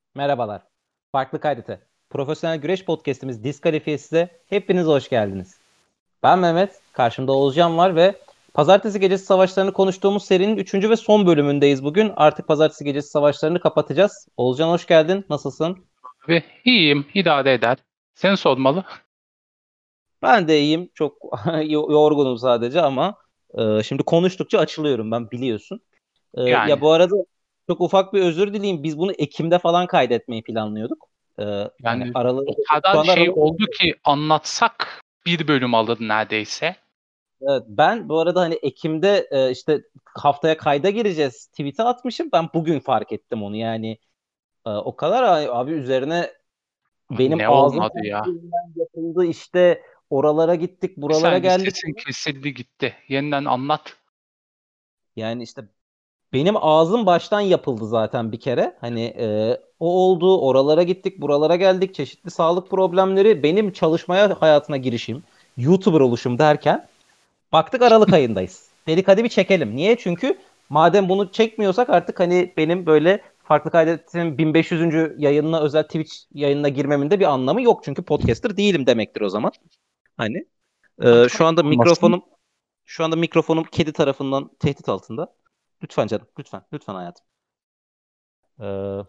Merhabalar. Farklı Kaydete. Profesyonel Güreş Podcast'imiz Diskalifiyesi'ze hepiniz hoş geldiniz. Ben Mehmet, karşımda Oğuzcan var ve Pazartesi Gecesi Savaşlarını konuştuğumuz serinin 3. ve son bölümündeyiz bugün. Artık Pazartesi Gecesi Savaşlarını kapatacağız. Oğuzcan hoş geldin. Nasılsın? Ve iyiyim, idare eder. Seni sormalı. Ben de iyiyim. Çok yorgunum sadece ama şimdi konuştukça açılıyorum ben biliyorsun. Ya Yani, bu arada çok ufak bir özür dileyim. Biz bunu Ekim'de falan kaydetmeyi planlıyorduk. Hani yani aralığı o şu kadar anda şey aralık. oldu ki anlatsak bir bölüm alır neredeyse. Evet, ben bu arada hani Ekim'de işte haftaya kayda gireceğiz tweet'e atmışım. Ben bugün fark ettim onu yani. O kadar abi üzerine benim Ne ağzım olmadı ya? kontrolünden yapıldı işte oralara gittik Bir buralara saniye geldik. sesin kesildi gitti. Yeniden anlat. Yani işte benim ağzım baştan yapıldı zaten bir kere. Hani o oldu oralara gittik buralara geldik çeşitli sağlık problemleri benim çalışmaya hayatına girişim YouTuber oluşum derken baktık Aralık ayındayız. Dedik hadi bir çekelim. Niye? Çünkü madem bunu çekmiyorsak artık hani benim böyle farklı kaydetin 1500. yayınına özel Twitch yayınına girmemin de bir anlamı yok. Çünkü podcaster değilim demektir o zaman. Hani Artık şu anda olmasın. mikrofonum kedi tarafından tehdit altında. Lütfen canım, lütfen, lütfen hayatım. E,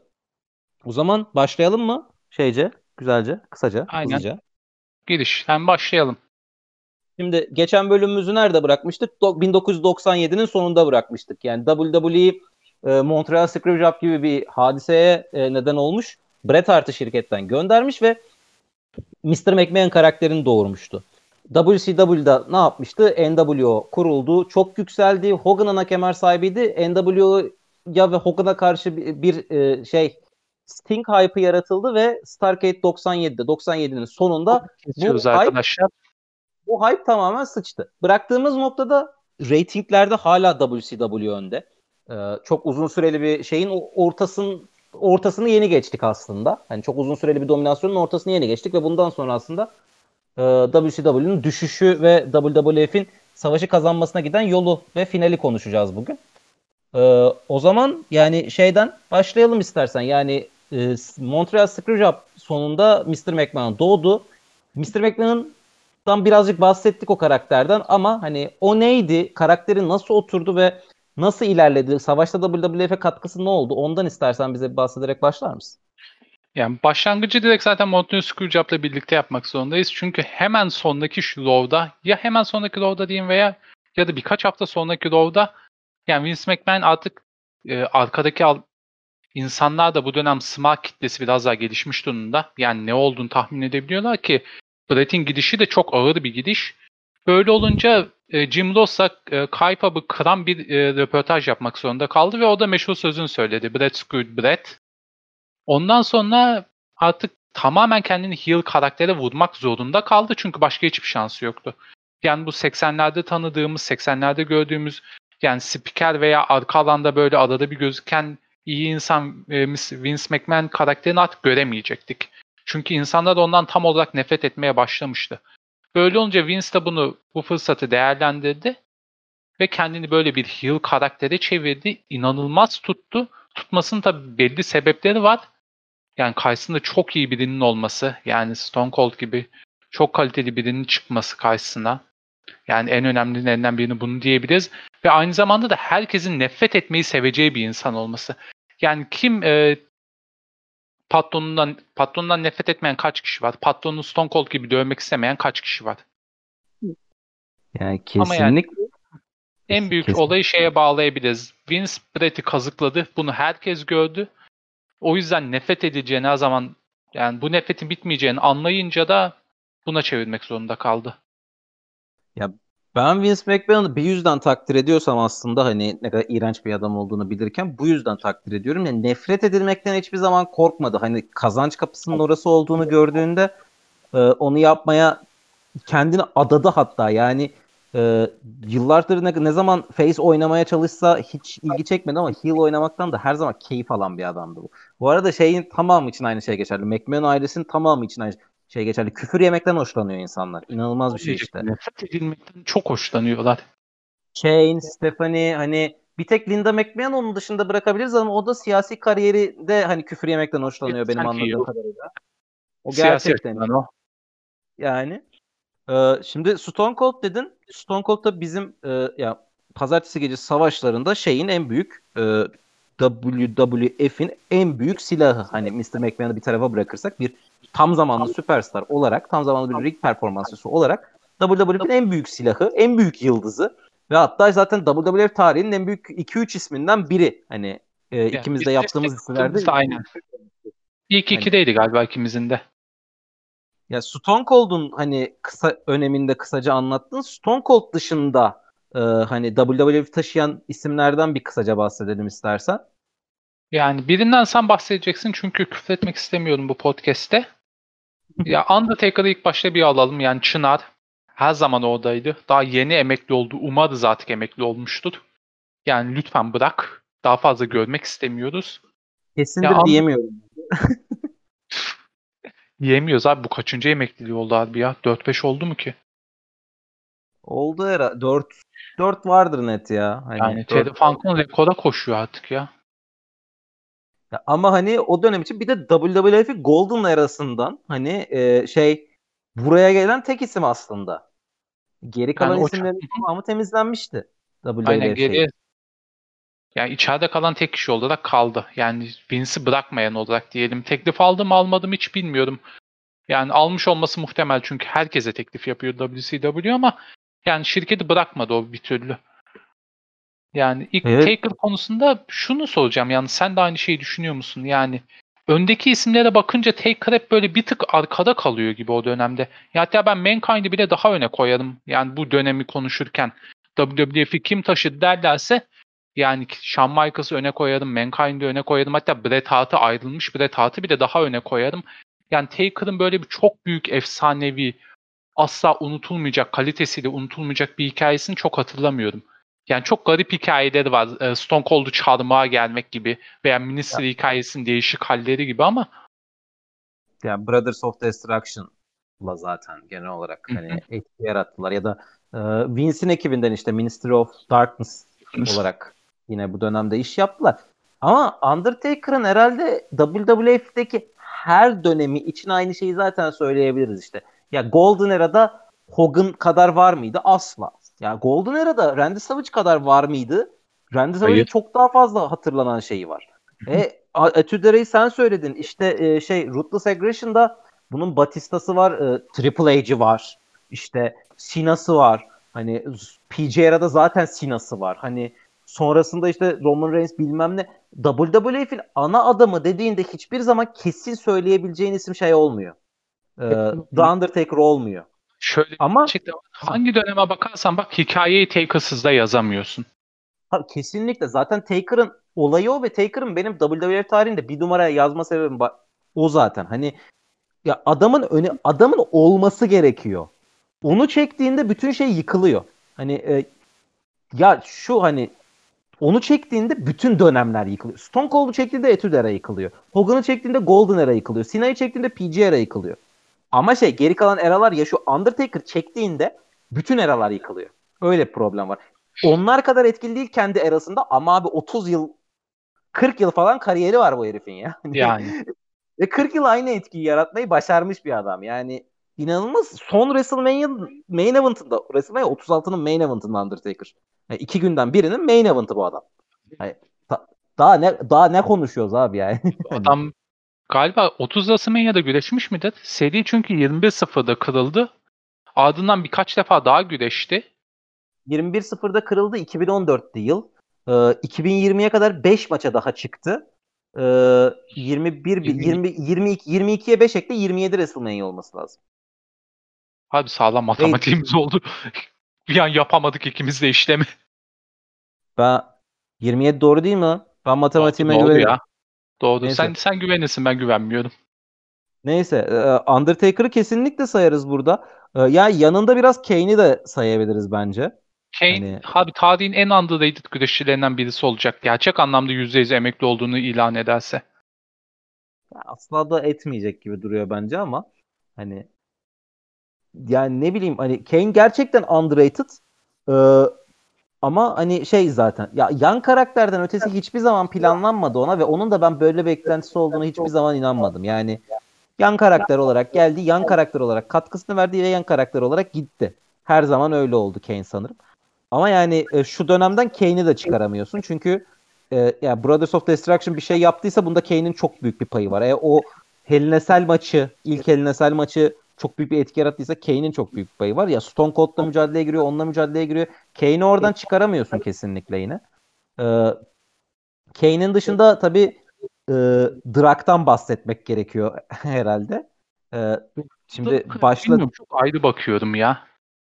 O zaman başlayalım mı? Güzelce, kısaca, Aynen. hızlıca. Girişten başlayalım. Şimdi geçen bölümümüzü nerede bırakmıştık? 1997'nin sonunda bırakmıştık. Yani WWE Montreal Screwjob gibi bir hadiseye neden olmuş. Bret Hart'ı şirketten göndermiş ve Mr. McMahon karakterini doğurmuştu. WCW'da ne yapmıştı? NWO kuruldu. Çok yükseldi. Hogan ana kemer sahibiydi. NWO'ya ve Hogan'a karşı bir Sting hype'ı yaratıldı ve Starrcade 97'nin sonunda bu Kesiyoruz hype arkadaşlar. bu hype tamamen sıçtı. Bıraktığımız noktada reytinglerde hala WCW önde. Çok uzun süreli bir şeyin ortasını yeni geçtik aslında. Hani çok uzun süreli bir dominasyonun ortasını yeni geçtik ve bundan sonra aslında WCW'nin düşüşü ve WWF'in savaşı kazanmasına giden yolu ve finali konuşacağız bugün. O zaman yani şeyden başlayalım istersen. Yani Montreal Screwjob sonunda Mr. McMahon doğdu. Mr. McMahon'dan birazcık bahsettik o karakterden ama hani o neydi? Karakteri nasıl oturdu ve nasıl ilerledi? Savaşta WWF'e katkısı ne oldu? Ondan istersen bize bahsederek başlar mısın? Yani başlangıcı direkt zaten Montreal Screwjob'la birlikte yapmak zorundayız. Çünkü hemen sonraki şu Raw'da ya hemen sonraki Raw'da diyeyim veya ya da birkaç hafta sonraki Raw'da yani Vince McMahon artık arkadaki İnsanlar da bu dönem smart kitlesi biraz daha gelişmiş durumda. Yani ne olduğunu tahmin edebiliyorlar ki Brett'in gidişi de çok ağır bir gidiş. Böyle olunca Jim Ross'a Kaypab'ı kıran bir röportaj yapmak zorunda kaldı ve o da meşhur sözünü söyledi. Brett screwed Brett. Ondan sonra artık tamamen kendini heel karaktere vurmak zorunda kaldı çünkü başka hiçbir şansı yoktu. Yani bu 80'lerde tanıdığımız, 80'lerde gördüğümüz yani spiker veya arka alanda böyle arada bir gözüken iyi insan Vince McMahon karakterini artık göremeyecektik. Çünkü insanlar ondan tam olarak nefret etmeye başlamıştı. Böyle olunca Vince de bu fırsatı değerlendirdi ve kendini böyle bir heel karaktere çevirdi. İnanılmaz tuttu. Tutmasının tabii belli sebepleri var. Yani karşısında çok iyi birinin olması, yani Stone Cold gibi çok kaliteli birinin çıkması karşısına. Yani en önemlilerinden birini bunu diyebiliriz. Ve aynı zamanda da herkesin nefret etmeyi seveceği bir insan olması. Yani kim patronundan nefret etmeyen kaç kişi var? Patronunu Stone Cold gibi dövmek istemeyen kaç kişi var? Yani Ama yani kesinlikle en büyük kesin. olayı şeye bağlayabiliriz. Vince Brett'i kazıkladı. Bunu herkes gördü. O yüzden nefret edileceğini her zaman yani bu nefretin bitmeyeceğini anlayınca da buna çevirmek zorunda kaldı. Ya ben Vince McMahon'ı bir yüzden takdir ediyorsam aslında hani ne kadar iğrenç bir adam olduğunu bilirken bu yüzden takdir ediyorum. Yani nefret edilmekten hiçbir zaman korkmadı. Hani kazanç kapısının orası olduğunu gördüğünde onu yapmaya kendini adadı hatta. Yani yıllardır ne zaman face oynamaya çalışsa hiç ilgi çekmedi ama heel oynamaktan da her zaman keyif alan bir adamdı bu. Bu arada şeyin tamamı için aynı şey geçerli. McMahon ailesinin tamamı için aynı şey geçerli. Küfür yemekten hoşlanıyor insanlar. İnanılmaz bir Onu şey diyecektim. işte. Nefret edilmekten çok hoşlanıyorlar. Shane, Stephanie hani Bir tek Linda McMahon onun dışında bırakabiliriz ama o da siyasi kariyeri de hani küfür yemekten hoşlanıyor benim Sanki anladığım kadarıyla. O siyasi gerçekten açıdan o. yani. Şimdi Stone Cold dedin. Stone Cold da bizim ya pazartesi gecesi savaşlarında şeyin en büyük WWF'in en büyük silahı. Hani Mr. McMahon'ı bir tarafa bırakırsak bir tam zamanlı süperstar olarak, tam zamanlı bir ring performansçısı olarak WWF'in en büyük silahı, en büyük yıldızı ve hatta zaten WWF tarihinin en büyük 2-3 isminden biri. Hani Yani ikimiz biz de destek yaptığımız isimlerde yaptığımızda aynen. İlk hani ikideydi galiba ikimizin de. ya Stone Cold'un hani kısa öneminde kısaca anlattın. Stone Cold dışında hani WWE taşıyan isimlerden bir kısaca bahsedelim istersen. Yani birinden sen bahsedeceksin çünkü küfretmek istemiyorum bu podcast'te. Ya Undertaker'ı ilk başta bir alalım. Yani Çınar her zaman oradaydı. Daha yeni emekli oldu. Umarız artık emekli olmuştur. Yani lütfen bırak. Daha fazla görmek istemiyoruz. Ya Kesindir diyemiyorum. yemiyoruz abi. Bu kaçıncı emekliliği oldu abi ya? 4-5 oldu mu ki? Oldu herhalde. 4 vardır net ya. Hani Yani 4. Terry Funk'un rekora koşuyor artık ya. Ama hani o dönem için bir de WWF'i Golden erasından hani buraya gelen tek isim aslında. Geri Yani kalan o çok... isimlerin tamamı temizlenmişti Aynen WWF geriye yani içeride kalan tek kişi olarak kaldı. Yani Vince'i bırakmayan olarak diyelim. Teklif aldım mı almadım hiç bilmiyorum. Yani almış olması muhtemel çünkü herkese teklif yapıyor WCW ama yani şirketi bırakmadı o bir türlü. Yani ilk Evet. Taker konusunda şunu soracağım. Yani sen de aynı şeyi düşünüyor musun? Yani öndeki isimlere bakınca Taker hep böyle bir tık arkada kalıyor gibi o dönemde. Ya hatta ben Mankind'i bile daha öne koyarım. Yani bu dönemi konuşurken WWF'i kim taşıdı derlerse yani Shawn Michaels'ı öne koyarım, Mankind'i öne koyarım. Hatta Bret Hart'a ayrılmış Bret Hart'ı bile daha öne koyarım. Yani Taker'ın böyle bir çok büyük efsanevi, asla unutulmayacak, kalitesiyle unutulmayacak bir hikayesini çok hatırlamıyorum. Yani çok garip hikayeleri var. Stone Cold'u çarmıha gelmek gibi veya Ministry hikayesinin değişik halleri gibi ama Yani Brothers of Destruction'la zaten genel olarak hı hı. hani etki yarattılar ya da Vince'in ekibinden işte Ministry of Darkness olarak yine bu dönemde iş yaptılar. Ama Undertaker'ın herhalde WWF'deki her dönemi için aynı şeyi zaten söyleyebiliriz işte. Ya Golden Era'da Hogan kadar var mıydı? Asla. Ya Golden Era'da Randy Savage kadar var mıydı? Randy Savage'in Hayır. çok daha fazla hatırlanan şeyi var. Etüdere'yi sen söyledin. İşte Ruthless Aggression'da bunun Batista'sı var, Triple H'ci var. İşte Sina'sı var. Hani PJR'da zaten Sina'sı var. Hani sonrasında işte Roman Reigns bilmem ne. WWF'in ana adamı dediğinde hiçbir zaman kesin söyleyebileceğin isim şey olmuyor. E, The Undertaker olmuyor. Şöyle bir Ama gerçekten hangi döneme bakarsan bak hikayeyi Takers'ız da yazamıyorsun. kesinlikle zaten Taker'ın olayı o ve Taker'ın benim WWF tarihinde bir numaraya yazma sebebim o zaten. Hani ya adamın olması gerekiyor. Onu çektiğinde bütün şey yıkılıyor. Hani ya şu hani onu çektiğinde bütün dönemler yıkılıyor. Stone Cold'u çektiğinde Attitude Era yıkılıyor. Hogan'ı çektiğinde Golden Era yıkılıyor. Sina'yı çektiğinde PG Era yıkılıyor. Ama geri kalan eralar ya şu Undertaker çektiğinde bütün eralar yıkılıyor. Öyle bir problem var. Onlar kadar etkili değil kendi erasında ama abi 30 yıl 40 yıl falan kariyeri var bu herifin ya. Hani Yani ve 40 yıl aynı etkiyi yaratmayı başarmış bir adam. Yani inanılmaz. Son WrestleMania main event'ında WrestleMania 36'nın main event'ında Undertaker. Yani 2 günden birinin main event'ı bu adam. Yani, daha ne konuşuyoruz abi yani. Hani adam galiba 30 WrestleMania'da güreşmiş midir? Seri çünkü 21-0'da kırıldı. Ardından birkaç defa daha güreşti. 21-0'da kırıldı 2014'te yıl. 2020'ye kadar 5 maça daha çıktı. 21 20... 20 22 22'ye 5 ekle 27 WrestleMania olması lazım. Abi sağlam Ve matematiğimiz oldu. Bir an yapamadık ikimiz de işlemi. ben 27 doğru değil mi lan? Ben Doğru, matematiğime doğru güvenirim. ya. Doğru. Neyse. Sen güvenirsin ben güvenmiyorum. Neyse. Undertaker'ı kesinlikle sayarız burada. Ya yanında biraz Kane'i de sayabiliriz bence. Kane Hani abi tarihin en underrated güreşçilerinden birisi olacak. Gerçek anlamda %100 emekli olduğunu ilan ederse. asla da etmeyecek gibi duruyor bence ama hani yani ne bileyim hani Kane gerçekten underrated. Ee, Ama hani şey zaten ya yan karakterden ötesi hiçbir zaman planlanmadı ona ve onun da ben böyle beklentisi olduğunu hiçbir zaman inanmadım. Yani yan karakter olarak geldi, yan karakter olarak katkısını verdi ve yan karakter olarak gitti. Her zaman öyle oldu Kane sanırım. Ama yani şu dönemden Kane'i de çıkaramıyorsun. Çünkü ya Brothers of Destruction bir şey yaptıysa bunda Kane'in çok büyük bir payı var. O Hell in a Cell maçı, ilk Hell in a Cell maçı çok büyük bir etki yarattıysa Kane'in çok büyük bir payı var. Ya Stone Cold'la mücadeleye giriyor, onunla mücadeleye giriyor. Kane'i oradan çıkaramıyorsun kesinlikle yine. E, Kane'in dışında tabii e, Drak'tan bahsetmek gerekiyor herhalde. Şimdi başla. Bilmiyorum, çok ayrı bakıyorum ya.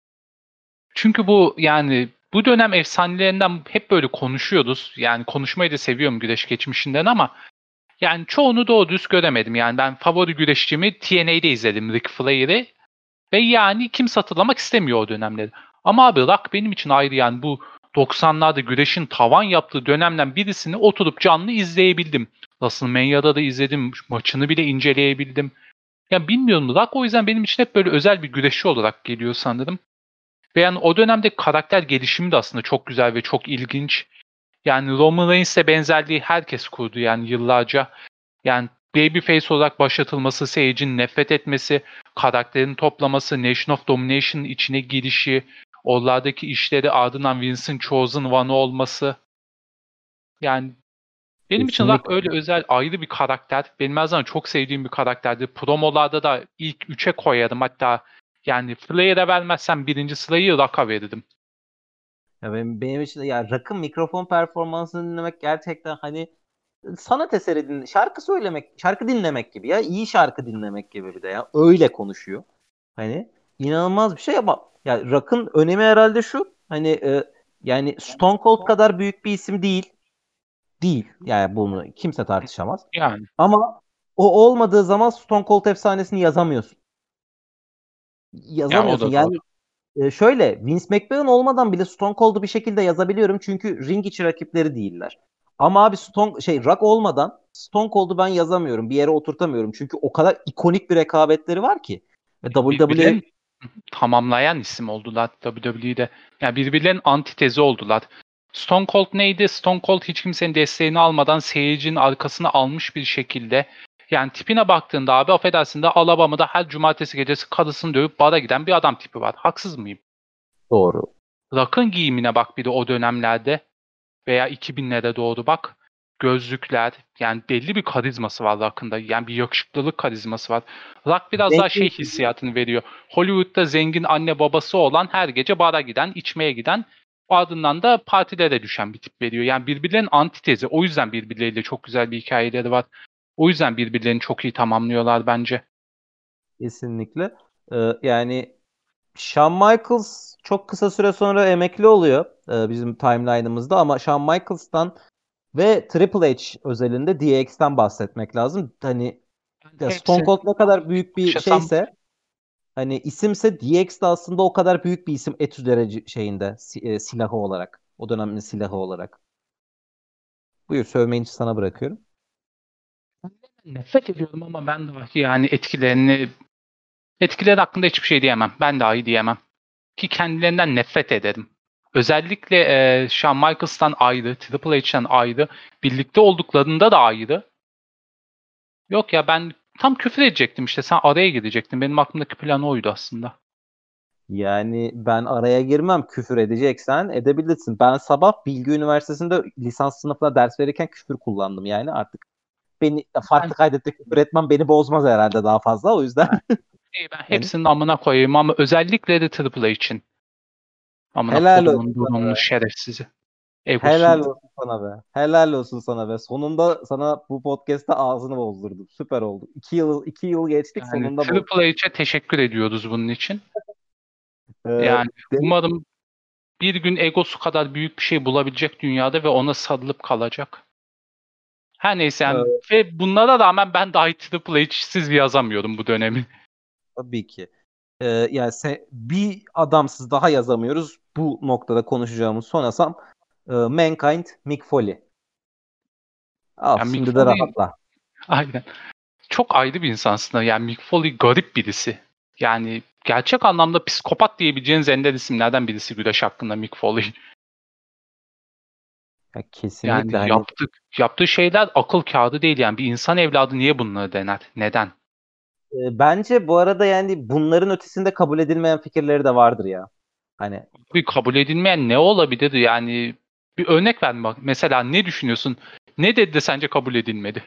Çünkü bu yani bu dönem efsanelerinden hep böyle konuşuyoruz. Yani konuşmayı da seviyorum güreş geçmişinden ama yani çoğunu doğru düz göremedim. Yani ben favori güreşçimi TNA'de izledim, Ric Flair'i. Ve yani kim hatırlamak istemiyor o dönemleri. Ama abi Rock benim için ayrı, yani bu 90'larda güreşin tavan yaptığı dönemden birisini oturup canlı izleyebildim. WrestleMania'da da izledim. Maçını bile inceleyebildim. Ya bilmiyorum, Rock o yüzden benim için hep böyle özel bir güreşçi olarak geliyor sanırım. Ve yani o dönemde karakter gelişimi de aslında çok güzel ve çok ilginç. Yani Roman Reigns'le benzerliği herkes kurdu yani yıllarca. Yani babyface olarak başlatılması, seyircinin nefret etmesi, karakterini toplaması, Nation of Domination'ın içine girişi, oralardaki işleri ardından Vince'in Chosen One olması. Yani benim için Rock Kesinlikle. öyle özel ayrı bir karakter. Benim her zaman çok sevdiğim bir karakterdi. Promolarda da ilk 3'e koyarım. Hatta yani Flair'e vermezsem birinci sırayı Rock'a verirdim. Ya benim için de ya Rock'ın mikrofon performansını dinlemek gerçekten hani sanat eseri şarkı söylemek, şarkı dinlemek gibi ya. İyi şarkı dinlemek gibi bir de ya. Öyle konuşuyor. Hani inanılmaz bir şey ama ya Rock'ın önemi herhalde şu. Hani yani Stone Cold kadar büyük bir isim değil. Değil. Yani bunu kimse tartışamaz. Yani, Ama o olmadığı zaman Stone Cold efsanesini yazamıyorsun. ya o Yazamıyorsun. da doğru. Yani şöyle Vince McMahon olmadan bile Stone Cold'u bir şekilde yazabiliyorum çünkü ring içi rakipleri değiller. Ama abi Rock olmadan Stone Cold'u ben yazamıyorum. Bir yere oturtamıyorum. Çünkü o kadar ikonik bir rekabetleri var ki. Ve WWE Birbirlerini tamamlayan isim oldular WWE'de. Yani birbirlerinin antitezi oldular. Stone Cold neydi? Stone Cold hiç kimsenin desteğini almadan seyircinin arkasına almış bir şekilde. Yani tipine baktığında abi, affedersin de Alabama'da her cumartesi gecesi karısını dövüp bara giden bir adam tipi var. Haksız mıyım? doğru. Rock'ın giyimine bak bir de o dönemlerde veya 2000'lere doğru bak. Gözlükler, yani belli bir karizması var Rock'ın. Yani bir yakışıklılık karizması var. Rock biraz daha şey Zengin. hissiyatını veriyor. Hollywood'da zengin anne babası olan, her gece bara giden, içmeye giden, ardından da partilere düşen bir tip veriyor. Yani birbirlerinin antitezi. O yüzden birbirleriyle çok güzel bir hikayeleri var. O yüzden birbirlerini çok iyi tamamlıyorlar bence. Kesinlikle. Yani Shawn Michaels çok kısa süre sonra emekli oluyor bizim timeline'ımızda ama Shawn Michaels'tan ve Triple H özelinde DX'ten bahsetmek lazım. Hani Yani ya Stone hepsi Cold ne kadar büyük bir yaşasam şeyse hani isimse DX de aslında o kadar büyük bir isim etü derece şeyinde silahı olarak. O dönemin silahı olarak. Buyur sövmeyi sana bırakıyorum. nefret ediyorum ama ben de yani etkileri hakkında hiçbir şey diyemem. Ben dahi diyemem. Ki kendilerinden nefret ederim. Özellikle Shawn Michaels'tan ayrı, Triple H'ten ayrı, birlikte olduklarında da ayrı. Yok ya, ben tam küfür edecektim işte, sen araya girecektin. Benim aklımdaki plan oydu aslında. Yani ben araya girmem. Küfür edeceksen edebilirsin. Ben sabah Bilgi Üniversitesi'nde lisans sınıfına ders verirken küfür kullandım yani. Artık beni Ben, farklı kaydette küfür etmem beni bozmaz herhalde daha fazla. O yüzden ben, ben hani hepsinin amına koyayım ama özellikle de Triple H için. Amına helal kodumun olsun sana durumunu be. şerefsizi. Helal Egosunu. olsun sana be. Helal olsun sana be. Sonunda sana bu podcast'te ağzını bozdurdum. Süper oldu. 2 yıl geçtik Yani sonunda bozdum. Triple H'e teşekkür ediyoruz bunun için. Ee, Yani de- umarım bir gün egosu kadar büyük bir şey bulabilecek dünyada ve ona sarılıp kalacak. Her neyse yani, e, ve bunlara rağmen ben dahi Triple H'siz yazamıyorum bu dönemi. tabii ki. Yani bir adamsız daha yazamıyoruz. Bu noktada konuşacağımız son asam Mankind Mick Foley. Al Yani Mick şimdi de Foley rahatla. aynen. Çok ayrı bir insan aslında. Yani Mick Foley garip birisi. Yani gerçek anlamda psikopat diyebileceğiniz ender isimlerden birisi güreş hakkında Mick Foley. Ya Yani kesinlikle hani yaptığı şeyler akıl kârı değil yani. Bir insan evladı niye bunları dener? Neden? bence bu arada yani bunların ötesinde kabul edilmeyen fikirleri de vardır ya. Hani Bir kabul edilmeyen ne olabilir? Yani bir örnek ver bak. Mesela ne düşünüyorsun? Ne dedi de sence kabul edilmedi?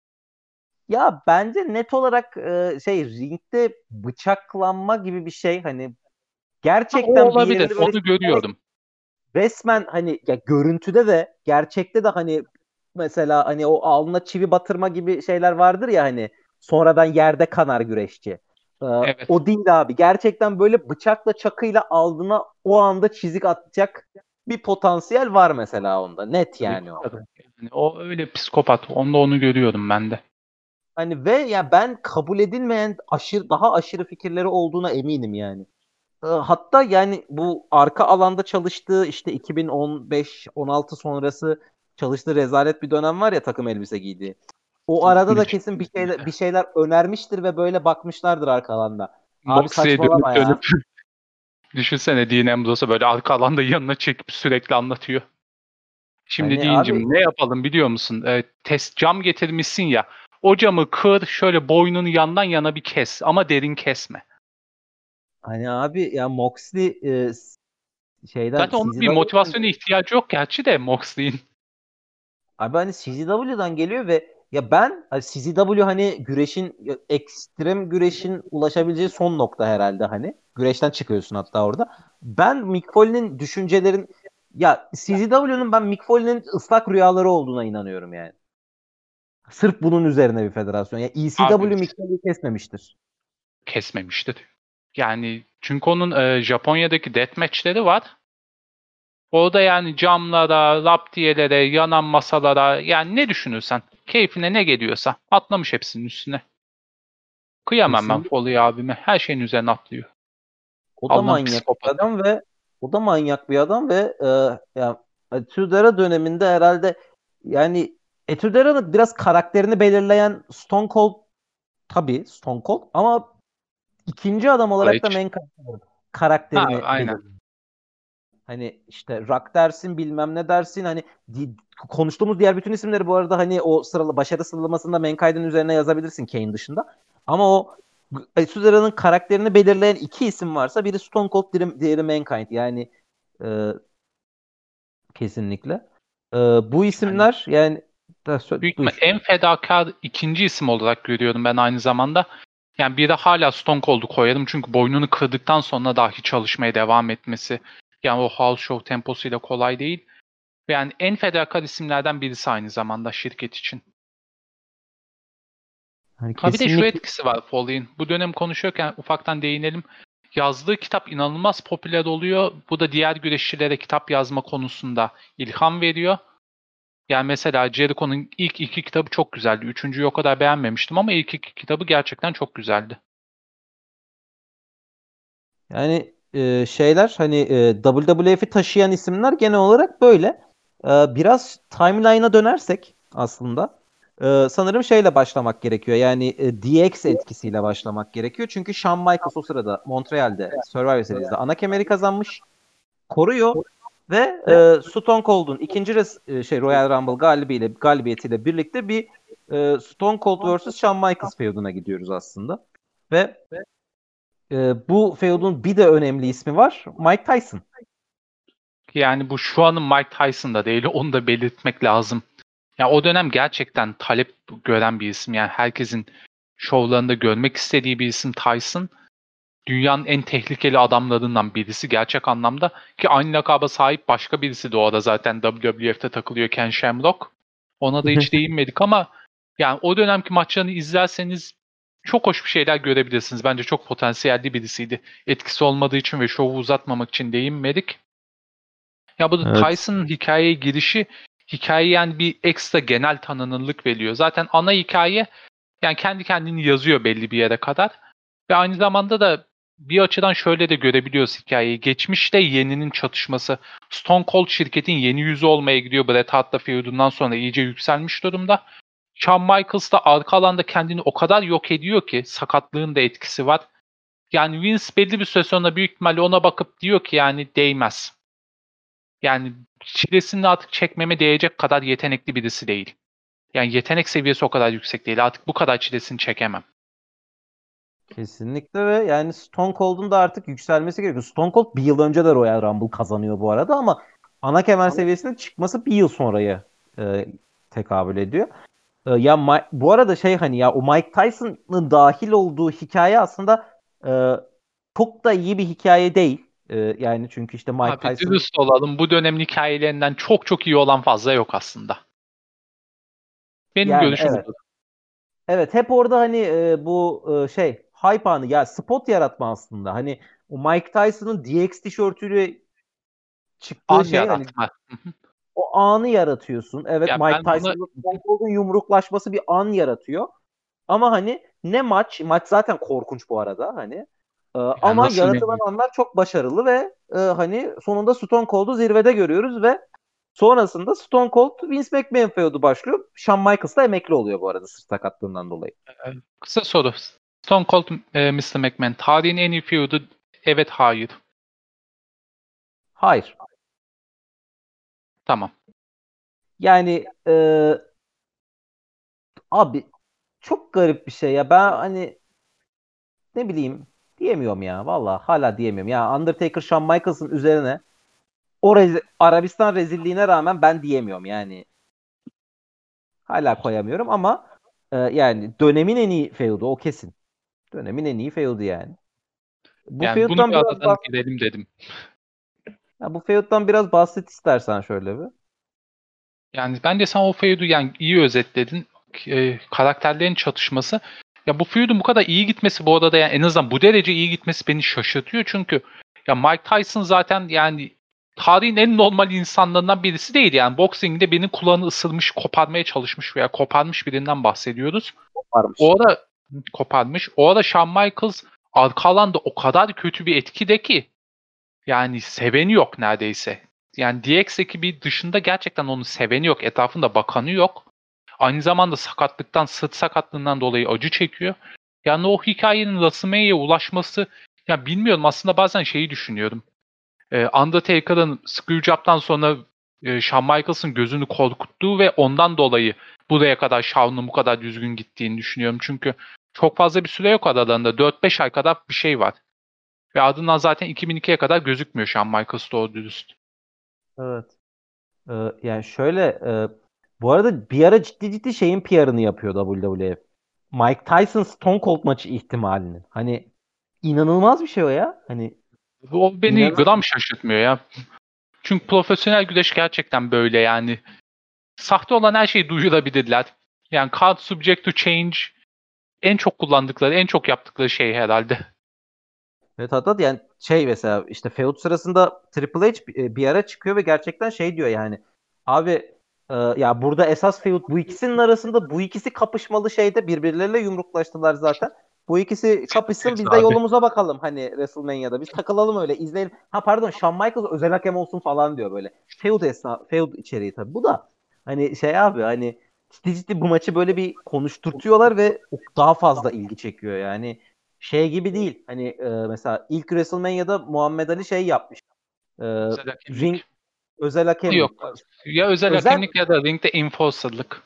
ya bence net olarak ringde bıçaklanma gibi bir şey hani Ha, o gerçekten bir olabilir. yerini böyle Onu görüyordum. resmen hani ya görüntüde de gerçekte de hani mesela hani o alnına çivi batırma gibi şeyler vardır ya hani sonradan yerde kanar güreşçi. Ee, Evet. O değil abi. Gerçekten böyle bıçakla çakıyla alnına o anda çizik atacak bir potansiyel var mesela onda. Net Tabii, yani o. tabii. Yani o öyle psikopat. Onda onu görüyorum ben de. Hani ve ya ben kabul edilmeyen daha aşırı fikirleri olduğuna eminim yani. Hatta yani bu arka alanda çalıştığı işte 2015-16 sonrası çalıştığı rezalet bir dönem var ya takım elbise giydiği. O arada da kesin bir şeyler önermiştir ve böyle bakmışlardır arka alanda. Abi Moxley'e saçmalama dönüp dönüp ya. düşünsene Dean Ambros'a böyle arka alanda yanına çekip sürekli anlatıyor. Şimdi Hani Dean'cim abi ne yapalım biliyor musun? Test cam getirmişsin ya. O camı kır şöyle boynunu yandan yana bir kes ama derin kesme. abi ya Moxley şeyden Zaten onun bir CZW'den motivasyona ihtiyacı yok gerçi de Moxley'in. abi hani CZW'dan geliyor ve ya ben hani CZW hani ekstrem güreşin ulaşabileceği son nokta herhalde hani. Güreşten çıkıyorsun hatta orada. Ben Mick Foley'nin ya CZW'nun ben Mick Foley'nin ıslak rüyaları olduğuna inanıyorum yani. Sırf bunun üzerine bir federasyon. Ya ECW Abi Mick Foley'i kesmemiştir. kesmemiştir. Yani çünkü onun Japonya'daki deathmatch'leri var. Orada yani camlara, raptiyelere, yanan masalara yani ne düşünürsen, keyfine ne geliyorsa atlamış hepsinin üstüne. Kıyamam ben Kesin. Foley abime. Her şeyin üzerine atlıyor. O da Allah'ın manyak bir psikopatı. adam ve ya Tudera döneminde herhalde yani Tudera'nın biraz karakterini belirleyen Stone Cold tabii Stone Cold ama ikinci adam O da olarak da hiç. Mankind Ha, karakterini aynen. belirliyor. Hani işte rock dersin bilmem ne dersin hani konuştuğumuz diğer bütün isimleri bu arada hani o başarı sıralamasında Mankind'in üzerine yazabilirsin Kane dışında. Ama o Suzera'nın karakterini belirleyen iki isim varsa biri Stone Cold diğeri Mankind. Yani e, kesinlikle. Bu Yani isimler yani büyük ihtimal buyur. en fedakar ikinci isim olarak görüyorum ben aynı zamanda. Yani bir de hala Stone Cold'u koyarım çünkü boynunu kırdıktan sonra dahi çalışmaya devam etmesi. Yani o house show temposuyla kolay değil. Yani en fedakar isimlerden birisi aynı zamanda şirket için. Hani Ha bir de şu kesinlikle etkisi var Foley'in. Bu dönem konuşuyorken ufaktan değinelim. Yazdığı kitap inanılmaz popüler oluyor. Bu da diğer güreşçilere kitap yazma konusunda ilham veriyor. Yani mesela Jericho'nun ilk iki kitabı çok güzeldi. Üçüncüyü o kadar beğenmemiştim ama ilk iki kitabı gerçekten çok güzeldi. yani şeyler hani WWF'i taşıyan isimler genel olarak böyle. Biraz timeline'a dönersek aslında sanırım şeyle başlamak gerekiyor. Yani DX etkisiyle başlamak gerekiyor. Çünkü Shawn Michaels o sırada Montreal'de Survivor Series'de ana kemeri kazanmış. Koruyor ve Stone Cold'un Royal Rumble galibiyetiyle birlikte bir Stone Cold vs. Shawn Michaels feuduna gidiyoruz aslında. Ve bu feudun bir de önemli ismi var. Mike Tyson. Yani bu şu anın Mike Tyson'da değil, onu da belirtmek lazım. Ya o dönem gerçekten talep gören bir isim. Yani herkesin şovlarında görmek istediği bir isim Tyson. Dünyanın en tehlikeli adamlarından birisi gerçek anlamda ki aynı lakaba sahip başka birisi de o arada zaten WWF'te takılıyor Ken Shamrock. Ona da hiç değinmedik ama yani o dönemki maçlarını izlerseniz çok hoş bir şeyler görebilirsiniz. Bence çok potansiyelli birisiydi. Etkisi olmadığı için ve şovu uzatmamak için değinmedik. Ya bu da Evet. Tyson'ın hikayeye girişi hikaye yani bir ekstra genel tanınırlık veriyor. Zaten ana hikaye yani kendi kendini yazıyor belli bir yere kadar. Ve aynı zamanda da bir açıdan şöyle de görebiliyoruz hikayeyi. Geçmişte yeninin çatışması. Stone Cold şirketin yeni yüzü olmaya gidiyor. Bret Hart'la feudundan sonra iyice yükselmiş durumda. Shawn Michaels da arka alanda kendini o kadar yok ediyor ki sakatlığın da etkisi var. Yani Vince belli bir süre sonra büyük ihtimalle ona bakıp diyor ki yani değmez. yani çilesini artık çekmeme değecek kadar yetenekli birisi değil. Yani yetenek seviyesi o kadar yüksek değil. Artık bu kadar çilesini çekemem. Kesinlikle ve yani Stone Cold'un da artık yükselmesi gerekiyor. Stone Cold bir yıl önce de Royal Rumble kazanıyor bu arada ama ana kemer seviyesine çıkması bir yıl sonraya tekabül ediyor. Bu arada hani ya o Mike Tyson'ın dahil olduğu hikaye aslında çok da iyi bir hikaye değil. Yani çünkü işte Mike Abi Tyson dürüst olalım. Bu dönemin hikayelerinden çok çok iyi olan fazla yok aslında. Benim yani görüşüm evet. bu. Evet hep orada hani bu hype anı ya spot yaratma aslında. Hani o Mike Tyson'ın DX tişörtüyle çıktığı An şey hani yaratma. o anı yaratıyorsun. Evet Ya Mike ben bunu Tyson'la Stone Cold'un yumruklaşması bir an yaratıyor. Ama hani ne maç zaten korkunç bu arada hani. yani Ama nasıl yaratılan anlar çok başarılı ve hani sonunda Stone Cold'u zirvede görüyoruz ve sonrasında Stone Cold Vince McMahon feud'u başlıyor. Shawn Michaels da emekli oluyor bu arada sırt sakatlığından dolayı. kısa soru. Stone Cold Mr. McMahon tarihin en iyi feud'u, evet hayır. Hayır. Tamam. Yani abi çok garip bir şey ya. Ben hani ne bileyim diyemiyorum ya. Valla hala diyemiyorum. Ya Undertaker Shawn Michaels'ın üzerine Arabistan rezilliğine rağmen ben diyemiyorum yani. Hala koyamıyorum ama yani dönemin en iyi feud'u o kesin. Dönemin en iyi feud'u yani. Bu Yani bunu feud'dan bir biraz aradan bahs girelim dedim. bu feud'dan biraz bahset istersen şöyle bir. Yani bence sen o feud'u yani iyi özetledin. Karakterlerin çatışması. Ya bu feud'un bu kadar iyi gitmesi bu arada yani en azından bu derece iyi gitmesi beni şaşırtıyor. Çünkü ya Mike Tyson zaten yani tarihin en normal insanlarından birisi değil. Yani boxing'de birinin kulağını ısırmış, koparmaya çalışmış veya koparmış birinden bahsediyoruz. Varmış. O ara koparmış. O ara Shawn Michaels arka alanda o kadar kötü bir etkide ki yani seveni yok neredeyse. Yani DX ekibi dışında gerçekten onun seveni yok. Etrafında bakanı yok. Aynı zamanda sakatlıktan, sırt sakatlığından dolayı acı çekiyor. Yani o hikayenin WrestleMania'ya ulaşması ya bilmiyorum aslında bazen şeyi düşünüyorum. Undertaker'ın Screwjob'dan sonra Shawn Michaels'ın gözünü korkuttuğu ve ondan dolayı buraya kadar Shawn'un bu kadar düzgün gittiğini düşünüyorum. Çünkü çok fazla bir süre yok aralarında. 4-5 ay kadar bir şey var. Ve ardından zaten 2002'ye kadar gözükmüyor Shawn Michaels doğru dürüst. Evet. Yani şöyle bu arada bir ara ciddi şeyin PR'ını yapıyor WWE. Mike Tyson Stone Cold maçı ihtimalinin. Hani inanılmaz bir şey o ya. Hani O beni inan gram şaşırtmıyor ya. Çünkü profesyonel güreş gerçekten böyle yani. Sahte olan her şeyi duyurabilirler. Yani card subject to change en çok kullandıkları, en çok yaptıkları şey herhalde. evet hatta yani mesela işte feud sırasında Triple H bir ara çıkıyor ve gerçekten şey diyor yani abi ya burada esas feud bu ikisinin arasında bu ikisi kapışmalı şeyde birbirleriyle yumruklaştılar zaten. Bu ikisi kapışsın biz de Abi. yolumuza bakalım hani WrestleMania'da. Biz takılalım öyle izleyelim. Ha pardon Shawn Michaels özel hakem olsun falan diyor böyle. Feud içeriği tabii. Bu da hani şey abi hani ciddi bu maçı böyle bir konuşturtuyorlar ve daha fazla ilgi çekiyor yani şey gibi değil. Hani mesela ilk WrestleMania'da Muhammed Ali şey yapmış. E, Özel ring hakemlik. özel hakemlik. Yok. Ya özel Özel hakemlik ya da ringde enforcerlık.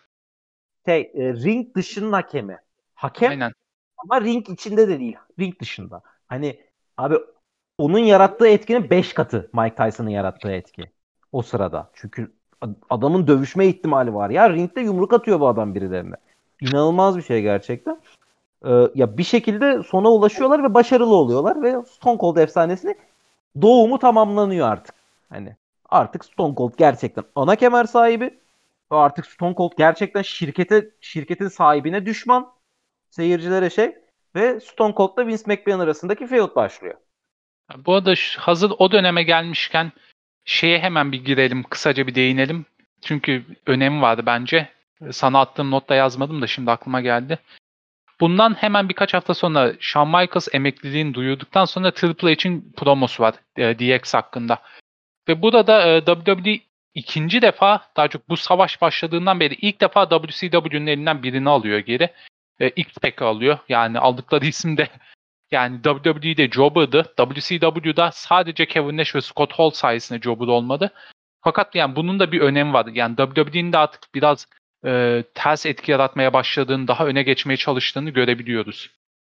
ring dışının hakemi. Hakem Aynen. ama ring içinde de değil. Ring dışında. Hani abi onun yarattığı etkinin 5 katı Mike Tyson'ın yarattığı etki. O sırada. Çünkü adamın dövüşme ihtimali var. Ya ringde yumruk atıyor bu adam birilerine. İnanılmaz bir şey gerçekten. Ya bir şekilde sona ulaşıyorlar ve başarılı oluyorlar ve Stone Cold efsanesini doğumu tamamlanıyor artık. Hani artık Stone Cold gerçekten ana kemer sahibi ve artık Stone Cold gerçekten şirketin sahibine düşman, seyircilere şey ve Stone Cold'la Vince McMahon arasındaki feud başlıyor. Bu arada hazır o döneme gelmişken şeye hemen bir girelim, kısaca bir değinelim. Çünkü önemi vardı bence. Sana attığım notta yazmadım da şimdi aklıma geldi. Bundan hemen birkaç hafta sonra Shawn Michaels emekliliğini duyurduktan sonra Triple H'in promosu var DX hakkında. Ve burada WWE ikinci defa daha çok bu savaş başladığından beri ilk defa WCW'nin elinden birini alıyor geri. X-Pac alıyor. Yani aldıkları isim de yani WWE'de Jobber'dı. WCW'da sadece Kevin Nash ve Scott Hall sayesinde Jobber olmadı. Fakat yani bunun da bir önemi var. Yani WWE'nin de artık biraz ters etki yaratmaya başladığını, daha öne geçmeye çalıştığını görebiliyoruz.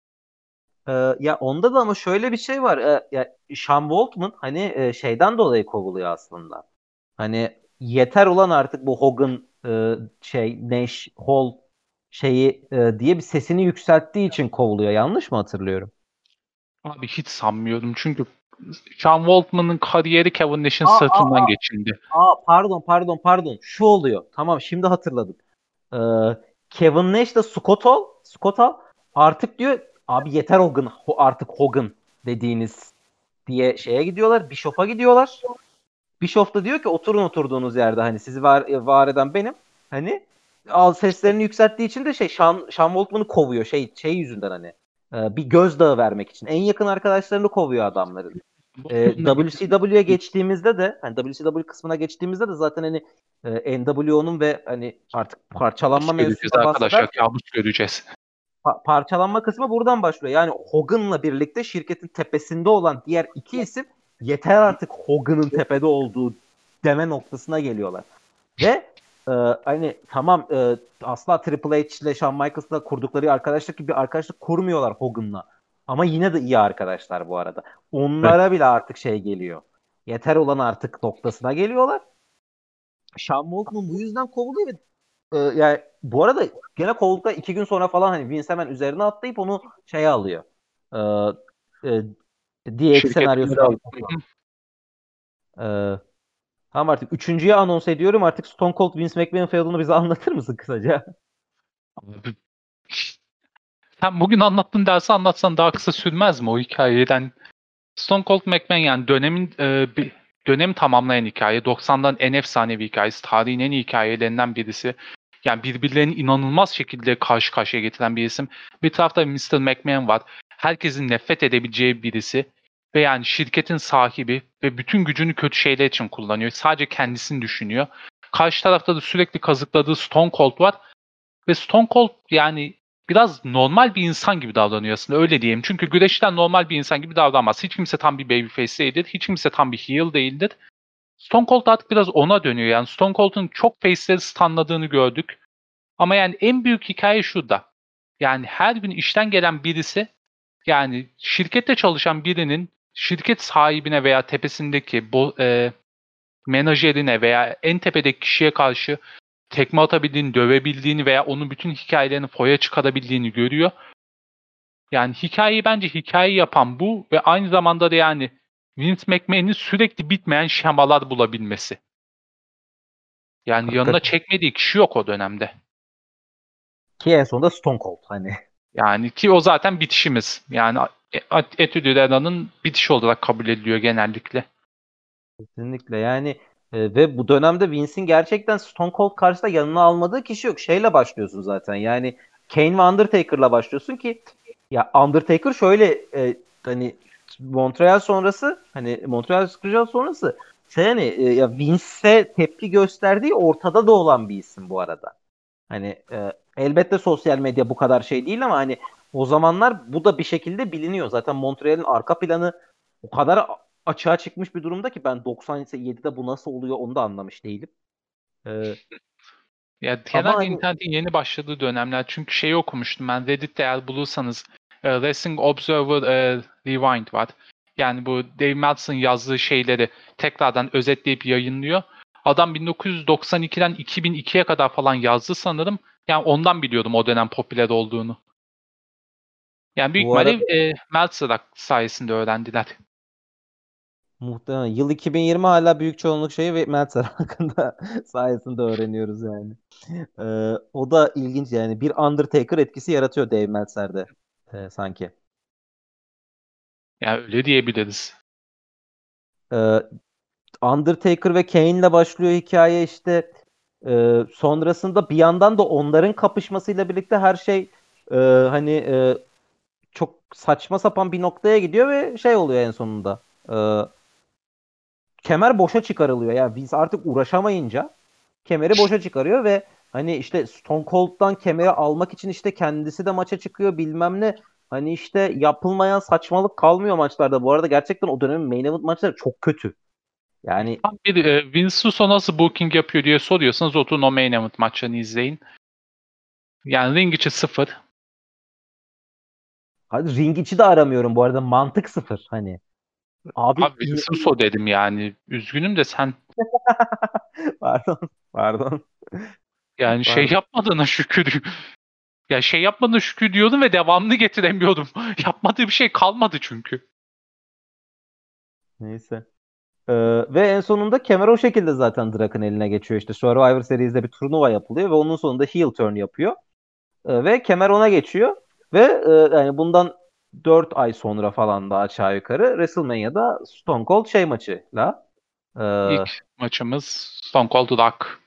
Ya onda da ama şöyle bir şey var. Ya Sean Waltman hani şeyden dolayı kovuluyor aslında. Hani yeter ulan artık bu Hogan Nash Hall diye bir sesini yükselttiği için kovuluyor. Yanlış mı hatırlıyorum? Abi hiç sanmıyorum. Çünkü Sean Waltman'ın kariyeri Kevin Nash'in Aa, aa, sırtından aa, geçildi. pardon. Şu oluyor. Tamam şimdi hatırladım. Ee, Kevin Nash de Scott Hall artık diyor abi yeter Hogan artık Hogan dediğiniz diye şeye gidiyorlar. Bischoff'a gidiyorlar. Bischoff da diyor ki oturun oturduğunuz yerde hani sizi var eden benim. Hani seslerini yükselttiği için de Sean Waltman'ı kovuyor şey yüzünden hani bir gözdağı vermek için. En yakın arkadaşlarını kovuyor adamların. Waltman'la WCW'ye geçtiğimizde de hani WCW kısmına geçtiğimizde de zaten hani NWO'nun ve hani artık kabus parçalanma göreceğiz mevzusundan arkadaşlar. bahsederken Kabus göreceğiz. parçalanma kısmı buradan başlıyor. Yani Hogan'la birlikte şirketin tepesinde olan diğer iki isim yeter artık Hogan'ın tepede olduğu deme noktasına geliyorlar. Ve hani tamam asla Triple H ile Shawn Michaels'la kurdukları arkadaşlık gibi bir arkadaşlık kurmuyorlar Hogan'la. Ama yine de iyi arkadaşlar bu arada. Evet. Onlara bile artık şey geliyor. Yeter olan artık noktasına geliyorlar. Shawn Michaels bu yüzden kovuluyor ve yani bu arada gene kovulduktan 2 gün sonra falan hani Vince hemen üzerine atlayıp onu şeye alıyor. E, DX Şirketini de senaryosuna aldı. alıyor. E, tamam artık üçüncüye anons ediyorum. Artık Stone Cold Vince McMahon feudunu bize anlatır mısın kısaca? Abi, sen bugün anlattığın dersi anlatsan daha kısa sürmez mi o hikayeden? Stone Cold McMahon yani bir dönem tamamlayan hikaye. 90'dan en efsanevi hikayesi. Tarihin en iyi hikayelerinden birisi. Yani birbirlerini inanılmaz şekilde karşı karşıya getiren bir isim. Bir tarafta Mr. McMahon var. Herkesin nefret edebileceği birisi. Ve yani şirketin sahibi ve bütün gücünü kötü şeyler için kullanıyor. Sadece kendisini düşünüyor. Karşı tarafta da sürekli kazıkladığı Stone Cold var. Ve Stone Cold yani biraz normal bir insan gibi davranıyor aslında öyle diyeyim. Çünkü güreşten normal bir insan gibi davranmaz. Hiç kimse tam bir babyface değildir. Hiç kimse tam bir heel değildir. Stone Cold artık biraz ona dönüyor. Yani Stone Cold'un çok face'leri stunladığını gördük. Ama yani en büyük hikaye şurada. Yani her gün işten gelen birisi yani şirkette çalışan birinin şirket sahibine veya tepesindeki menajerine veya en tepedeki kişiye karşı tekme atabildiğini, dövebildiğini veya onun bütün hikayelerini foya çıkarabildiğini görüyor. Yani hikayeyi bence hikaye yapan bu ve aynı zamanda da yani Vince McMahon'in sürekli bitmeyen şemalar bulabilmesi. Yani yanına Hakikaten. çekmediği kişi yok o dönemde. Ki en sonunda Stone Cold hani. Yani ki o zaten bitişimiz. Yani Etüdü Arena'nın bitişi olarak kabul ediliyor genellikle. Kesinlikle yani ve bu dönemde Vince'in gerçekten Stone Cold karşısında yanına almadığı kişi yok. Şeyle başlıyorsun zaten yani Kane ve Undertaker'la başlıyorsun ki ya Undertaker şöyle hani Montreal Screwjob sonrası yani ya Vince'e tepki gösterdiği ortada da olan bir isim bu arada. Hani elbette sosyal medya bu kadar şey değil ama hani o zamanlar bu da bir şekilde biliniyor. Zaten Montreal'in arka planı o kadar açığa çıkmış bir durumda ki ben 97'de bu nasıl oluyor onu da anlamış değilim. E, Ya ama genelde hani internetin yeni başladığı dönemler çünkü şeyi okumuştum ben Reddit'te eğer bulursanız Wrestling Observer Rewind var. Yani bu Dave Meltzer yazdığı şeyleri tekrardan özetleyip yayınlıyor. Adam 1992'den 2002'ye kadar falan yazdı sanırım. Yani ondan biliyordum o dönem popüler olduğunu. Yani büyük bu arada ihtimalle Meltzer sayesinde öğrendiler. muhtemelen yıl 2020 hala büyük çoğunluk şeyi ve Meltzer hakkında sayesinde öğreniyoruz yani. O da ilginç yani bir Undertaker etkisi yaratıyor Dave Meltzer'de sanki. Yani öyle diyebiliriz. Ee, Undertaker ve Kane'le başlıyor hikaye işte. Sonrasında bir yandan da onların kapışmasıyla birlikte her şey hani çok saçma sapan bir noktaya gidiyor ve şey oluyor en sonunda. Kemer boşa çıkarılıyor. Yani biz artık uğraşamayınca kemeri boşa çıkarıyor ve hani işte Stone Cold'dan kemeri almak için işte kendisi de maça çıkıyor bilmem ne. Hani işte yapılmayan saçmalık kalmıyor maçlarda. Bu arada gerçekten o dönemin main event maçları çok kötü. Yani Tam bir Vince Russo nasıl booking yapıyor diye soruyorsanız oturun o main event maçlarını izleyin. Yani ring içi 0. hadi ring içi de aramıyorum bu arada, mantık sıfır hani. Abi Abi Vince Russo dedim yani. Üzgünüm de sen pardon, pardon, yani şey pardon. yapmadığına şükür. Ya şey yapmadığına şükür diyordum ve devamını getiremiyordum. Yapmadığı bir şey kalmadı çünkü. Neyse. Ve en sonunda kemer o şekilde zaten Drak'ın eline geçiyor. İşte Survivor Series'de bir turnuva yapılıyor ve onun sonunda heel turn yapıyor. Ve kemer ona geçiyor. Ve yani bundan 4 ay sonra falan da aşağı yukarı WrestleMania'da Stone Cold şey maçıyla e, İlk maçımız Stone Cold Rock.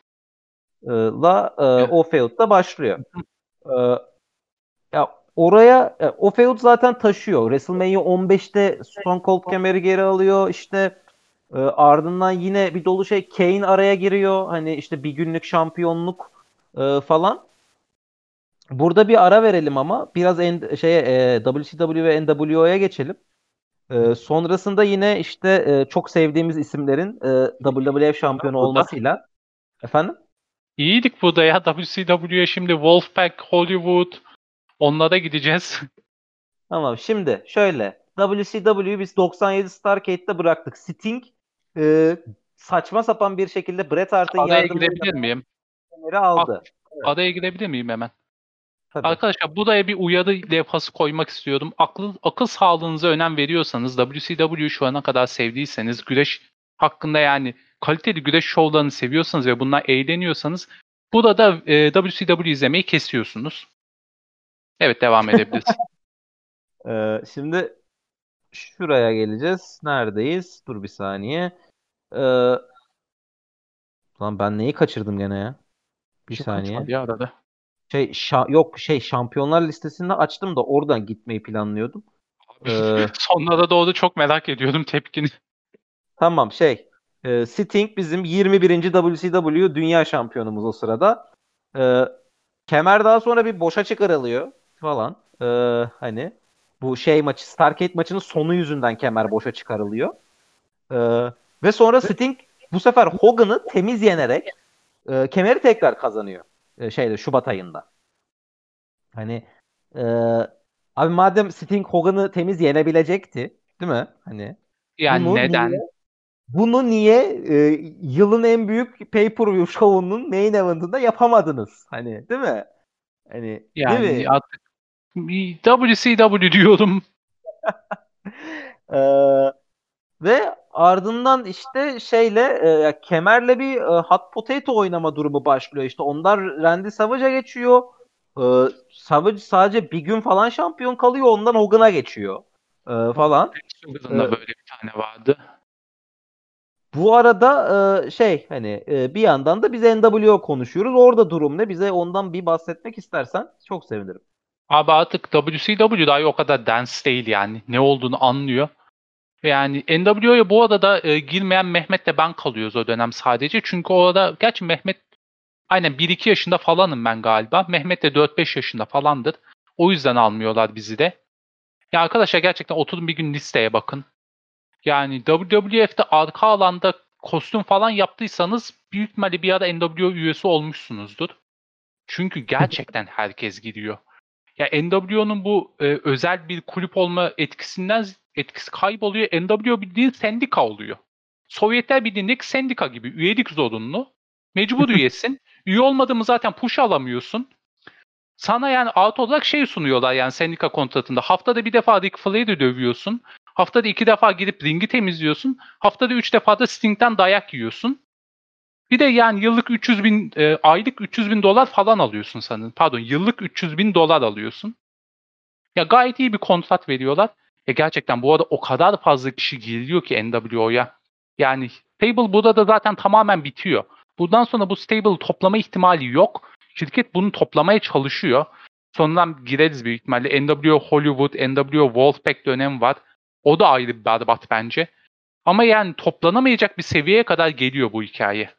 o feud'da başlıyor. E, Ya oraya o feud zaten taşıyor. WrestleMania 15'te Stone Cold kemeri geri alıyor. İşte ardından yine bir dolu şey, Kane araya giriyor. Hani işte bir günlük şampiyonluk falan. Burada bir ara verelim ama biraz WCW ve NWO'ya geçelim. Sonrasında yine işte çok sevdiğimiz isimlerin WWF şampiyonu Burada. olmasıyla, efendim. İyiydik burada ya. WCW'ye şimdi Wolfpack, Hollywood onlara gideceğiz. Tamam, şimdi şöyle, WCW'yu biz 97 Starrcade'de bıraktık. Sting e, saçma sapan bir şekilde Bret Hart'ın Araya yardımıyla girebilir miyim? kemeri aldı. Evet, Araya girebilir miyim hemen? tabii. Arkadaşlar buraya bir uyarı levhası koymak istiyorum. Akıl sağlığınıza önem veriyorsanız, WCW'yu şu ana kadar sevdiyseniz, güreş hakkında yani kaliteli güreş şovlarını seviyorsanız ve bundan eğleniyorsanız burada WCW izlemeyi kesiyorsunuz. Evet, devam edebiliriz. Şimdi şuraya geleceğiz. Neredeyiz? Dur bir saniye. E, Lan ben neyi kaçırdım gene ya? Bir Bir şey kaçmadı saniye. ya arada. Yok, şampiyonlar listesinde açtım da oradan gitmeyi planlıyordum. Abi, Ee, sonlara doğru çok merak ediyordum tepkini. tamam, Sting bizim 21. WCW dünya şampiyonumuz o sırada. Ee, Kemer daha sonra bir boşa çıkarılıyor falan. Hani bu şey maçı, Starrcade maçının sonu yüzünden kemer boşa çıkarılıyor. Ve sonra Sting bu sefer Hogan'ı temiz yenerek kemeri tekrar kazanıyor. Şubat ayında. Hani e, abi madem Sting Hogan'ı temiz yenebilecekti, değil mi? Hani Yani bunu niye neden? yılın en büyük pay-per-view şovunun main event'ında yapamadınız? Hani değil mi? Hani değil Yani mi? artık WCW diyorum. Ee, Ve ardından işte kemerle bir hot potato oynama durumu başlıyor. İşte onlar Randy Savage'a geçiyor. Savage sadece bir gün falan şampiyon kalıyor. Ondan Hogan'a geçiyor falan. Sugar'ın E, da böyle bir tane vardı. Bu arada bir yandan da biz NWO konuşuyoruz. Orada durum ne? Bize ondan bir bahsetmek istersen çok sevinirim. Abi artık WCW dahi o kadar dance değil yani. Ne olduğunu anlıyor. Yani NWO'ya bu arada girmeyen Mehmet'le ben kalıyoruz o dönem sadece. Çünkü orada gerçi Mehmet aynen 1-2 yaşında falanım ben galiba. Mehmet de 4-5 yaşında falandır. O yüzden almıyorlar bizi de. Ya arkadaşlar gerçekten oturun bir gün listeye bakın. Yani WWF'de arka alanda kostüm falan yaptıysanız büyük ihtimalle bir ara NWO üyesi olmuşsunuzdur. Çünkü gerçekten herkes gidiyor. Ya NWO'nun bu özel bir kulüp olma etkisi kayboluyor. NWO bildiğin sendika oluyor. Sovyetler Birliği'ndeki sendika gibi üyelik zorunlu. Mecbur üyesin. Üye olmadığımı zaten push alamıyorsun. Sana yani out olarak şey sunuyorlar yani sendika kontratında. Haftada bir defa Ric Flair'i dövüyorsun. Haftada 2 defa gidip ringi temizliyorsun. Haftada 3 defa da Sting'den dayak yiyorsun. Bir de yani yıllık 300 bin, aylık 300 bin dolar falan alıyorsun sanırım. Pardon, yıllık 300 bin dolar alıyorsun. Ya gayet iyi bir kontrat veriyorlar. Gerçekten bu arada o kadar fazla kişi giriliyor ki NWO'ya. Yani stable burada da zaten tamamen bitiyor. Bundan sonra bu stable toplama ihtimali yok. Şirket bunu toplamaya çalışıyor. Sonradan gireriz büyük ihtimalle. NWO Hollywood, NWO Wolfpack dönemi var. O da ayrı bir berbat bence. Ama yani toplanamayacak bir seviyeye kadar geliyor bu hikaye.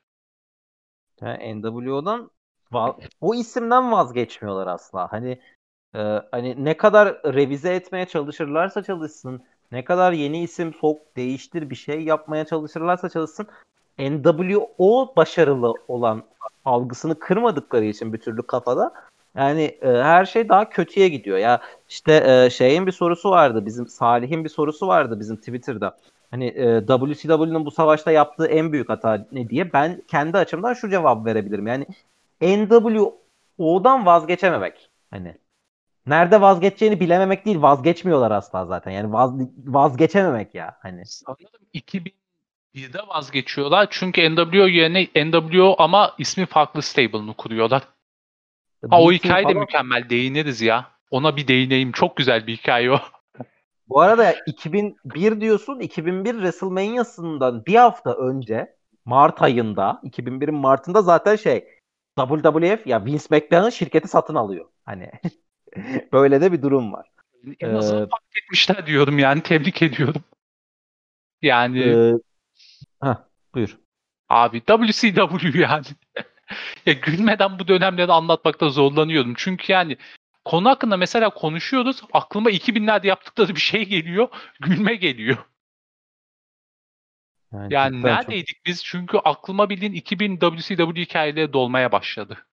NWO'dan o isimden vazgeçmiyorlar asla. Hani ne kadar revize etmeye çalışırlarsa çalışsın, Ne kadar yeni isim sok, değiştir, bir şey yapmaya çalışırlarsa çalışsın, NWO başarılı olan algısını kırmadıkları için bir türlü kafada, yani her şey daha kötüye gidiyor. Ya işte şeyin bir sorusu vardı, bizim Salih'in bir sorusu vardı bizim Twitter'da. Hani WCW'nun bu savaşta yaptığı en büyük hata ne diye. Ben kendi açımdan şu cevap verebilirim. Yani NWO'dan vazgeçememek. Hani nerede vazgeçeceğini bilememek değil, vazgeçmiyorlar asla zaten. Yani vazgeçememek ya hani. Sanırım 2001'de vazgeçiyorlar. Çünkü NWO yerine NWO ama ismi farklı stable'ını kuruyorlar. Ha, o B-Team hikaye de falan. mükemmel. Değiniriz ya. Ona bir değineyim. Çok güzel bir hikaye o. Bu arada ya 2001 diyorsun, 2001 WrestleMania'sından bir hafta önce Mart ayında, 2001'in Mart'ında zaten WWF ya Vince McMahon şirketi satın alıyor. Hani böyle de bir durum var. En azından Ee, fark etmişler diyorum yani. Tebrik ediyorum. Yani e, heh, buyur. abi WCW yani. Ya gülmeden bu dönemleri anlatmakta zorlanıyorum. Çünkü yani konu hakkında mesela konuşuyoruz. Aklıma 2000'lerde yaptıkları bir şey geliyor. Gülme geliyor. Yani Yani cidden çok. neredeydik biz? Çünkü aklıma bildiğin 2000 WCW hikayeleri dolmaya başladı.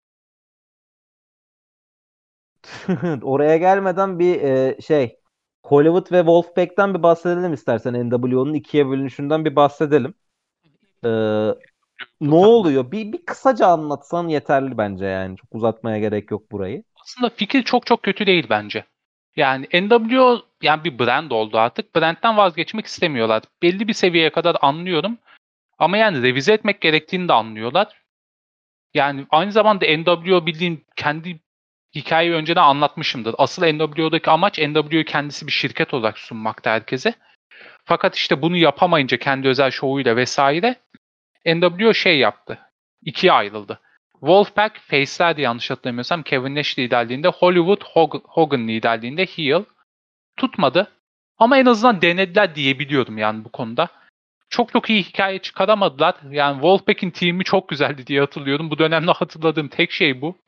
Oraya gelmeden bir Hollywood ve Wolfpack'ten bir bahsedelim istersen. NWO'nun ikiye bölünüşünden bir bahsedelim. Ee, Ne Kurtarmak. oluyor? Bir kısaca anlatsan yeterli bence yani. Çok uzatmaya gerek yok burayı. Aslında fikir çok çok kötü değil bence. Yani NWO yani bir brand oldu artık. Brandten vazgeçmek istemiyorlar. Belli bir seviyeye kadar anlıyorum. Ama yani revize etmek gerektiğini de anlıyorlar. Yani aynı zamanda NWO bildiğin kendi hikayeyi önceden anlatmışımdır. Asıl NWO'daki amaç NWO'yu kendisi bir şirket olarak sunmakta herkese. Fakat işte bunu yapamayınca kendi özel şovuyla vesaire NWO şey yaptı. İkiye ayrıldı. Wolfpack Face'lerdi yanlış hatırlamıyorsam. Kevin Nash liderliğinde, Hollywood Hogan liderliğinde heel. Tutmadı. Ama en azından denediler diyebiliyorum yani bu konuda. Çok çok iyi hikaye çıkaramadılar. Yani Wolfpack'in team'i çok güzeldi diye hatırlıyorum. Bu dönemde hatırladığım tek şey bu.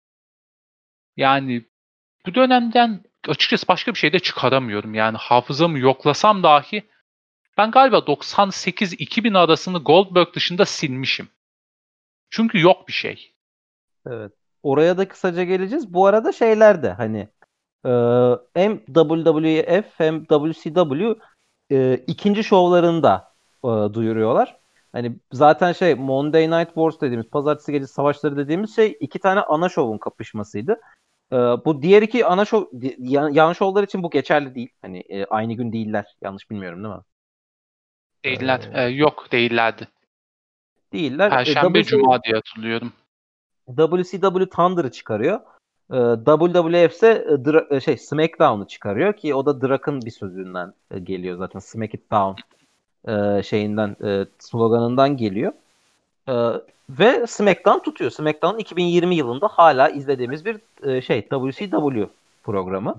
Yani bu dönemden açıkçası başka bir şey de çıkaramıyorum. Yani hafızamı yoklasam dahi ben galiba 98-2000 arasını Goldberg dışında silmişim. Çünkü yok bir şey. Evet. Oraya da kısaca geleceğiz. Bu arada şeyler de hani e, hem WWF hem WCW ikinci şovlarında duyuruyorlar. Hani zaten Monday Night Wars dediğimiz, pazartesi gecesi savaşları dediğimiz iki tane ana şovun kapışmasıydı. Bu diğer iki ana yan şovlar için bu geçerli değil. Hani aynı gün değiller. Yanlış bilmiyorum değil mi? Değiller. E, Yok değillerdi. Değiller. Perşembe, Cuma diye hatırlıyorum. WCW Thunder'ı çıkarıyor. WWF ise SmackDown'u çıkarıyor ki o da Drak'ın bir sözünden geliyor zaten. Smack It Down sloganından geliyor. E, Ve SmackDown tutuyor. SmackDown 2020 yılında hala izlediğimiz bir WCW programı.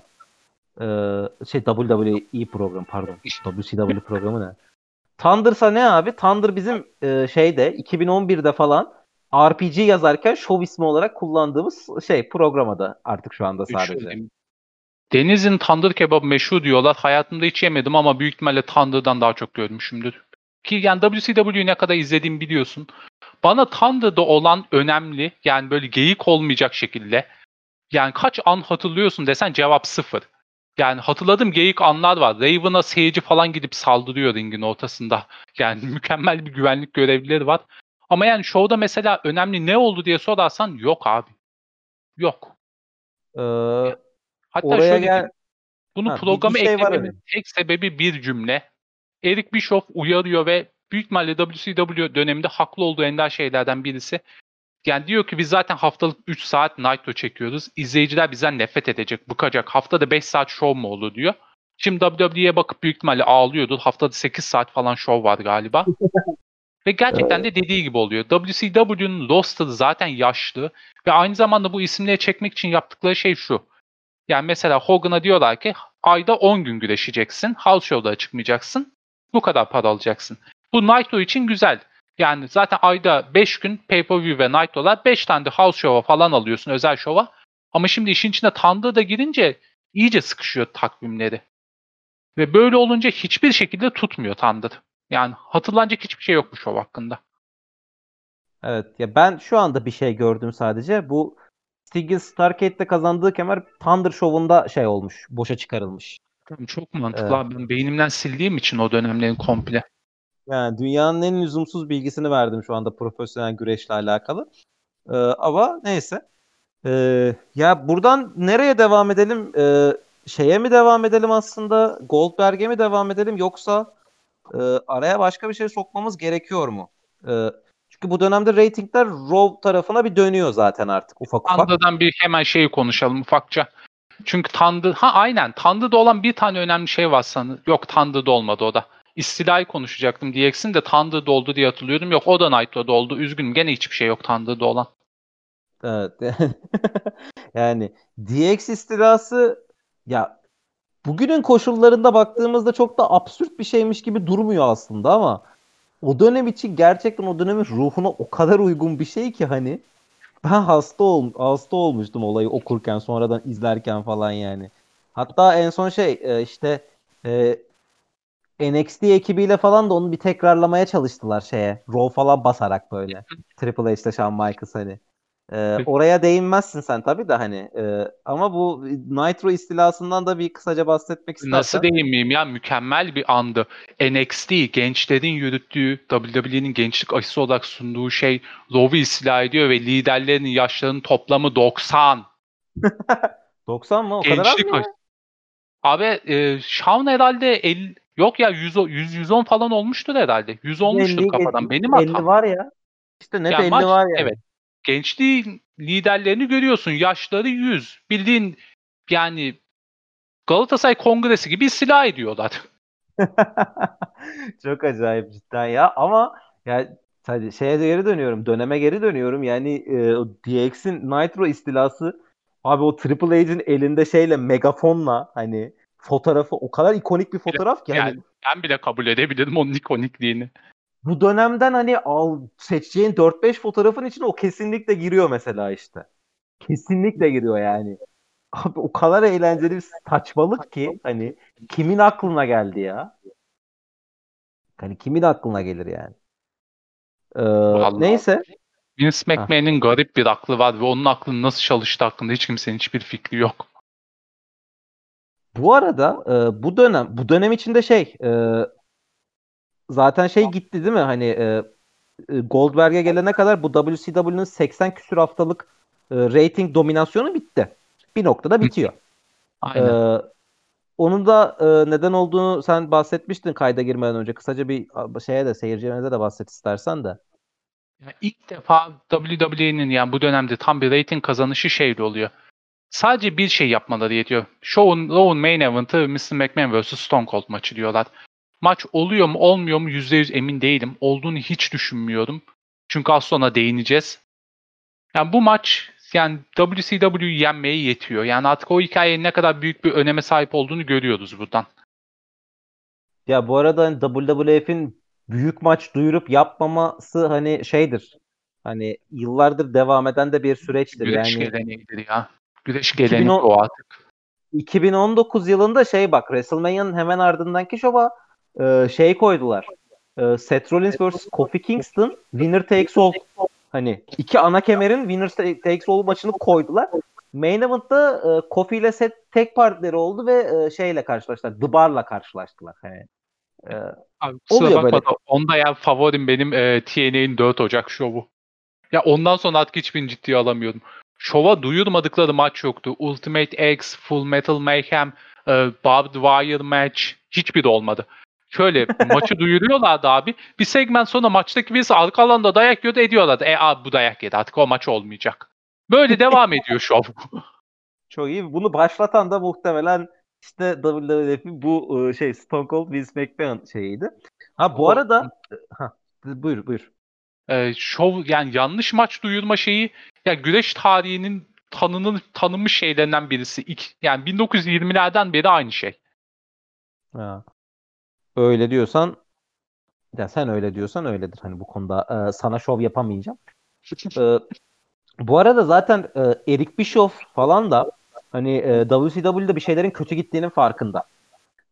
WWE programı pardon. WCW programı ne? Thunder'sa ne abi? Thunder bizim 2011'de falan RPG yazarken şov ismi olarak kullandığımız programda artık şu anda sadece. Şöyle, Deniz'in tandır kebabı meşhur diyorlar. Hayatımda hiç yemedim ama büyük ihtimalle tandırdan daha çok görmüşümdür. Ki yani WCW'yu ne kadar izlediğimi biliyorsun. Bana tandırda olan önemli yani böyle geyik olmayacak şekilde yani kaç an hatırlıyorsun desen cevap sıfır. Yani hatırladığım geyik anlar var. Raven'a seyirci falan gidip saldırıyor ringin ortasında. Yani mükemmel bir güvenlik görevlileri var. Ama yani şovda mesela önemli ne oldu diye sorarsan yok abi. Yok. Ee, Hatta Oraya şöyle gel. diyeyim. Bunu Ha, bir programa şey var eklememin öyle. tek sebebi bir cümle. Eric Bischoff uyarıyor ve büyük ihtimalle WCW döneminde haklı olduğu ender şeylerden birisi. Yani diyor ki biz zaten haftalık 3 saat Nitro çekiyoruz. İzleyiciler bizden nefret edecek, bıkacak. Haftada 5 saat şov mu olur diyor. Şimdi WWE'ye bakıp büyük ihtimalle ağlıyordur. Haftada 8 saat falan şov var galiba. Ve gerçekten de dediği gibi oluyor. WCW'nun roster'ı zaten yaşlı ve aynı zamanda bu isimleri çekmek için yaptıkları şey şu. Yani mesela Hogan'a diyorlar ki ayda 10 gün güreşeceksin. House Show'da çıkmayacaksın. Bu kadar para alacaksın. Bu Nitro için güzel. Yani zaten ayda 5 gün Pay-Per-View ve Nitro'lar 5 tane de House Show'a falan alıyorsun özel şova. Ama şimdi işin içine Thunder da girince iyice sıkışıyor takvimleri. Ve böyle olunca hiçbir şekilde tutmuyor Thunder. Yani hatırlanacak hiçbir şey yokmuş o hakkında. Evet ya, ben şu anda bir şey gördüm sadece. Bu Stig'in Starrcade'de kazandığı kemer Thunder Show'unda şey olmuş. Boşa çıkarılmış. Çok mantıklı Ee, abi. Ben beynimden sildiğim için o dönemlerin komple. Yani dünyanın en lüzumsuz bilgisini verdim şu anda profesyonel güreşle alakalı. Ama neyse. Ya buradan nereye devam edelim? Şeye mi devam edelim aslında? Goldberg'e mi devam edelim, yoksa araya başka bir şey sokmamız gerekiyor mu? Çünkü bu dönemde reytingler Raw tarafına bir dönüyor zaten artık ufak ufak. Thunder'dan bir hemen şeyi konuşalım ufakça. Çünkü aynen Thunder'da olan bir tane önemli şey var sanırım. Yok, Thunder'da olmadı o da. İstilayı konuşacaktım diyeceksin de Thunder'da oldu diye hatırlıyordum. Yok, o da Nitro'da oldu. Üzgünüm, gene hiçbir şey yok Thunder'da olan. Evet. Yani DX istilası, ya bugünün koşullarında baktığımızda çok da absürt bir şeymiş gibi durmuyor aslında, ama o dönem için gerçekten o dönemin ruhuna o kadar uygun bir şey ki hani ben hasta olmuştum olayı okurken, sonradan izlerken falan yani. Hatta en son işte e, NXT ekibiyle falan da onu bir tekrarlamaya çalıştılar şeye. Raw falan basarak böyle. Triple H'le Shawn Michaels hani. Oraya değinmezsin sen tabii de hani. Ama bu Nitro istilasından da bir kısaca bahsetmek Nasıl istersen. değinmeyeyim ya, mükemmel bir andı. NXT gençlerin yürüttüğü, WWE'nin gençlik aşısı olarak sunduğu şey Raw'u istila ediyor ve liderlerinin yaşlarının toplamı 90. 90 mı? O kadar az mı Gençlik ya? aşısı. Abi Shawn herhalde 50, yok ya 110 falan olmuştur herhalde. 100 olmuştur 50, kafadan. Benim 50 hatam. var ya. İşte net Yani 50 maç, var yani. evet. Gençliğin liderlerini görüyorsun. Yaşları 100. Bildiğin yani Galatasaray Kongresi gibi istila ediyorlar. Çok acayip cidden ya, ama ya hadi şeye de geri dönüyorum. Döneme geri dönüyorum. Yani o DX'in Nitro istilası, abi o Triple H'in elinde şeyle, megafonla, hani fotoğrafı o kadar ikonik bir fotoğraf ki hani Yani ben bile kabul edebilirim onun ikonikliğini. bu dönemden hani seçeceğin 4-5 fotoğrafın içine o kesinlikle giriyor mesela işte. Kesinlikle giriyor yani. Abi o kadar eğlenceli bir saçmalık ki hani kimin aklına geldi ya? Hani kimin aklına gelir yani? Vallahi. Neyse. Vince Heh. McMahon'in garip bir aklı var ve onun aklının nasıl çalıştığı hakkında hiç kimsenin hiçbir fikri yok. Bu arada bu dönem içinde zaten şey gitti değil mi? Hani Goldberg'e gelene kadar bu WCW'nın 80 küsür haftalık rating dominasyonu bitti. Bir noktada Hı, bitiyor. E, aynen. Onun da neden olduğunu sen bahsetmiştin kayda girmeden önce. Kısaca bir şeye de, seyircilerimize de bahset istersen de. Ya ilk defa WWE'nin yani bu dönemde tam bir rating kazanışı şeyle oluyor. Sadece bir şey yapmaları yetiyor. Raw'un main event'ı Mr. McMahon vs. Stone Cold maçı diyorlar. Maç oluyor mu olmuyor mu %100 emin değilim. Olduğunu hiç düşünmüyorum. Çünkü az sonra değineceğiz. Yani bu maç yani WCW'yu yenmeye yetiyor. Yani artık o hikayenin ne kadar büyük bir öneme sahip olduğunu görüyoruz buradan. Ya bu arada hani WWF'in büyük maç duyurup yapmaması hani şeydir. Hani yıllardır devam eden de bir süreçtir. Güreş Yani geleneğidir ya. Güreş geleneği 2010, o artık. 2019 yılında bak, WrestleMania'nın hemen ardındanki şova koydular. Seth Rollins vs. Kofi Kingston Winner Takes All. Hani iki ana kemerin Winner Takes All maçını koydular. Main Event'ta Kofi ile Seth tek partileri oldu ve şeyle karşılaştılar. The Bar'la karşılaştılar. Hani, e, Abi kusura oluyor bakma böyle. da onda ya favorim benim TNA'nin 4 Ocak şovu. Ya ondan sonra artık hiçbirini ciddiye alamıyordum. Şova duyurmadıkları maç yoktu. Ultimate X, Full Metal Mayhem, Barbed Wire match hiçbiri olmadı. Şöyle maçı duyuruyorlardı abi. Bir segment sonra maçtaki birisi arka alanda dayak yiyordu, ediyorlardı. Abi bu dayak yedi, artık o maç olmayacak. Böyle devam ediyor şov. Çok iyi. Bunu başlatan da muhtemelen işte WWF'in bu Stone Cold Vince McMahon şeyiydi. Ha bu O arada buyur buyur. şov yani yanlış maç duyurma şeyi ya güreş tarihinin tanınmış şeylerinden birisi. Yani 1920'lerden beri aynı şey. Ha, öyle diyorsan, ya sen öyle diyorsan öyledir. Hani bu konuda sana şov yapamayacağım. E, Bu arada zaten Eric Bischoff falan da hani WCW'de bir şeylerin kötü gittiğinin farkında.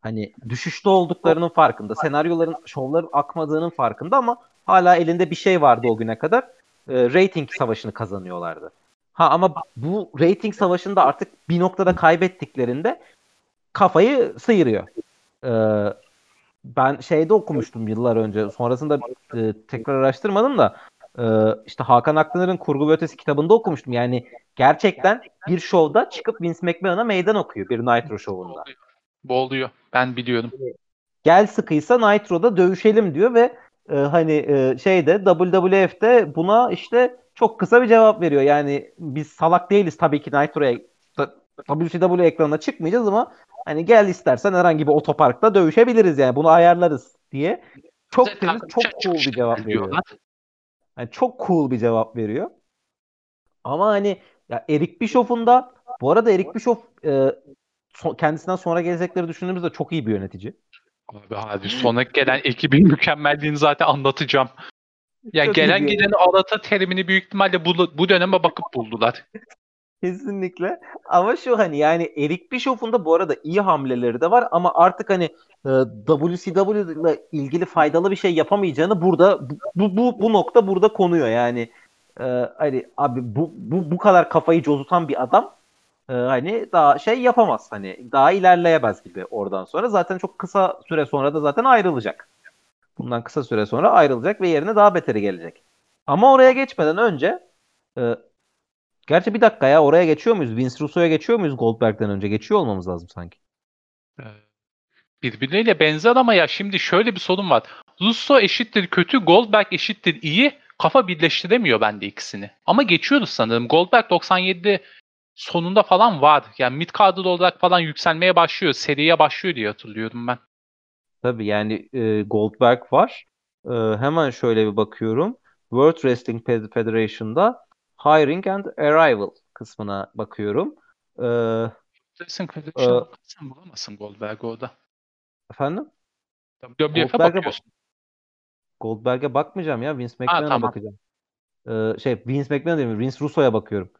Hani düşüşte olduklarının farkında. Senaryoların, şovların akmadığının farkında ama hala elinde bir şey vardı o güne kadar. Rating savaşını kazanıyorlardı. Ha ama bu rating savaşında artık bir noktada kaybettiklerinde kafayı sıyırıyor. Ee, Ben şeyde okumuştum yıllar önce. Sonrasında tekrar araştırmadım da işte Hakan Akpınar'ın Kurgu ve Ötesi kitabında okumuştum. Yani gerçekten bir şovda çıkıp Vince McMahon'a meydan okuyor bir Nitro şovunda. Bu oluyor. Ben biliyorum. Gel sıkıysa Nitro'da dövüşelim diyor ve hani şeyde WWF'de buna işte çok kısa bir cevap veriyor. Yani biz salak değiliz tabii ki Nitro'ya WCW ekranına çıkmayacağız ama hani gel istersen herhangi bir otoparkta dövüşebiliriz yani bunu ayarlarız diye. Bize Çok temiz, takımca çok cool bir cevap çıkıştık veriyor. diyorlar. Yani çok cool bir cevap veriyor. Ama hani ya Eric Bischoff'un da bu arada Eric Bischoff kendisinden sonra gelecekleri düşündüğümüzde çok iyi bir yönetici. Abi sona gelen ekibin mükemmelliğini zaten anlatacağım. Yani Çok iyi gelen bir giden yönetici. arata terimini büyük ihtimalle bu döneme bakıp buldular. Kesinlikle. Ama şu hani yani Eric Bischoff'un da bu arada iyi hamleleri de var ama artık hani WCW ile ilgili faydalı bir şey yapamayacağını burada bu nokta burada konuyor yani. Hani abi bu kadar kafayı cozutan bir adam hani daha şey yapamaz hani daha ilerleyemez gibi oradan sonra zaten çok kısa süre sonra da zaten ayrılacak. Bundan kısa süre sonra ayrılacak ve yerine daha beteri gelecek. Ama oraya geçmeden önce e, gerçi bir dakika ya oraya geçiyor muyuz? Vince Russo'ya geçiyor muyuz Goldberg'den önce? Geçiyor olmamız lazım sanki. Ee, Birbirleriyle benzer ama ya şimdi şöyle bir sorun var. Russo eşittir kötü, Goldberg eşittir iyi. Kafa birleştiremiyor bende ikisini. Ama geçiyoruz sanırım. Goldberg 97 sonunda falan var. Yani mid kadro olarak falan yükselmeye başlıyor. Seriye başlıyor diye hatırlıyorum ben. Tabii yani Goldberg var. Hemen şöyle bir bakıyorum. World Wrestling Federation'da Hiring and Arrival kısmına bakıyorum. E, Wrestling Federation e, bakarsan bulamazsın Goldberg'i orada. efendim? WWF'e Goldberg'e bakıyorsun. Goldberg'e bakmayacağım ya. Vince Ha McMahon'a tamam. bakacağım. Vince McMahon değil mi? Vince Russo'ya bakıyorum.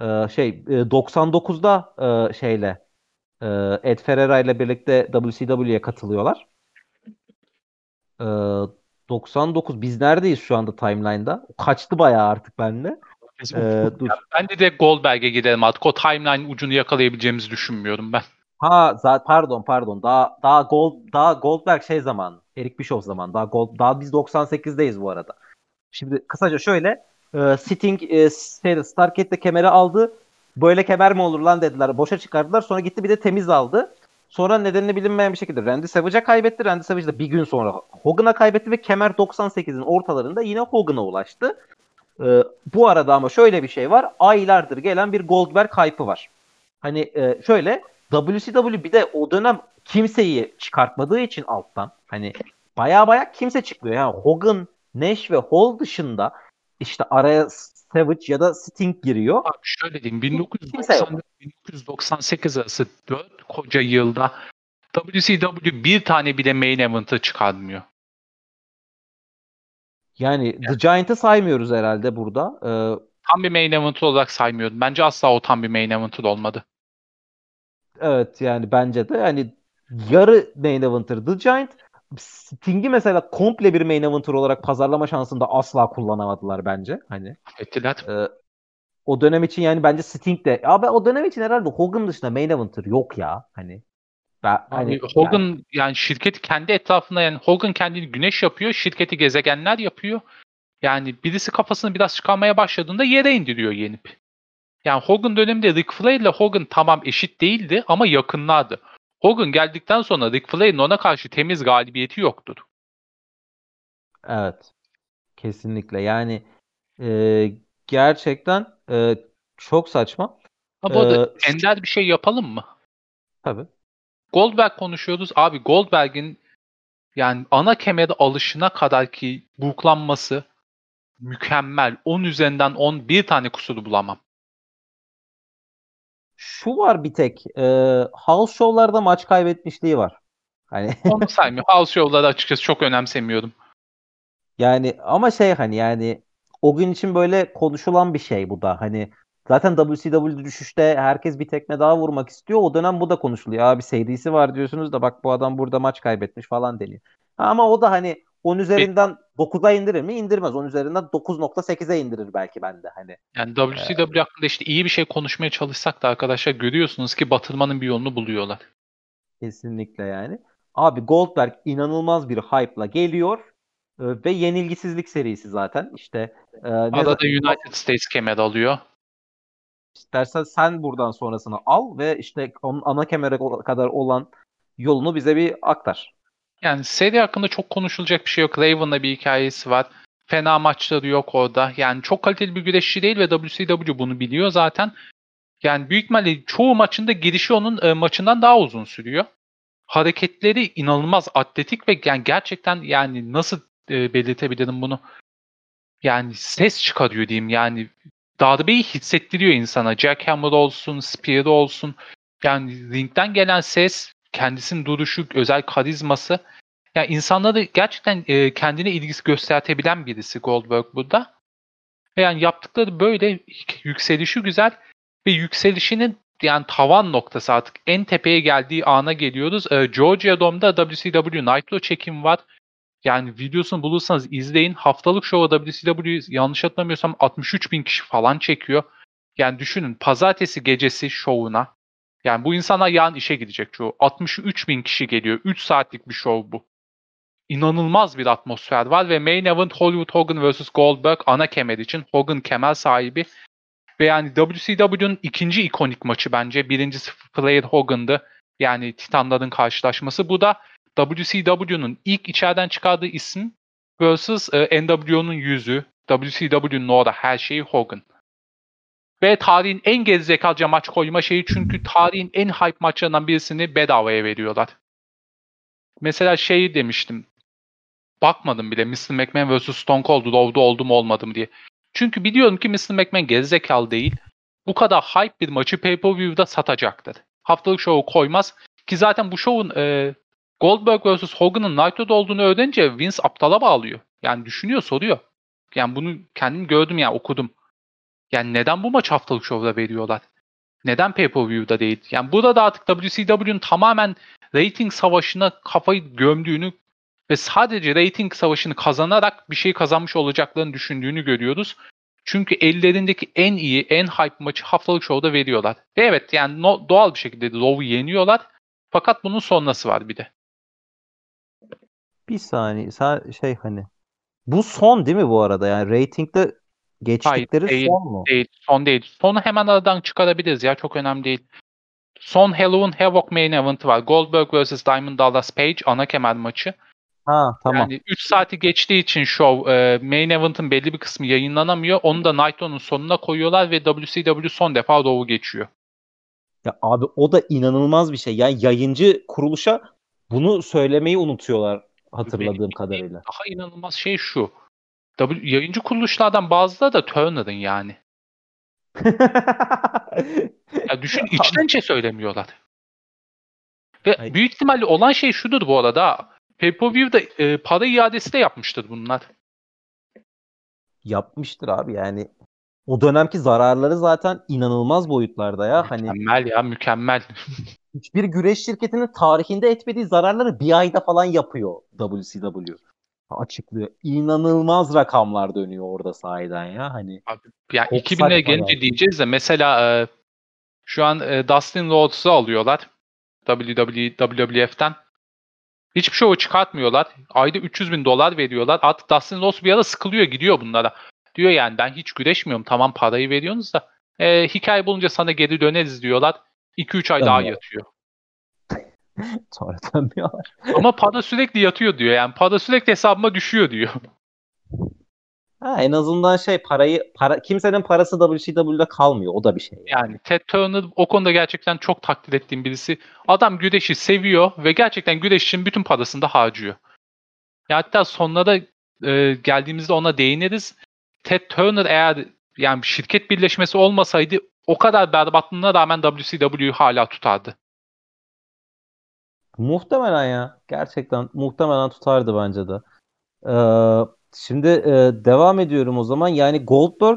99'da şeyle Ed Ferreira ile birlikte WCW'ye katılıyorlar. Ee, 99 biz neredeyiz şu anda timeline'da? Kaçtı bayağı artık bende. Biz ufuk ya. Dur. Ben de Goldberg'e gidelim artık. O timeline ucunu yakalayabileceğimizi düşünmüyorum ben. Pardon. Daha Goldberg şey zamanı. Eric Bischoff zamanı. Daha biz 98'deyiz bu arada. Şimdi kısaca şöyle Sting Starrcade'de kemeri aldı. Böyle kemer mi olur lan dediler. Boşa çıkardılar. Sonra gitti bir de temiz aldı. Sonra nedenini bilinmeyen bir şekilde Randy Savage'a kaybetti. Randy Savage de bir gün sonra Hogan'a kaybetti ve kemer 98'in ortalarında yine Hogan'a ulaştı. Bu arada ama şöyle bir şey var. Aylardır gelen bir Goldberg hype'ı var. Hani şöyle WCW bir de o dönem kimseyi çıkartmadığı için alttan hani baya kimse çıkmıyor. Yani Hogan, Nash ve Hall dışında işte araya Savage ya da Sting giriyor. Bak şöyle diyeyim. Kimse yok. 1994-1998 arası 4 koca yılda WCW bir tane bile main event'ı çıkarmıyor. Yani The Giant'ı saymıyoruz herhalde burada. Tam bir main event olarak saymıyorum. Bence asla o tam bir main event olmadı. Evet yani bence de hani yarı main eventer The Giant. Sting'i mesela komple bir main eventer olarak pazarlama şansını da asla kullanamadılar bence. Hani Ettiler. e, o dönem için yani bence Sting de abi o dönem için herhalde Hogan dışında main eventer yok ya. Hani ben Abi hani yani Hogan yani şirketi kendi etrafında yani Hogan kendini güneş yapıyor. Şirketi gezegenler yapıyor. Yani birisi kafasını biraz çıkarmaya başladığında yere indiriyor yenip. Yani Hogan döneminde Ric Flair ile Hogan tamam eşit değildi ama yakınlardı. Hogan geldikten sonra Ric Flair'in ona karşı temiz galibiyeti yoktur. evet kesinlikle yani gerçekten çok saçma. Ha bu arada Şu, ender bir şey yapalım mı? tabii. Goldberg konuşuyoruz. Abi Goldberg'in yani ana kemere alışına kadar ki buklanması mükemmel. 10 üzerinden 10 bir tane kusuru bulamam. Şu var bir tek house show'larda maç kaybetmişliği var. Hani Onu saymıyorum. House show'ları açıkçası çok önemsemiyorum. yani ama şey hani yani o gün için böyle konuşulan bir şey bu da. Hani Zaten WCW'de düşüşte herkes bir tekme daha vurmak istiyor. O dönem bu da konuşuluyor. Abi serisi var diyorsunuz da bak bu adam burada maç kaybetmiş falan deniyor. Ama o da hani 10 Ve üzerinden 9'a indirir mi? İndirmez. 10 üzerinden 9.8'e indirir belki bende. Hani yani WCW hakkında işte iyi bir şey konuşmaya çalışsak da arkadaşlar görüyorsunuz ki batırmanın bir yolunu buluyorlar. kesinlikle yani. Abi Goldberg inanılmaz bir hype'la geliyor. Ve yenilgisizlik serisi zaten. İşte Arada United States kemer alıyor. istersen sen buradan sonrasını al ve işte onun ana kemere kadar olan yolunu bize bir aktar. Yani seri hakkında çok konuşulacak bir şey yok. Raven'la bir hikayesi var. Fena maçları yok orada. Yani çok kaliteli bir güreşçi değil ve WCW bunu biliyor zaten. Yani büyük ihtimalle çoğu maçında girişi onun maçından daha uzun sürüyor. Hareketleri inanılmaz atletik ve yani gerçekten yani nasıl belirtebilirim bunu? Yani ses çıkarıyor diyeyim. Yani darbeyi hissettiriyor insana. Jackhammer olsun, Spear olsun. Yani ringden gelen ses, kendisinin duruşu, özel karizması. Yani insanları gerçekten kendine ilgisi göstertebilen birisi Goldberg burada. Ve yani yaptıkları böyle yükselişi güzel ve yükselişinin yani tavan noktası artık en tepeye geldiği ana geliyoruz. Georgia Dome'da WCW Nitro çekim var. Yani videosunu bulursanız izleyin. Haftalık şova WCW yanlış hatırlamıyorsam 63 bin kişi falan çekiyor. Yani düşünün pazartesi gecesi şovuna. Yani bu insanlar yarın işe gidecek çoğu. 63 bin kişi geliyor. 3 saatlik bir şov bu. İnanılmaz bir atmosfer var ve main event Hollywood Hogan vs. Goldberg ana kemer için. Hogan kemer sahibi. Ve yani WCW'nun ikinci ikonik maçı bence. Birincisi Flair Hogan'dı. Yani Titanların karşılaşması. Bu da WCW'nun ilk içeriden çıkardığı isim vs. NWO'nun yüzü. WCW'nun orada her şeyi Hogan. Ve tarihin en gerizekalıca maç koyma şeyi çünkü tarihin en hype maçlarından birisini bedavaya veriyorlar. Mesela şey demiştim. Bakmadım bile Mr. McMahon vs. Stone Cold Raw'da oldu mu olmadı mı diye. Çünkü biliyorum ki Mr. McMahon gerizekalı değil. Bu kadar hype bir maçı pay-per-view'da satacaktır. Haftalık şovu koymaz. Ki zaten bu şovun Goldberg vs. Hogan'ın Nitro'da olduğunu öğrenince Vince aptala bağlıyor. Yani düşünüyor, soruyor. Yani bunu kendim gördüm yani okudum. Yani neden bu maç haftalık şovda veriyorlar? Neden pay-per-view'da değil? Yani burada da artık WCW'nin tamamen rating savaşına kafayı gömdüğünü ve sadece rating savaşını kazanarak bir şey kazanmış olacaklarını düşündüğünü görüyoruz. Çünkü ellerindeki en iyi, en hype maçı haftalık şovda veriyorlar. Ve evet yani doğal bir şekilde Raw'u yeniyorlar. Fakat bunun sonrası var bir de. Bir saniye şey hani bu son değil mi bu arada? Yani ratingde Hayır geçtikleri değil, son mu? değil, son değil. Sonu hemen aradan çıkarabiliriz ya çok önemli değil. Son Halloween Havoc Main Event'ı var. Goldberg vs. Diamond Dallas Page ana kemer maçı. Ha tamam. Yani 3 saati geçtiği için show main event'ın belli bir kısmı yayınlanamıyor. Onu da Nitro'nun sonuna koyuyorlar ve WCW son defa Raw'u geçiyor. Ya abi o da inanılmaz bir şey. Yani yayıncı kuruluşa bunu söylemeyi unutuyorlar Benim hatırladığım bildiğim kadarıyla. daha inanılmaz şey şu. Yayıncı kuruluşlardan bazıları da Turner'ın yani. Ya düşün içten içe söylemiyorlar. Ve Ay, büyük ihtimalle olan şey şudur bu arada. Pay-per-view'da para iadesi de yapmıştır bunlar. yapmıştır abi yani. O dönemki zararları zaten inanılmaz boyutlarda ya. Hani Mükemmel ya mükemmel. hiçbir güreş şirketinin tarihinde etmediği zararları bir ayda falan yapıyor WCW. Açıklıyor. İnanılmaz rakamlar dönüyor orada sahiden ya. Hani Abi, ya çok 2000'lere saçma ya. gelince diyeceğiz de mesela şu an Dustin Rhodes'u alıyorlar WWF'den. Hiçbir şovu çıkartmıyorlar. Ayda 300 bin dolar veriyorlar. Artık Dustin Rhodes bir ara sıkılıyor gidiyor bunlara. Diyor yani ben hiç güreşmiyorum. Tamam parayı veriyorsunuz da hikaye bulunca sana geri döneriz diyorlar. 2-3 ay daha Dönmüyor. yatıyor. Sonra dönmüyorlar. Ama para sürekli yatıyor diyor. Yani para sürekli hesabıma düşüyor diyor. Ha, en azından şey kimsenin parası WCW'de kalmıyor. O da bir şey yani. Yani Ted Turner o konuda gerçekten çok takdir ettiğim birisi. Adam güreşi seviyor ve gerçekten güreş için bütün parasını da harcıyor. Ya hatta sonlara geldiğimizde ona değiniriz. Ted Turner eğer yani şirket birleşmesi olmasaydı o kadar berbatlığına rağmen WCW'yu hala tutardı. Muhtemelen ya. Gerçekten muhtemelen tutardı bence de. Şimdi devam ediyorum o zaman. Yani Goldberg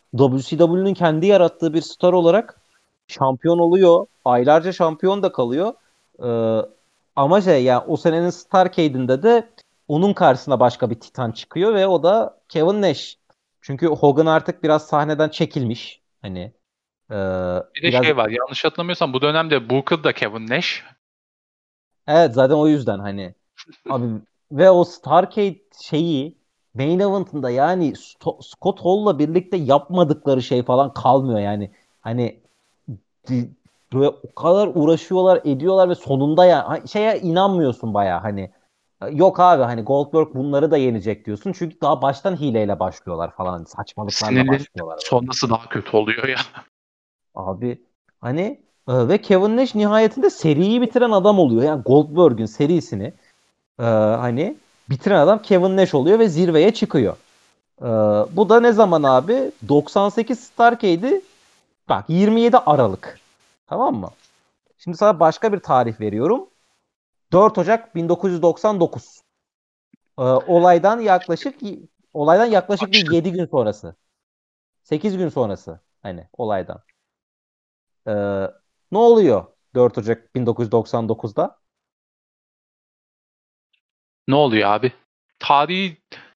WCW'nun kendi yarattığı bir star olarak şampiyon oluyor. Aylarca şampiyon da kalıyor. Ama yani o senenin Starrcade'inde de onun karşısına başka bir titan çıkıyor ve o da Kevin Nash. Çünkü Hogan artık biraz sahneden çekilmiş. Hani e, Bir de biraz şey var, yanlış hatırlamıyorsam bu dönemde Booker da Kevin Nash. evet zaten o yüzden hani abi ve o Starrcade şeyi main event'ında yani Scott Hall'la birlikte yapmadıkları şey falan kalmıyor yani. Hani böyle o kadar uğraşıyorlar, ediyorlar ve sonunda ya şeye inanmıyorsun baya hani yok abi hani Goldberg bunları da yenecek diyorsun. Çünkü daha baştan hileyle başlıyorlar falan. Saçmalıklarla Sinirlerin başlıyorlar böyle. sonrası daha kötü oluyor ya. Abi hani ve Kevin Nash nihayetinde seriyi bitiren adam oluyor. Yani Goldberg'ün serisini hani bitiren adam Kevin Nash oluyor ve zirveye çıkıyor. E, Bu da ne zaman abi? 98 Starrcade'i bak 27 Aralık. Tamam mı? Şimdi sana başka bir tarih veriyorum. 4 Ocak 1999. Olaydan yaklaşık bir Açtı. 7 gün sonrası. 8 gün sonrası hani olaydan. Ee, Ne oluyor 4 Ocak 1999'da? Ne oluyor abi? Tarihi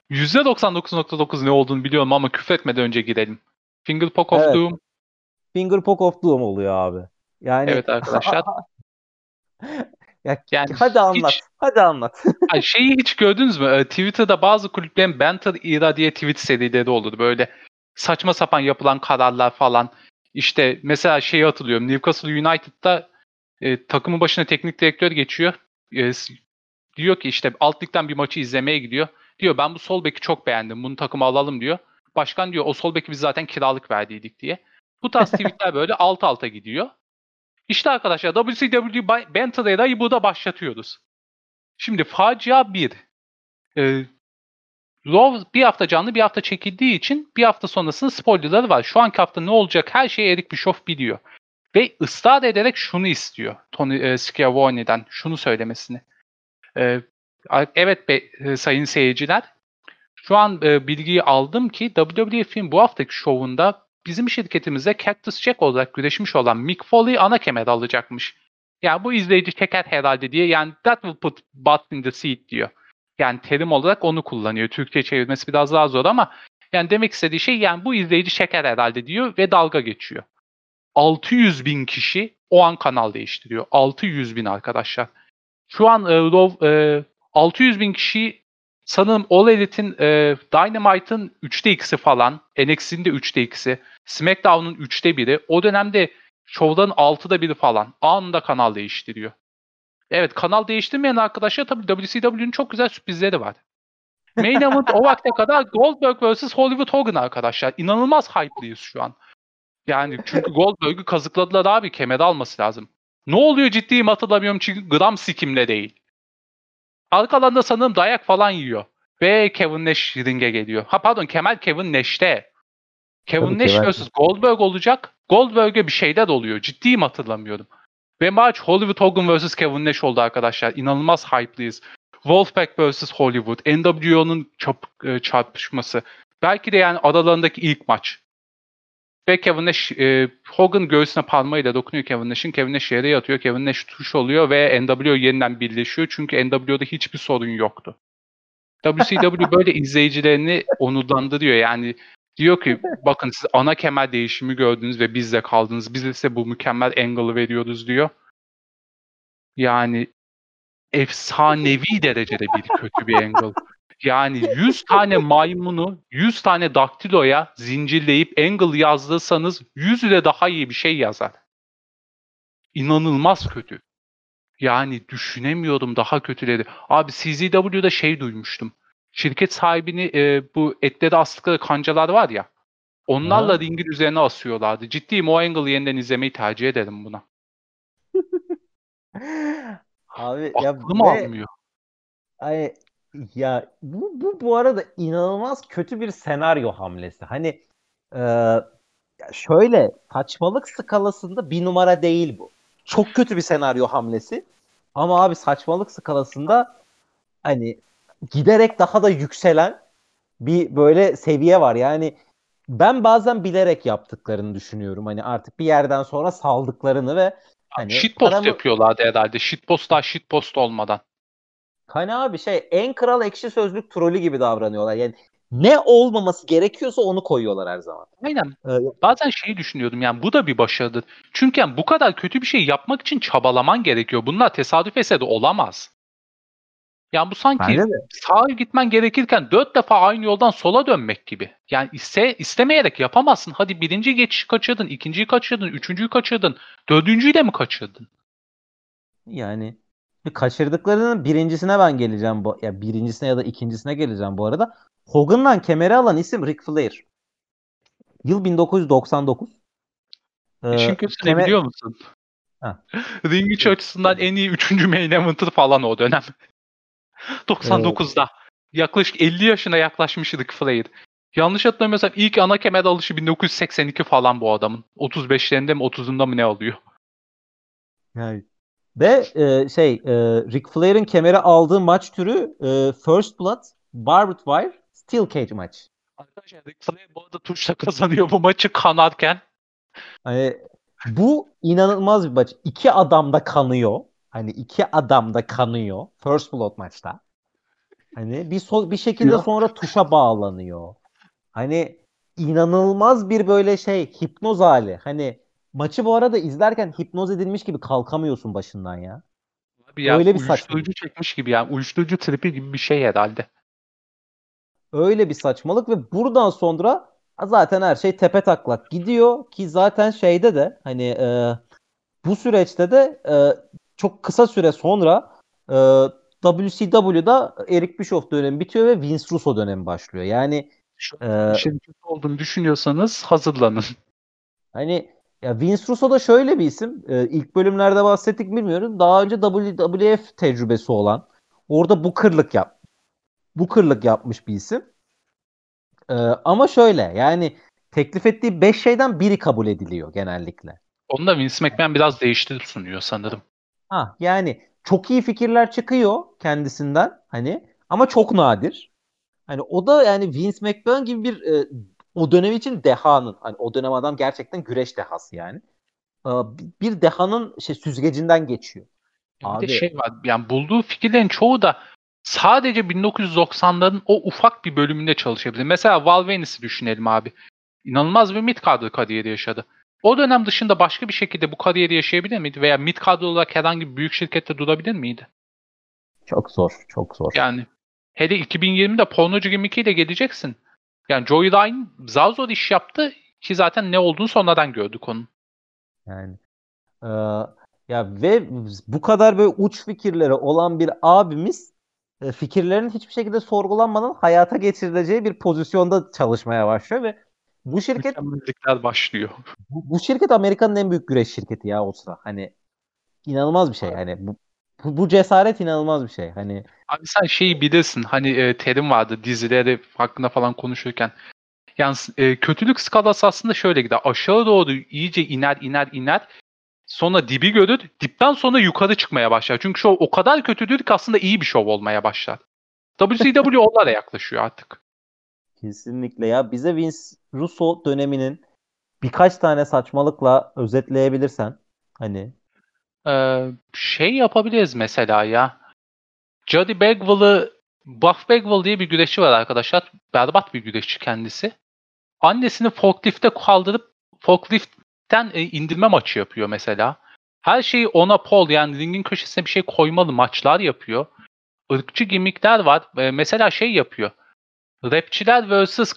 %99.9 ne olduğunu biliyorum ama küfretmeden önce girelim. Finger Poke of Evet. Doom. Finger Poke of Doom oluyor abi. Yani Evet arkadaşlar. ya, Yani hadi hiç anlat. Hadi anlat. ay şeyi hiç gördünüz mü? Twitter'da bazı kulüplerin Banter Era diye tweet serileri olur. Böyle saçma sapan yapılan kararlar falan. İşte mesela şeyi hatırlıyorum. Newcastle United'da takımın başına teknik direktör geçiyor. Diyor ki işte alt ligden bir maçı izlemeye gidiyor. Diyor ben bu sol beki çok beğendim. Bunu takıma alalım diyor. Başkan diyor o sol beki biz zaten kiralık verdiydik diye. Bu tarz tweetler böyle alt alta gidiyor. İşte arkadaşlar WCW Banter Era'yı burada başlatıyoruz. Şimdi facia bir. E, Raw bir hafta canlı bir hafta çekildiği için bir hafta sonrasında spoilerları var. Şu anki hafta ne olacak her şeyi Eric Bischoff biliyor. Ve ısrar ederek şunu istiyor Tony Schiavone'den şunu söylemesini. E, evet sayın seyirciler şu an bilgiyi aldım ki WWF'in bu haftaki şovunda bizim şirketimize Cactus Jack olarak güreşmiş olan Mick Foley ana kemer alacakmış. Yani bu izleyici çeker herhalde diye yani that will put butts in the seat diyor. Yani terim olarak onu kullanıyor. Türkçe çevirmesi biraz daha zor ama yani demek istediği şey yani bu izleyici çeker herhalde diyor ve dalga geçiyor. 600 bin kişi o an kanal değiştiriyor. 600 bin arkadaşlar. Şu an 600 bin kişi sanırım All Elite'in Dynamite'ın 3'te 2'si falan. NXT'nin de 3'te 2'si. SmackDown'un 3'te 1'i. O dönemde şovların 6'da 1'i falan. Anında kanal değiştiriyor. Evet kanal değiştirmeyen arkadaşlar tabii WCW'nin çok güzel sürprizleri var. Main Event o vakte kadar Goldberg vs. Hollywood Hogan arkadaşlar. İnanılmaz hype'lıyız şu an. Yani çünkü Goldberg'ü kazıkladılar abi kemer alması lazım. Ne oluyor ciddiyim hatırlamıyorum çünkü gram sikimle değil. Arkalarında sanırım dayak falan yiyor. Ve Kevin Nash ringe geliyor. Ha pardon Kemal Kevin Nash'te. Tabii Kevin ki Nash ben. vs. Goldberg olacak. Goldberg'e bir şeyler oluyor. Ciddiyim hatırlamıyorum. Ve maç Hollywood Hogan vs. Kevin Nash oldu arkadaşlar. İnanılmaz hype'lıyız. Wolfpack vs. Hollywood. NWO'nun çarpışması. Belki de yani aralarındaki ilk maç. Ve Kevin Nash, Hogan göğsüne parmağıyla dokunuyor Kevin Nash'in. Kevin Nash yere yatıyor. Kevin Nash tuş oluyor ve NWO yeniden birleşiyor. Çünkü NWO'da hiçbir sorun yoktu. WCW böyle izleyicilerini onurlandırıyor. Yani diyor ki bakın siz ana kemer değişimi gördünüz ve bizle kaldınız. Biz ise bu mükemmel angle'ı veriyoruz diyor. Yani efsanevi derecede bir kötü bir angle. Yani 100 tane maymunu 100 tane daktiloya zincirleyip angle yazdırsanız 100 ile daha iyi bir şey yazar. İnanılmaz kötü. Yani düşünemiyorum daha kötüleri. Abi CZW'da şey duymuştum. Şirket sahibini bu etleri astıkları kancalar var ya. Onlarla Aha. ringin üzerine asıyorlardı. Ciddiyim o angle'ı yeniden izlemeyi tercih ederim buna. Abi ya Aklım ve almıyor. hani ya bu arada inanılmaz kötü bir senaryo hamlesi. Hani e, şöyle saçmalık skalasında bir numara değil bu. Çok kötü bir senaryo hamlesi. Ama abi saçmalık skalasında hani giderek daha da yükselen bir böyle seviye var. Yani Ben bazen bilerek yaptıklarını düşünüyorum. Hani artık bir yerden sonra saldıklarını ve hani Shitpost paramı yapıyorlardı herhalde. Shitpost olmadan. hani abi en kral ekşi sözlük trolü gibi davranıyorlar. Yani ne olmaması gerekiyorsa onu koyuyorlar her zaman. Aynen. Ee, Bazen şeyi düşünüyordum, yani bu da bir başarıdır. Çünkü yani bu kadar kötü bir şey yapmak için çabalaman gerekiyor. Bunlar tesadüf eseri olamaz. Yani bu Bence sanki de. sağa gitmen gerekirken 4 defa aynı yoldan sola dönmek gibi. Yani istemeyerek yapamazsın. Hadi birinci geçişi kaçırdın, ikinciyi kaçırdın, üçüncüyü kaçırdın, dördüncüyü de mi kaçırdın? Yani bir kaçırdıklarının birincisine ben geleceğim ya birincisine ya da ikincisine geleceğim bu arada. Hogan'dan kemeri alan isim Ric Flair. Yıl 1999. İşin kötüsü ne Kemer biliyor musun? ha, Ring içi buyur. açısından en iyi üçüncü main eventer falan o dönem. Ee, 99'da. Yaklaşık 50 yaşına yaklaşmıştık Flair. Yanlış hatırlamıyorsam ilk ana kemer alışı 1982 falan bu adamın. 35'lerinde mi 30'unda mı ne alıyor? yani ve Ric Flair'in kemeri aldığı maç türü First Blood Barbed Wire Steel Cage maç. Arkadaşlar Ric Flair bu arada tuşla kazanıyor bu maçı kanarken. Hani bu inanılmaz bir maç. İki adam da kanıyor. Hani iki adam da kanıyor. First Blood maçta. Hani bir şekilde Ya. sonra tuşa bağlanıyor. Hani inanılmaz bir böyle hipnoz hali. Hani maçı bu arada izlerken hipnoz edilmiş gibi kalkamıyorsun başından ya. Abi ya Öyle bir saçmalık. uyuşturucu çekmiş gibi, yani uyuşturucu tripi gibi bir şey herhalde. Öyle bir saçmalık ve buradan sonra zaten her şey tepe taklak gidiyor ki zaten bu süreçte de çok kısa süre sonra WCW'da Eric Bischoff dönemi bitiyor ve Vince Russo dönemi başlıyor. Yani Şöyle e, işin kötü olduğunu düşünüyorsanız hazırlanın. hani ya Vince Russo da şöyle bir isim. İlk bölümlerde bahsettik bilmiyorum. Daha önce WWF tecrübesi olan, orada bu kırlık yapmış bir isim. Ama şöyle yani teklif ettiği 5 şeyden biri kabul ediliyor genellikle. Onu da Vince McMahon biraz değiştirip sunuyor sanırım. Yani çok iyi fikirler çıkıyor kendisinden hani ama çok nadir. Hani o da yani Vince McMahon gibi o dönem için dehanın hani o dönem adam gerçekten güreş dehası yani. Bir dehanın süzgecinden geçiyor. Ya bir de Abi şey var, yani bulduğu fikirlerin çoğu da sadece 1990'ların o ufak bir bölümünde çalışabilir. Mesela Val Venis'i düşünelim abi. İnanılmaz bir mid kadro kariyeri yaşadı. O dönem dışında başka bir şekilde bu kariyeri yaşayabilir miydi? Veya mid kadro olarak herhangi bir büyük şirkette durabilir miydi? çok zor, çok zor. Yani hele 2020'de pornocu gimmick'iyle geleceksin. Yani Joey Ryan zar zor iş yaptı ki zaten ne olduğunu sonradan gördük onun. Yani e, ya ve bu kadar böyle uç fikirleri olan bir abimiz fikirlerin hiçbir şekilde sorgulanmadan hayata geçirileceği bir pozisyonda çalışmaya başlıyor ve bu şirket Mükemmellikler başlıyor. bu şirket Amerika'nın en büyük güreş şirketi ya o sıra. Hani inanılmaz bir şey. Hani bu cesaret inanılmaz bir şey. Hani Abi sen şeyi bilirsin, hani terim vardı dizileri hakkında falan konuşurken. Yani kötülük skalası aslında şöyle gider. Aşağı doğru iyice iner iner iner. Sonra dibi görür. Dipten sonra yukarı çıkmaya başlar. Çünkü şov o kadar kötüdür ki aslında iyi bir şov olmaya başlar. WCW onlara yaklaşıyor artık. kesinlikle ya bize Vince Russo döneminin birkaç tane saçmalıkla özetleyebilirsen hani Şey yapabiliriz mesela ya. Jody Buff Bagwell diye bir güreşçi var arkadaşlar. Berbat bir güreşçi kendisi. Annesini forklifte kaldırıp forkliftten indirme maçı yapıyor mesela. Her şeyi ona pol, yani ringin köşesine bir şey koymalı maçlar yapıyor. Irkçı gimmickler var. Mesela şey yapıyor. Rapçiler vs.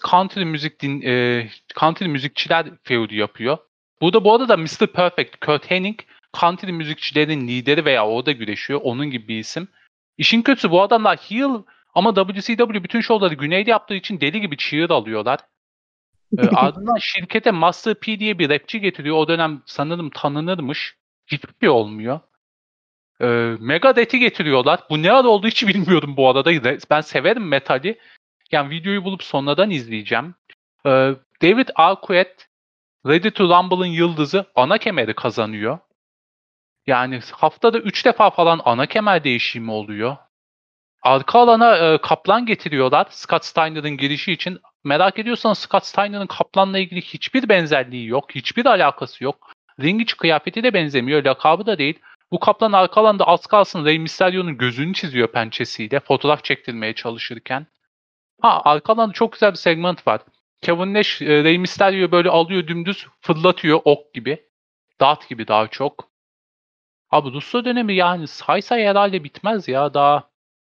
Country müzikçiler feud yapıyor. Burada bu arada Mr. Perfect, Kurt Hennig country müzikçilerin lideri veya orada güreşiyor. Onun gibi bir isim. İşin kötüsü bu adamlar heel ama WCW bütün şovları güneyde yaptığı için deli gibi cheer alıyorlar. Ardından şirkete Master P diye bir rapçi getiriyor. O dönem sanırım tanınırmış. Hiçbir şey olmuyor. Megadeth'i getiriyorlar. Bu ne ara oldu hiç bilmiyorum bu arada. Ben severim metali. Yani videoyu bulup sonradan izleyeceğim. David Arquette, Ready to Rumble'ın yıldızı, ana kemeri kazanıyor. Yani haftada 3 defa falan ana kemer değişimi oluyor. Arka alana Kaplan getiriyorlar Scott Steiner'ın girişi için. Merak ediyorsanız Scott Steiner'ın Kaplan'la ilgili hiçbir benzerliği yok. Hiçbir alakası yok. Ring içi kıyafeti de benzemiyor. Lakabı da değil. Bu Kaplan arka alanda az kalsın Rey Mysterio'nun gözünü çiziyor pençesiyle. Fotoğraf çektirmeye çalışırken. Arka alanda çok güzel bir segment var. Kevin Nash Rey Mysterio'yu böyle alıyor dümdüz fırlatıyor ok gibi. Dart gibi daha çok. Abi Russo dönemi yani say herhalde bitmez ya daha.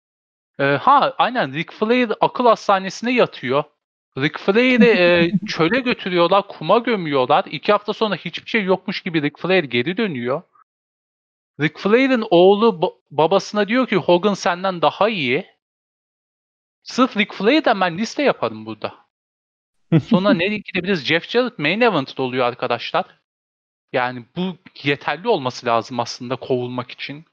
Aynen Ric Flair akıl hastanesine yatıyor. Ric Flair'i çöle götürüyorlar, kuma gömüyorlar. 2 hafta sonra hiçbir şey yokmuş gibi Ric Flair geri dönüyor. Ric Flair'in oğlu babasına diyor ki Hogan senden daha iyi. Sırf Ric Flair'den ben liste yaparım burada. Sonra nereye gidebiliriz? Jeff Jarrett main event'da oluyor arkadaşlar. Yani bu yeterli olması lazım aslında kovulmak için.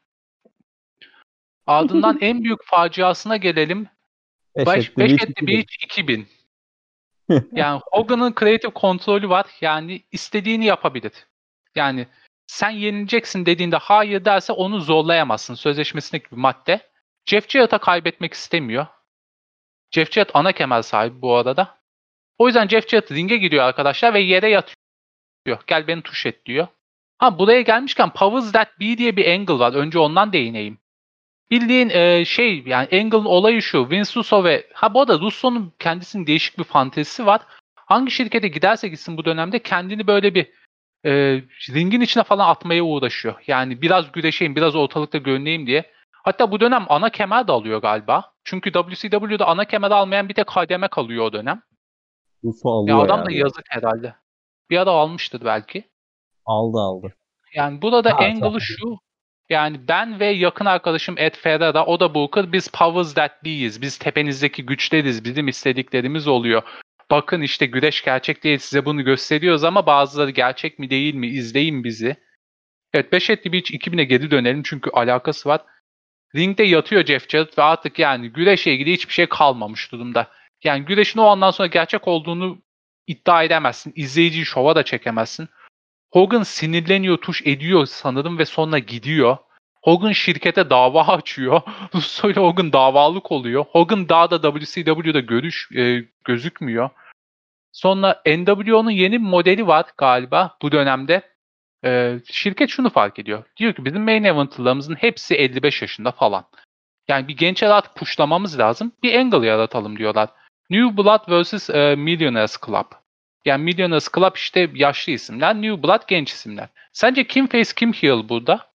Ardından en büyük faciasına gelelim. Bash at the Beach 2000. Yani Hogan'ın creative kontrolü var. Yani istediğini yapabilir. Yani sen yenileceksin dediğinde hayır derse onu zorlayamazsın. Sözleşmesindeki bir madde. Jeff Jarrett'a kaybetmek istemiyor. Jeff Jarrett ana kemer sahibi bu arada. O yüzden Jeff Jarrett ringe giriyor arkadaşlar ve yere yatıyor. Gel beni tuş et diyor. Buraya gelmişken Powers That Be diye bir angle var. Önce ondan değineyim. Bildiğin yani Angle'ın olayı şu. Vince Russo ve bu arada Russo'nun kendisinin değişik bir fantezisi var. Hangi şirkete giderse gitsin bu dönemde kendini böyle bir ringin içine falan atmaya uğraşıyor. Yani biraz güreşeyim, biraz ortalıkta görüneyim diye. Hatta bu dönem ana kemer de alıyor galiba. Çünkü WCW'da ana kemer almayan bir tek KDM kalıyor o dönem. Russo alıyor adam da yazık herhalde. Bir ara almıştır belki. Aldı. Yani burada Angle'ı şu. Yani ben ve yakın arkadaşım Ed Ferrara, o da Booker, biz Powers That Be'yiz. Biz tepenizdeki güçleriz. Bizim istediklerimiz oluyor. Bakın işte güreş gerçek değil. Size bunu gösteriyoruz ama bazıları gerçek mi değil mi? İzleyin bizi. Evet, Bash at the Beach 2000'e geri dönelim çünkü alakası var. Ringde yatıyor Jeff Jarrett ve artık yani güreşe ilgili hiçbir şey kalmamış durumda. Yani güreşin o andan sonra gerçek olduğunu iddia edemezsin. İzleyiciyi şova da çekemezsin. Hogan sinirleniyor, tuş ediyor sanırım ve sonra gidiyor. Hogan şirkete dava açıyor. Russo ile Hogan davalık oluyor. Hogan daha da WCW'da gözükmüyor. Sonra NWO'nun yeni bir modeli var galiba bu dönemde. Şirket şunu fark ediyor. Diyor ki bizim main event'larımızın hepsi 55 yaşında falan. Yani bir gençleri artık pushlamamız lazım. Bir angle yaratalım diyorlar. New Blood vs. Millionaires Club. Yani Millionaires Club işte yaşlı isimler. New Blood genç isimler. Sence kim face kim heel burada?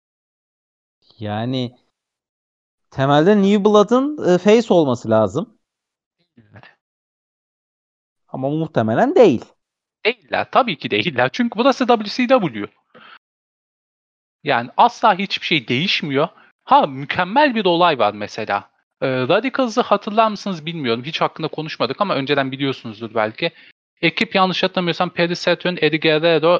Yani temelde New Blood'ın face olması lazım. Ama muhtemelen değil. Değiller. Tabii ki değiller. Çünkü burası WCW. Yani asla hiçbir şey değişmiyor. Mükemmel bir olay var mesela. Radicals'ı hatırlar mısınız bilmiyorum. Hiç hakkında konuşmadık ama önceden biliyorsunuzdur belki. Ekip yanlış hatırlamıyorsam Perry Saturn, Eddie Guerrero,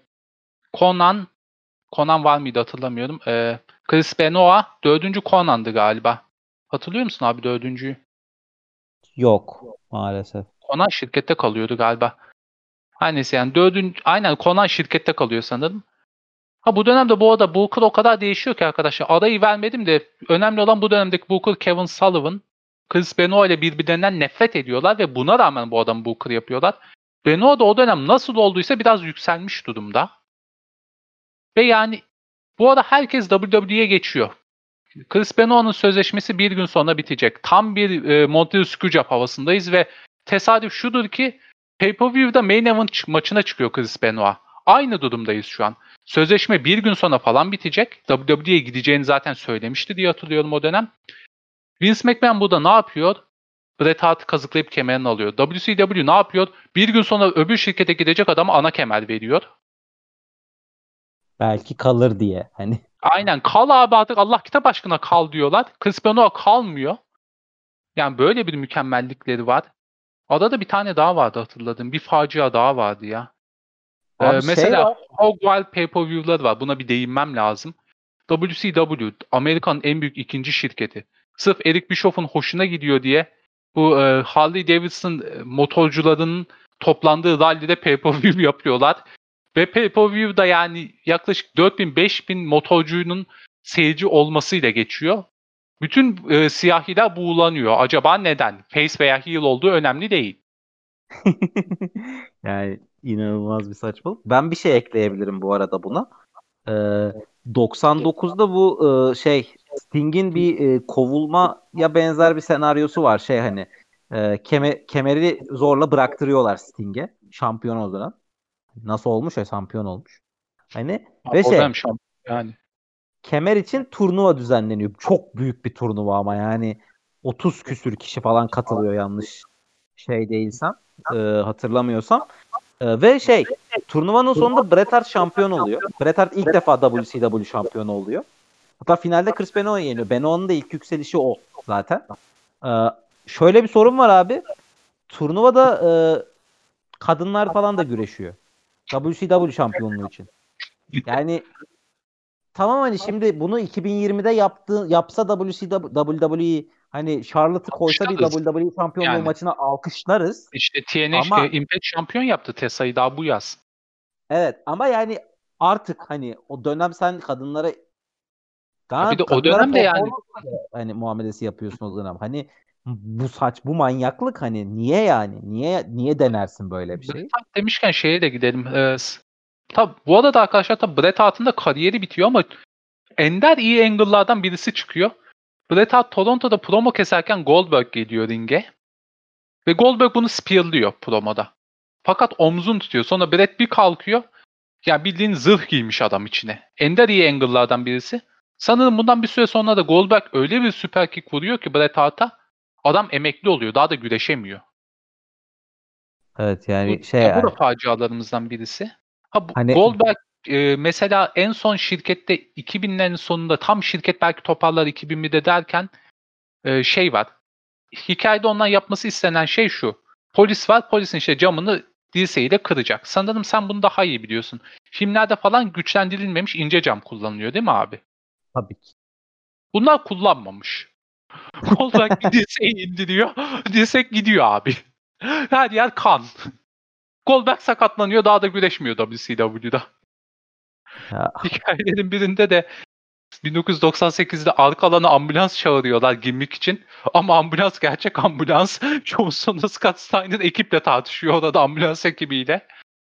Conan var mıydı hatırlamıyorum. Chris Benoit 4. Conan'dı galiba. Hatırlıyor musun abi 4.'yü? Yok maalesef. Conan şirkette kalıyordu galiba. Her neyse yani 4. aynen Conan şirkette kalıyor sanırım. Bu dönemde bu arada Booker o kadar değişiyor ki arkadaşlar. Arayı vermedim de önemli olan bu dönemdeki Booker, Kevin Sullivan, Chris Benoit ile birbirlerinden nefret ediyorlar ve buna rağmen bu adam Booker yapıyorlar. Benoit da o dönem nasıl olduysa biraz yükselmiş durumda. Ve yani bu arada herkes WWE'ye geçiyor. Chris Benoit'un sözleşmesi bir gün sonra bitecek. Tam bir Montreal Screwjob havasındayız ve tesadüf şudur ki Pay-Per-View'da main event maçına çıkıyor Chris Benoit. Aynı durumdayız şu an. Sözleşme bir gün sonra falan bitecek. WWE'ye gideceğini zaten söylemişti diye hatırlıyorum o dönem. Vince McMahon burada ne yapıyor? Bret Hart'ı kazıklayıp kemerini alıyor. WCW ne yapıyor? Bir gün sonra öbür şirkete gidecek adama ana kemer veriyor. Belki kalır diye. Aynen kal abi artık Allah kitap aşkına kal diyorlar. Chris Benoit kalmıyor. Yani böyle bir mükemmellikleri var. Adada bir tane daha vardı hatırladım. Bir facia daha vardı ya. Mesela var. Hog Wild Pay-Per-View'lar var. Buna bir değinmem lazım. WCW, Amerika'nın en büyük ikinci şirketi. Sırf Eric Bischoff'un hoşuna gidiyor diye bu Harley Davidson motorcularının toplandığı rallide Pay-Per-View yapıyorlar. Ve Pay-Per-View'da yani yaklaşık 4000-5000 motorcunun seyirci olmasıyla geçiyor. Bütün siyahiler buğulanıyor. Acaba neden? Face veya heel olduğu önemli değil. Yani inanılmaz bir saçmalık. Ben bir şey ekleyebilirim bu arada buna. Ee, 99'da bu Sting'in bir kovulmaya benzer bir senaryosu var. Şey hani kemeri zorla bıraktırıyorlar Sting'e. Şampiyon o dönem. Nasıl olmuş ya, şampiyon olmuş. Hani Abi ve o dönem şampiyon yani. kemer için turnuva düzenleniyor. Çok büyük bir turnuva ama yani 30 küsür kişi falan katılıyor, yanlış şey değilsem, hatırlamıyorsam. Ve turnuvanın sonunda Bret Hart şampiyon oluyor. Bret Hart ilk defa WCW şampiyonu oluyor. Hatta finalde Chris Benoit'u yeniyor. Benoit'un da ilk yükselişi o zaten. Ee, Şöyle bir sorun var abi. Turnuvada kadınlar falan da güreşiyor. WCW şampiyonluğu için. Yani tamam, hani şimdi bunu 2020'de yapsa WWE, hani Charlotte'ı koysa bir Alkışlarız WWE şampiyonluğu yani. maçına alkışlarız. İşte TNA, Ama Impact şampiyon yaptı Tessa'yı daha bu yaz. evet, ama yani artık hani o dönem sen kadınlara Ha bir de o kadınlara dönemde yani performans hani muamelesi yapıyorsun o dönem. Hani bu manyaklık, hani niye yani? Niye denersin böyle bir Bret şey? Hart demişken şeye de gidelim. Tabi bu arada arkadaşlar tabi Bret Hart'ın da kariyeri bitiyor ama ender iyi angle'lardan birisi çıkıyor. Bret Hart Toronto'da promo keserken Goldberg geliyor ringe. Ve Goldberg bunu spearlıyor promoda. Fakat omzunu tutuyor. Sonra Bret bir kalkıyor. Ya bildiğin zırh giymiş adam içine. Ender iyi angle'lardan birisi. Sanırım bundan bir süre sonra da Goldberg öyle bir süper kick vuruyor ki Bret Hart'a adam emekli oluyor. Daha da güreşemiyor. Evet Bu, yani ya bu da facialarımızdan birisi. Ha bu, hani Goldberg mesela en son şirkette 2000'lerin sonunda tam şirket belki toparlar 2001'de derken şey var. Hikayede ondan yapması istenen şey şu. Polis var. Polisin işte camını dirseğiyle kıracak. Sanırım sen bunu daha iyi biliyorsun. Filmlerde falan güçlendirilmemiş ince cam kullanılıyor değil mi abi? tabii ki. Bunlar kullanmamış. Goldberg bir dirseği indiriyor. Dirsek gidiyor abi. Her yer kan. Goldberg sakatlanıyor. Daha da güreşmiyor WCW'da. Ya, Hikayelerin birinde de 1998'de arka alana ambulans çağırıyorlar gimmick için. Ama ambulans gerçek ambulans. Çoğu sonunda Scott Steiner ekiple tartışıyor orada ambulans ekibiyle.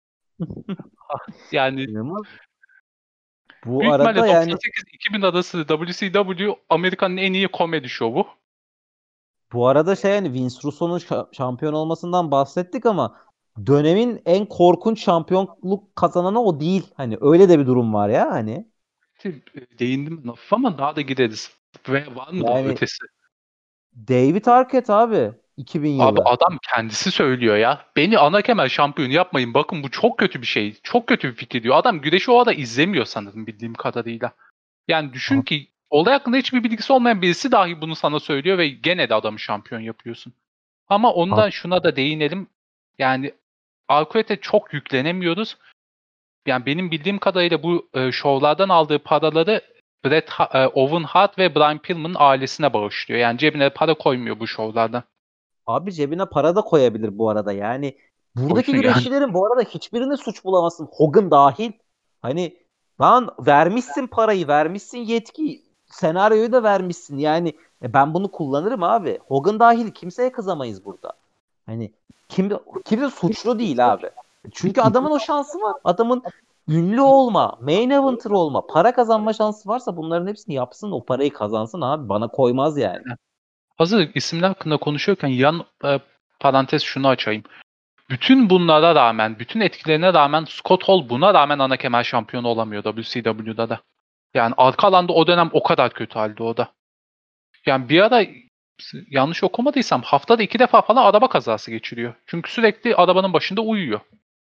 Yani inanılmaz. Bu büyük ihtimalle arada yani 98-2000 arası WCW Amerika'nın en iyi komedi şovu. yani Vince Russo'nun şampiyon olmasından bahsettik ama dönemin en korkunç şampiyonluk kazananı o değil. Hani öyle de bir durum var ya hani. Değindim hafif ama daha da gideriz. Ve var mı daha Yani ötesi? David Arquette abi, 2000 Abi yılı. adam kendisi söylüyor ya. Beni ana kemer şampiyon yapmayın. Bakın bu çok kötü bir şey. Çok kötü bir fikir diyor. Adam güreşi o arada izlemiyor sanırım bildiğim kadarıyla. Yani düşün Aha. ki olay hakkında hiçbir bilgisi olmayan birisi dahi bunu sana söylüyor ve gene de adamı şampiyon yapıyorsun. Ama ondan şuna da değinelim. Yani Arquette'e çok yüklenemiyoruz. Yani benim bildiğim kadarıyla bu şovlardan aldığı paraları Owen Hart ve Brian Pillman'ın ailesine bağışlıyor. Yani cebine para koymuyor bu şovlardan. Abi cebine para da koyabilir bu arada. Yani buradaki Koysun yani. güreşçilerin bu arada hiçbirini suç bulamazsın. Hogan dahil. Hani lan, vermişsin parayı, vermişsin yetkiyi, senaryoyu da vermişsin. Yani ben bunu kullanırım abi. Hogan dahil kimseye kızamayız burada. Hani kim kimse suçlu değil abi. Çünkü adamın o şansı var. Adamın ünlü olma, main eventer olma, para kazanma şansı varsa bunların hepsini yapsın, o parayı kazansın abi. Bana koymaz yani. Hazır isimler hakkında konuşuyorken yan parantez şunu açayım. Bütün bunlara rağmen, bütün etkilerine rağmen Scott Hall buna rağmen ana kemer şampiyonu olamıyor WCW'da da. Yani arka alanda o dönem o kadar kötü halde o da. Yani bir ara yanlış okumadıysam haftada 2 defa falan araba kazası geçiriyor. Çünkü sürekli arabanın başında uyuyor.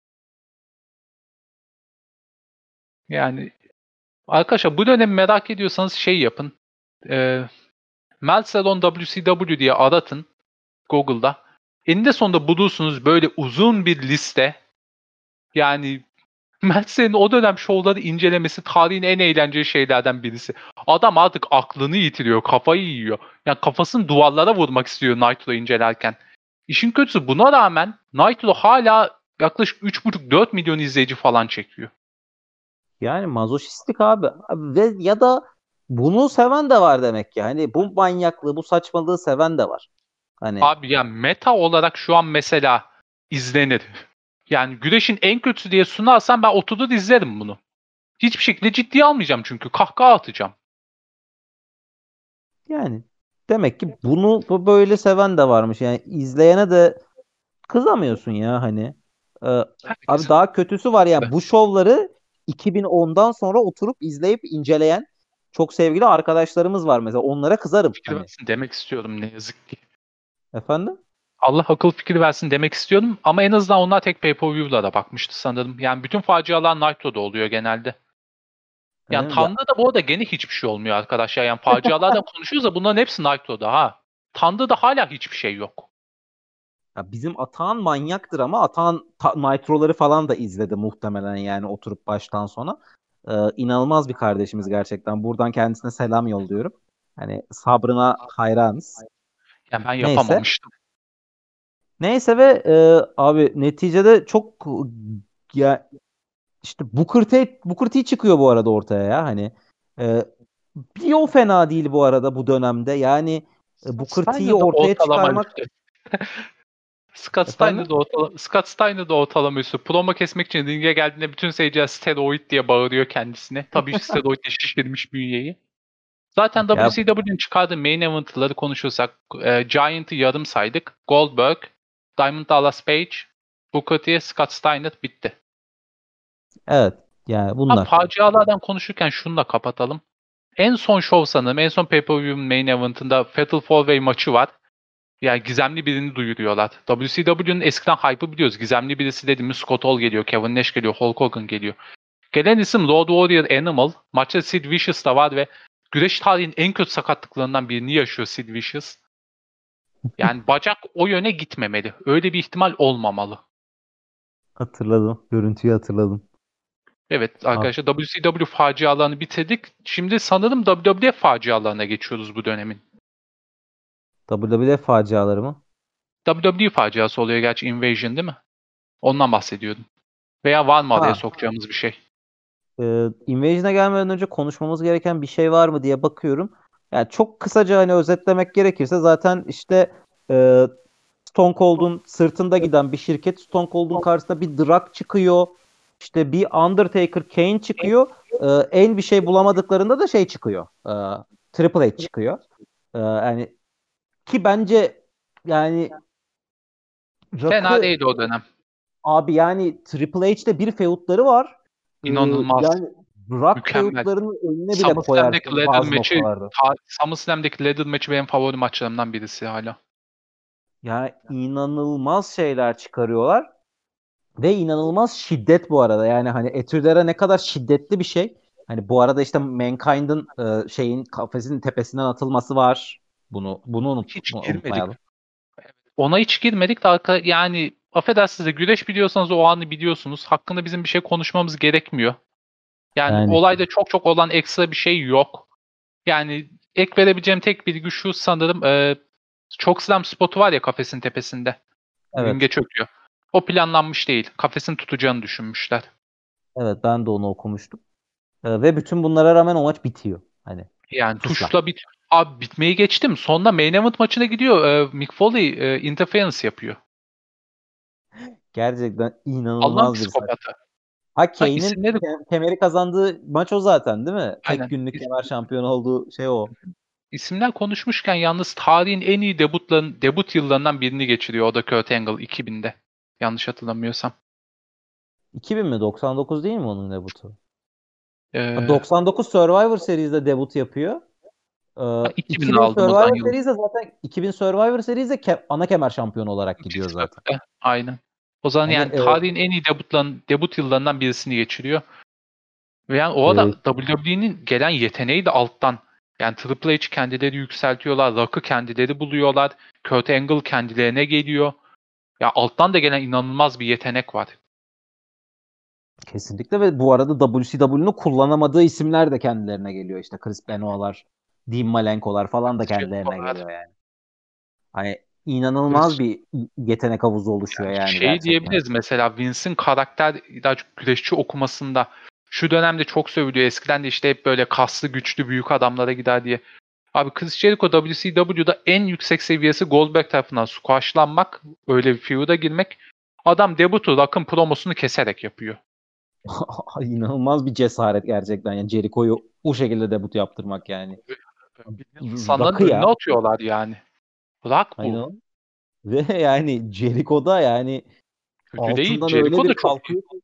Yani arkadaşlar bu dönemi merak ediyorsanız şey yapın. E, Meltzer on WCW diye aratın Google'da. Eninde sonunda bulursunuz böyle uzun bir liste. Yani Meltzer'in o dönem şovları incelemesi tarihin en eğlenceli şeylerden birisi. Adam artık aklını yitiriyor, kafayı yiyor. Yani kafasını duvarlara vurmak istiyor Nitro incelerken. İşin kötüsü buna rağmen Nitro hala yaklaşık 3,5-4 milyon izleyici falan çekiyor. Yani mazoşistlik abi. Ve ya da bunu seven de var demek ki. Hani bu manyaklığı, bu saçmalığı seven de var. Hani Abi ya meta olarak şu an mesela izlenir. Yani güreşin en kötüsü diye sunarsan ben oturur izlerim bunu. Hiçbir şekilde ciddiye almayacağım çünkü kahkaha atacağım. Yani demek ki bunu böyle seven de varmış. Yani izleyene de kızamıyorsun ya hani. Ee, Abi Herkesin daha kötüsü var gibi. ya, bu şovları 2010'dan sonra oturup izleyip inceleyen çok sevgili arkadaşlarımız var mesela. Onlara kızarım Fikir hani. versin demek istiyorum ne yazık ki. Efendim? Allah akıl fikir versin demek istiyorum ama en azından onlar tek pay-per-view'lara bakmıştı sanırım. Yani bütün facialar Nitro'da oluyor genelde. Yani Öyle mi? Ya, Tanrı'da bu arada gene hiçbir şey olmuyor arkadaşlar. Yani facialardan konuşuyoruz da bunların hepsi Nitro'da ha. Tanrı'da hala hiçbir şey yok. ya bizim Atahan manyaktır ama Atahan Nitro'ları falan da izledi muhtemelen yani oturup baştan sona. İnanılmaz bir kardeşimiz gerçekten. Buradan kendisine selam yolluyorum. Hani sabrına hayranız. Yani ben Neyse. yapamamıştım. Neyse ve abi neticede çok ya işte Booker T çıkıyor bu arada ortaya ya hani. E, Bir o fena değil bu arada bu dönemde. Yani Booker T'yi Steiner'da ortaya ortalama çıkarmak, üstü. Scott efendim? Steiner'da ortalama, Scott Steiner'da ortalama üstü. Promo kesmek için ringe geldiğinde bütün seyirciler steroid diye bağırıyor kendisine. Tabii steroidle şişirmiş bünyeyi. Zaten Ya WCW'nin çıkardığı main event'ları konuşursak Giant'ı yarım saydık. Goldberg, Diamond Dallas Page, Booker T, Scott Steiner bitti. evet, yani Ha, bunlar. facialardan konuşurken şunu da kapatalım. En son show sanırım, en son pay-per-view'un main event'ında Fatal 4-Way maçı var. Yani gizemli birini duyuruyorlar. WCW'nun eskiden hype'ı biliyoruz. Gizemli birisi dediğimiz Scott Hall geliyor, Kevin Nash geliyor, Hulk Hogan geliyor. Gelen isim Road Warrior Animal. Maçta Sid Vicious da var ve güreş tarihinin en kötü sakatlıklarından birini yaşıyor Sid Vicious. Yani bacak o yöne gitmemeli. Öyle bir ihtimal olmamalı. Hatırladım. Görüntüyü hatırladım. Evet Abi, arkadaşlar WCW facialarını bitirdik. Şimdi sanırım WWE facialarına geçiyoruz bu dönemin. WWE faciaları mı? WWE faciası oluyor gerçi Invasion değil mi? Ondan bahsediyordum. Veya var mı araya Ha, sokacağımız bir şey? Invasion'a gelmeden önce konuşmamız gereken bir şey var mı diye bakıyorum. Yani çok kısaca hani özetlemek gerekirse zaten işte e, Stone Cold'un sırtında giden bir şirket, Stone Cold'un karşısına bir Drak çıkıyor. İşte bir Undertaker, Kane çıkıyor. En bir şey bulamadıklarında da şey çıkıyor. Triple H çıkıyor. Yani ki bence yani Fena Rock'ı, değildi o dönem. abi yani Triple H'te bir feudları var. Ee, İnanılmaz. Yani Rock Mükemmel. feudlarının önüne bile SummerSlam'deki koyarsın ladder bazı maçı noktalarda. SummerSlam'deki ladder maçı benim favori maçlarımdan birisi hala. Yani inanılmaz şeyler çıkarıyorlar ve inanılmaz şiddet bu arada. Yani hani Etüdere ne kadar şiddetli bir şey. Hani bu arada işte Mankind'ın şeyin kafesinin tepesinden atılması var. Bunu Hiç girmedik. unutmayalım. Ona hiç girmedik de yani affedersiniz de güreş biliyorsanız o anı biliyorsunuz. Hakkında bizim bir şey konuşmamız gerekmiyor. Yani Yani olayda çok çok olan ekstra bir şey yok. Yani ek verebileceğim tek bilgi şu sanırım çok slam spotu var ya kafesin tepesinde. Ringe evet. çöküyor. O planlanmış değil. Kafesin tutacağını düşünmüşler. Evet, ben de onu okumuştum. Ve bütün bunlara rağmen o maç bitiyor. Hani Yani tuşla. tuşla Abi bitmeyi geçtim. Sonunda main event maçına gidiyor. Mick Foley interference yapıyor. Gerçekten Allah'ın inanılmaz bir saç. psikopatı. Ha, Ha Kane'in isimleri kemeri kazandığı maç o zaten değil mi? Tek aynen. günlük kemer şampiyonu olduğu şey o. İsimler konuşmuşken yalnız tarihin en iyi debut yıllarından birini geçiriyor. O da Kurt Angle 2000'de. Yanlış hatırlamıyorsam. 2000 mi? 99 değil mi onun debutu? Ha, Ee, 99 Survivor Series'de debut yapıyor. ha, 2000'de 2000 aldım o zaman Survivor yılı. Series'de zaten 2000 Survivor Series'de ana kemer şampiyonu olarak gidiyor zaten. 2004'te. Aynen. O zaman Hani yani tarihin en iyi debut yıllarından birisini geçiriyor. Ve yani o e, arada WWE'nin gelen yeteneği de alttan. Yani Triple H kendileri yükseltiyorlar. Rock'ı kendileri buluyorlar. Kurt Angle kendilerine geliyor. Ya alttan da gelen inanılmaz bir yetenek var. kesinlikle, ve bu arada WCW'nin kullanamadığı isimler de kendilerine geliyor. İşte Chris Benoit'lar, Dean Malenko'lar falan da Chris kendilerine Jericho'lar. geliyor yani. Hani inanılmaz Chris bir yetenek havuzu oluşuyor yani Şey gerçekten. diyebiliriz mesela Vince'in karakter daha çok güreşçi okumasında şu dönemde çok sövülüyor. Eskiden de işte hep böyle kaslı güçlü büyük adamlara gider diye. Abi Chris Jericho WCW'da en yüksek seviyesi Goldberg tarafından squashlanmak, öyle bir feud'a girmek. Adam debutu Rock'ın promosunu keserek yapıyor. İnanılmaz bir cesaret gerçekten. Yani Jericho'yu o şekilde debut yaptırmak yani. İnsanların Rock'ı önüne ya. atıyorlar yani. Rock bu. Aynen. Ve yani Jericho'da yani Kötü değil. altından öyle Jericho da bir çok iyi. kalkıyor ki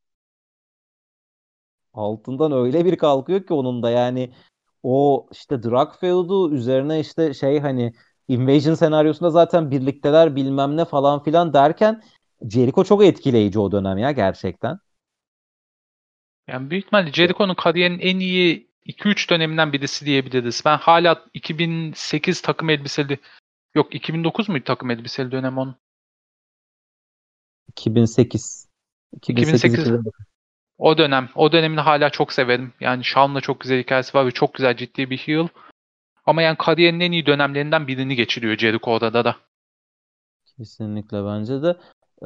onun da yani o işte drag feud'u üzerine işte şey hani Invasion senaryosunda zaten birlikteler bilmem ne falan filan derken Jericho çok etkileyici o dönem ya gerçekten. Yani büyük ihtimalle Jericho'nun kariyerinin en iyi 2-3 döneminden birisi diyebiliriz. Ben hala 2008 takım elbiseli, yok 2009 muydu takım elbiseli dönem onun? 2008 2008 2008 2009. o dönem. O dönemini hala çok severim. Yani Shawn'la çok güzel hikayesi var ve çok güzel ciddi bir heel. Ama yani kariyerinin en iyi dönemlerinden birini geçiriyor Jericho orada da. Kesinlikle bence de.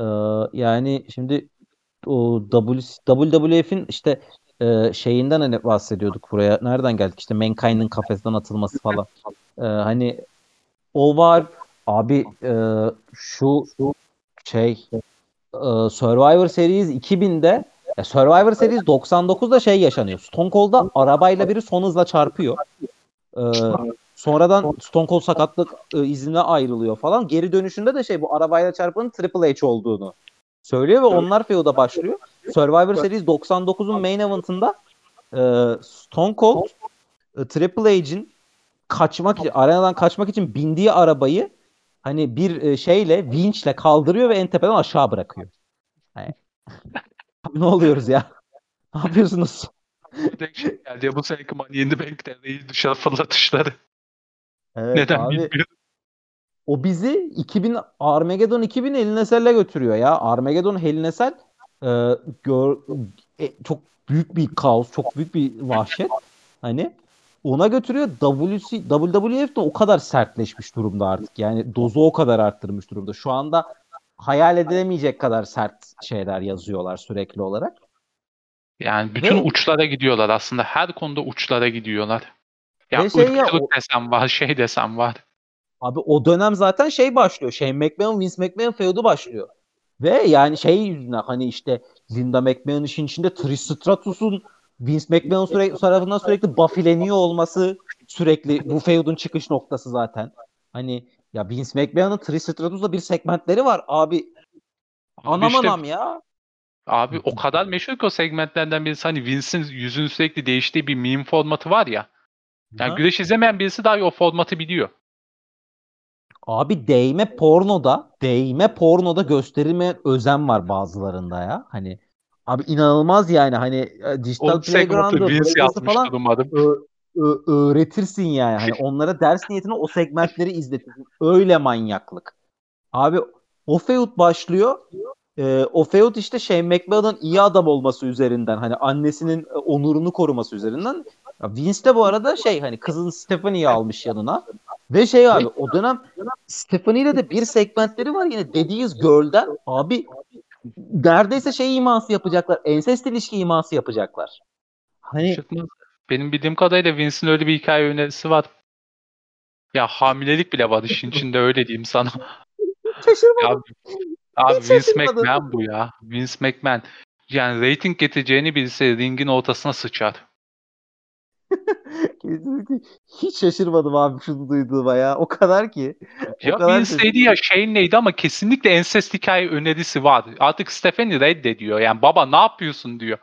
Yani şimdi o WWF'in işte şeyinden hani bahsediyorduk buraya. Nereden geldik? İşte Mankind'in kafesten atılması falan. Hani o var. Abi şu şey Survivor Series 2000'de Survivor Series 99'da şey yaşanıyor. Stone Cold'a arabayla biri son hızla çarpıyor. E, Sonradan Stone Cold sakatlık iznine ayrılıyor falan. Geri dönüşünde de şey bu arabayla çarpanın Triple H olduğunu söylüyor ve onlar feud'a başlıyor. Survivor Series 99'un main event'ında Stone Cold Triple H'in arenadan kaçmak için bindiği arabayı hani bir şeyle vinçle kaldırıyor ve en tepeden aşağı bırakıyor. Yani, ne oluyoruz ya? Ne yapıyorsunuz? Bir de şey geldi ya, bu seneki Money in the Bank'te değil dışarı fırlatışları. Evet Neden abi. bilmiyorum. O bizi 2000 Armageddon 2000 Hell in a Cell'e götürüyor ya. Armageddon Hell in a Cell e, gör, çok büyük bir kaos, çok büyük bir vahşet. Hani ona götürüyor. WWF de o kadar sertleşmiş durumda artık. Yani dozu o kadar arttırmış durumda. Şu anda hayal edilemeyecek kadar sert şeyler yazıyorlar sürekli olarak. Yani bütün Ve uçlara gidiyorlar aslında. Her konuda uçlara gidiyorlar. Ya şey ya ırkçılık desem var, şey desem var. abi o dönem zaten şey başlıyor. Shane McMahon, Vince McMahon feud'u başlıyor. Ve yani şey yüzünden hani işte Linda McMahon işin içinde Trish Stratus'un Vince McMahon tarafından sürekli buffileniyor olması sürekli bu feud'un çıkış noktası zaten. Hani ya Vince McMahon'ın Trish Stratus'la bir segmentleri var. Abi Abi anam işte anam ya. abi o kadar meşhur ki o segmentlerden birisi, hani Vince'in yüzünün sürekli değiştiği bir meme formatı var ya. Yani Aha. güreş izlemeyen birisi dahi o formatı biliyor. Abi değme pornoda gösterilmeyen özen var bazılarında ya. Hani abi inanılmaz yani hani O Digital segmentı Playground'ı, Vince Blazzers'ı falan yazmıştır umarım. öğretirsin yani. Hani onlara ders niyetine o segmentleri izletirsin. Öyle manyaklık. Abi o feud başlıyor. O feud işte Shane McMahon'ın iyi adam olması üzerinden hani annesinin onurunu koruması üzerinden. Ya Vince de bu arada şey hani kızın Stephanie'yi almış yanına. Ve şey abi o dönem Stephanie ile de bir segmentleri var yine Daddy's Girl'den abi neredeyse şey iması yapacaklar. Ensest ilişki iması yapacaklar. Hani Şaşırtmaz. Benim bildiğim kadarıyla Vince'in öyle bir hikaye önerisi var. Ya hamilelik bile var işin içinde, öyle diyeyim sana. Ya şaşırmadım. Hiç abi Vince şaşırmadım. McMahon bu ya. Vince McMahon. Yani rating getireceğini bilse ringin ortasına sıçar. Kesinlikle. Hiç şaşırmadım abi şunu duyduğuma ya. O kadar ki. O Ya kadar Vince'leydi ya şaşırdım. Shane'leydi ama kesinlikle ensest hikaye önerisi var. Artık Stephanie reddediyor. Yani baba ne yapıyorsun diyor.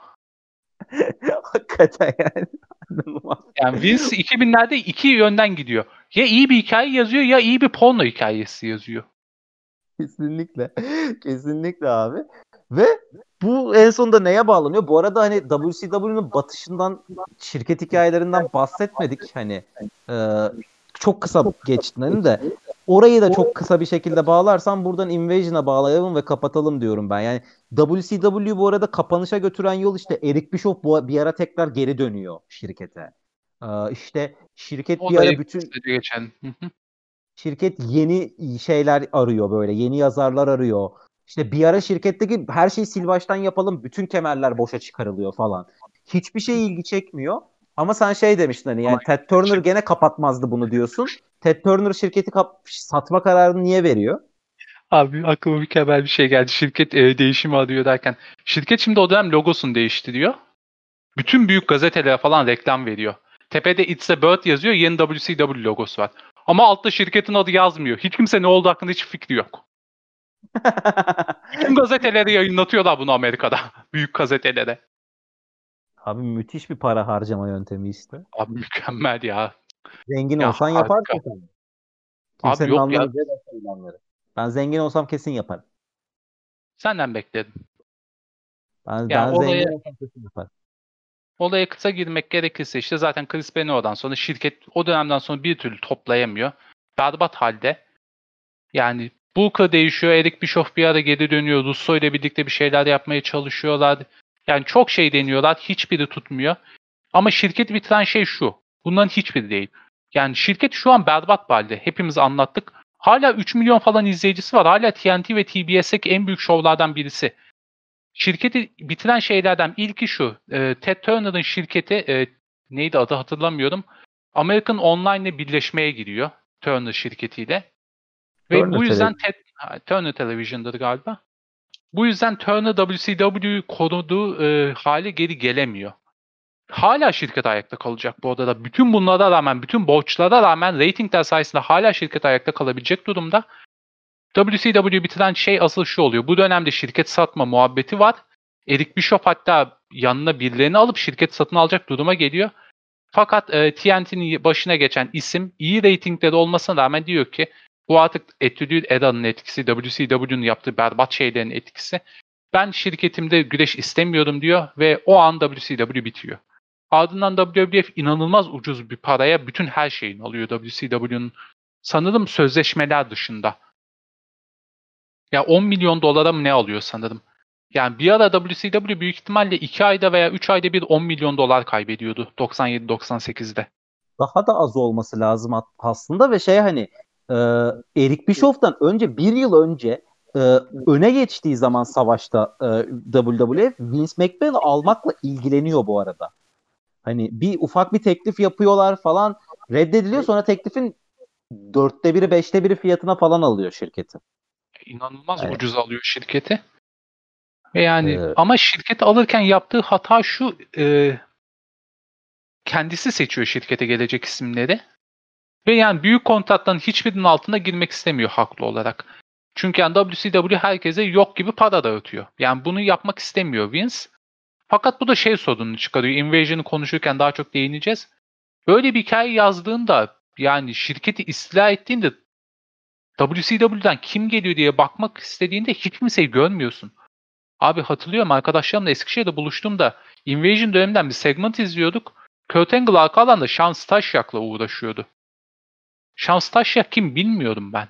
Hakikaten yani. İnanılmaz. Yani Vince 2000'lerde iki yönden gidiyor. Ya iyi bir hikaye yazıyor ya iyi bir porno hikayesi yazıyor. Kesinlikle. Kesinlikle abi. Ve bu en sonunda neye bağlanıyor? Bu arada hani WCW'nun batışından, şirket hikayelerinden bahsetmedik. Hani e, çok kısa geçtin hani de. Orayı da çok kısa bir şekilde bağlarsam buradan Invasion'a bağlayalım ve kapatalım diyorum ben. Yani WCW bu arada kapanışa götüren yol işte Eric Bischoff bir ara tekrar geri dönüyor şirkete. İşte şirket O bir da ara bütün kısaca geçen. Hı hı. şirket yeni şeyler arıyor böyle. Yeni yazarlar arıyor. İşte bir ara şirketteki her şeyi sil baştan yapalım. Bütün kemerler boşa çıkarılıyor falan. Hiçbir şey ilgi çekmiyor. Ama sen şey demiştin hani Ama yani Ted Turner gene kapatmazdı bunu diyorsun. Ted Turner şirketi satma kararını niye veriyor? Abi aklıma mükemmel bir şey geldi. Şirket değişimi arıyor derken. Şirket şimdi o dönem logosunu değiştiriyor. Bütün büyük gazetelere falan reklam veriyor. Tepede It's a Bird yazıyor. Yeni WCW logosu var. Ama altta şirketin adı yazmıyor. Hiç kimse ne olduğu hakkında hiç fikri yok. Bütün gazeteleri yayınlatıyorlar bunu Amerika'da. Büyük gazetelere. Abi müthiş bir para harcama yöntemi işte. Abi mükemmel ya. Zengin Ya olsan harika. yaparsın sen. Abi Kimsenin yok ya. anlamayacağı başka ilanları. Ben zengin olsam kesin yaparım. Senden bekledim. Ben, Yani ben zengin olsam kesin yaparım. olaya kısa girmek gerekirse işte zaten Chris Benoit'dan sonra şirket o dönemden sonra bir türlü toplayamıyor. Berbat halde. Yani Booker değişiyor. Eric Bischoff bir ara geri dönüyor. Russo ile birlikte bir şeyler yapmaya çalışıyorlar. Yani çok şey deniyorlar. Hiçbiri tutmuyor. Ama şirketi bitiren şey şu. Bunların hiçbiri değil. Yani şirket şu an berbat bir halde. Hepimiz anlattık. Hala 3 milyon falan izleyicisi var. Hala TNT ve TBS'deki en büyük şovlardan birisi. Şirketi bitiren şeylerden ilki şu. Ted Turner'ın şirketi neydi adı hatırlamıyorum. American Online'le birleşmeye giriyor. Turner şirketiyle. Ve Turner bu yüzden Television. Turner Television'dır galiba. Bu yüzden Turner WCW'yu koruduğu hale geri gelemiyor. Hala şirket ayakta kalacak bu arada. Bütün bunlara rağmen, bütün borçlara rağmen reytingler sayesinde hala şirket ayakta kalabilecek durumda. WCW'yu bitiren şey asıl şu oluyor. Bu dönemde şirket satma muhabbeti var. Eric Bischoff hatta yanına birilerini alıp şirket satın alacak duruma geliyor. Fakat TNT'nin başına geçen isim iyi reytingleri olmasına rağmen diyor ki bu artık Attitude Era'nın etkisi, WCW'nun yaptığı berbat şeylerin etkisi. Ben şirketimde güreş istemiyorum diyor ve o an WCW bitiyor. Ardından WWF inanılmaz ucuz bir paraya bütün her şeyini alıyor WCW'nun. Sanırım sözleşmeler dışında. Ya 10 milyon dolara mı ne alıyor sanırım. Yani bir ara WCW büyük ihtimalle 2 ayda veya 3 ayda bir 10 milyon dolar kaybediyordu 97-98'de. Daha da az olması lazım aslında ve şey hani e, Eric Bischoff'tan önce bir yıl önce e, öne geçtiği zaman savaşta WWF Vince McMahon'ı almakla ilgileniyor bu arada. Hani bir ufak bir teklif yapıyorlar falan reddediliyor sonra teklifin dörtte biri beşte biri fiyatına falan alıyor şirketi. İnanılmaz Yani, ucuz alıyor şirketi. Ve yani e, ama şirket alırken yaptığı hata şu kendisi seçiyor şirkete gelecek isimleri. Ve yani büyük kontratların hiçbirinin altına girmek istemiyor haklı olarak. Çünkü yani WCW herkese yok gibi para dağıtıyor. Yani bunu yapmak istemiyor Vince. Fakat bu da şey sorununu çıkarıyor. Invasion'ı konuşurken daha çok değineceğiz. Böyle bir hikaye yazdığında yani şirketi istila ettiğinde WCW'den kim geliyor diye bakmak istediğinde hiç kimseyi görmüyorsun. Abi hatırlıyorum arkadaşlarımla Eskişehir'de buluştuğumda Invasion döneminden bir segment izliyorduk. Kurt Angle arka alanda Sean Stasiak'la uğraşıyordu. Sean Stasiak kim bilmiyorum ben.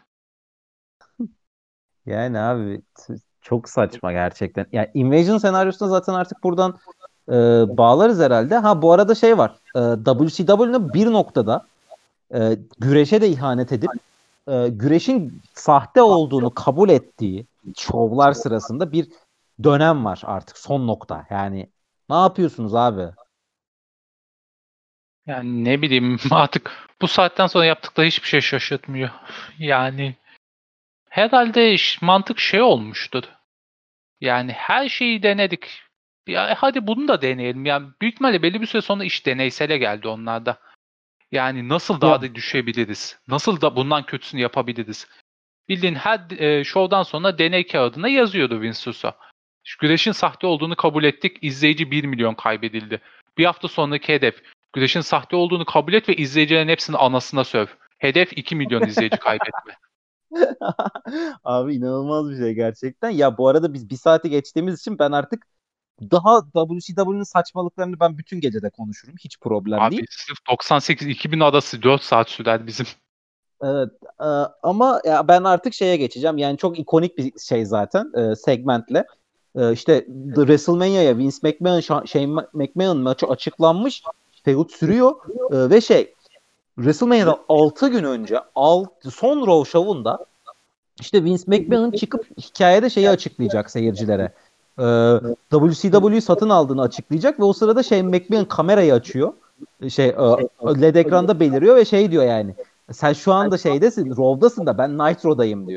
yani abi çok saçma gerçekten. Yani Invasion senaryosunda zaten artık buradan bağlarız herhalde. Ha bu arada şey var. WCW'nin bir noktada güreşe de ihanet edip güreşin sahte olduğunu kabul ettiği şovlar sırasında bir dönem var artık son nokta. Yani ne yapıyorsunuz abi? Yani ne bileyim artık bu saatten sonra yaptıkları hiçbir şey şaşırtmıyor. Yani herhalde mantık şey olmuştur. Yani her şeyi denedik. Ya hadi bunu da deneyelim. Yani büyük ihtimalle belli bir süre sonra iş deneysele geldi onlarda. Yani nasıl Ya daha da düşebiliriz? Nasıl da bundan kötüsünü yapabiliriz? Bildiğin her şovdan sonra deney kağıdına yazıyordu Vince Russo. Güreşin sahte olduğunu kabul ettik. İzleyici 1 milyon kaybedildi. Bir hafta sonraki hedef. Güreşin sahte olduğunu kabul et ve izleyicilerin hepsini anasına söv. Hedef 2 milyon izleyici kaybetme. abi inanılmaz bir şey gerçekten. Ya bu arada biz bir saati geçtiğimiz için ben artık daha WCW'nin saçmalıklarını ben bütün gecede konuşurum. Hiç problem Abi değil. sırf 98-2000 arası 4 saat sürer bizim. Evet, ama ya ben artık şeye geçeceğim. Yani çok ikonik bir şey zaten segmentle. İşte The WrestleMania'ya Vince McMahon, Shane McMahon maçı açıklanmış. Feud sürüyor ve WrestleMania'da 6 gün önce son Raw şovunda işte Vince McMahon çıkıp hikayede şeyi açıklayacak seyircilere. WCW'yu satın aldığını açıklayacak ve o sırada Shane McMahon kamerayı açıyor. LED ekranda beliriyor ve şey diyor yani. Sen şu anda şeydesin, Raw'dasın da ben Nitro'dayım diyor.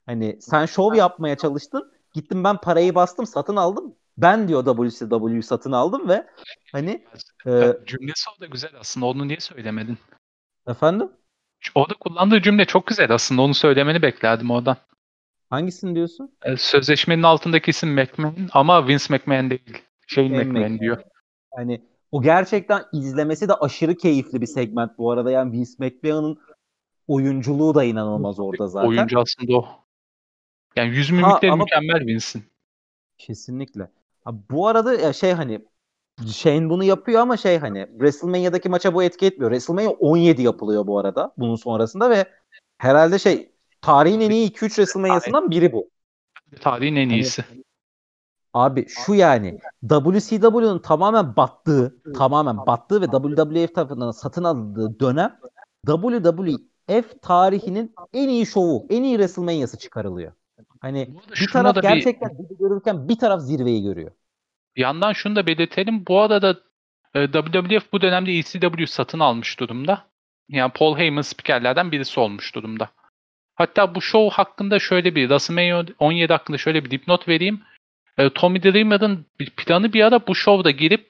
Hani sen şov yapmaya çalıştın. Gittim ben parayı bastım, satın aldım. Ben diyor WCW'yu satın aldım ve hani Cümlesi o da güzel aslında. Onu niye söylemedin? efendim Orada kullandığı cümle çok güzel aslında. Onu söylemeni beklerdim oradan. hangisini diyorsun? Sözleşmenin altındaki isim McMahon ama Vince McMahon değil. Shane Shane McMahon McMahon. diyor. Hani o gerçekten izlemesi de aşırı keyifli bir segment bu arada. Yani Vince McMahon'ın oyunculuğu da inanılmaz orada zaten. Oyuncu aslında o. Yani yüz Ha mimikleri ama mükemmel Vince'in. kesinlikle. Ha, bu arada ya şey hani Shane bunu yapıyor ama şey hani WrestleMania'daki maça bu etki etmiyor. WrestleMania 17 yapılıyor bu arada bunun sonrasında ve herhalde şey tarihin en iyi 2-3 WrestleMania'sından biri bu. Tarihin en Hani iyisi. abi şu yani WCW'nun tamamen battığı ve WWF tarafından satın alındığı dönem WWF tarihinin en iyi şovu, en iyi WrestleMania'sı çıkarılıyor. Hani Bu arada bir şuna taraf da bir gerçekten dibi görürken bir taraf zirveyi görüyor. yandan şunu da belirtelim. Bu arada WWF bu dönemde ECW satın almış durumda. Yani Paul Heyman spikerlerden birisi olmuş durumda. Hatta bu show hakkında şöyle bir WrestleMania 17 hakkında şöyle bir dipnot vereyim. Tommy Dreamer'ın bir planı bir ara bu şovda girip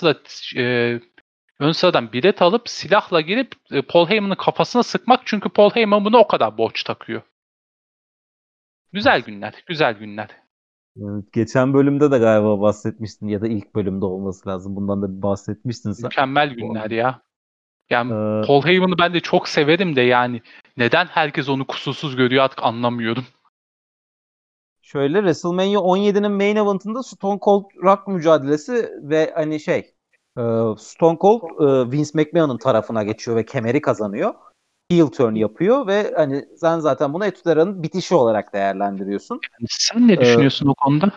ön sıradan bilet alıp silahla girip Paul Heyman'ın kafasına sıkmak çünkü Paul Heyman bunu o kadar borç takıyor. Güzel günler, güzel günler. Evet, geçen bölümde de galiba bahsetmiştin ya da ilk bölümde olması lazım. Bundan da bir bahsetmiştin sen. Mükemmel Bu- günler ya. Yani Ee, Paul Heyman'ı ben de çok severim de yani neden herkes onu kusursuz görüyor artık anlamıyorum. Şöyle WrestleMania 17'nin main event'ında Stone Cold Rock mücadelesi ve hani şey Stone Cold Vince McMahon'ın tarafına geçiyor ve kemeri kazanıyor. Heel turn yapıyor ve hani sen zaten bunu Attitude Era'nın bitişi olarak değerlendiriyorsun. Yani sen ne Ee, düşünüyorsun o konuda?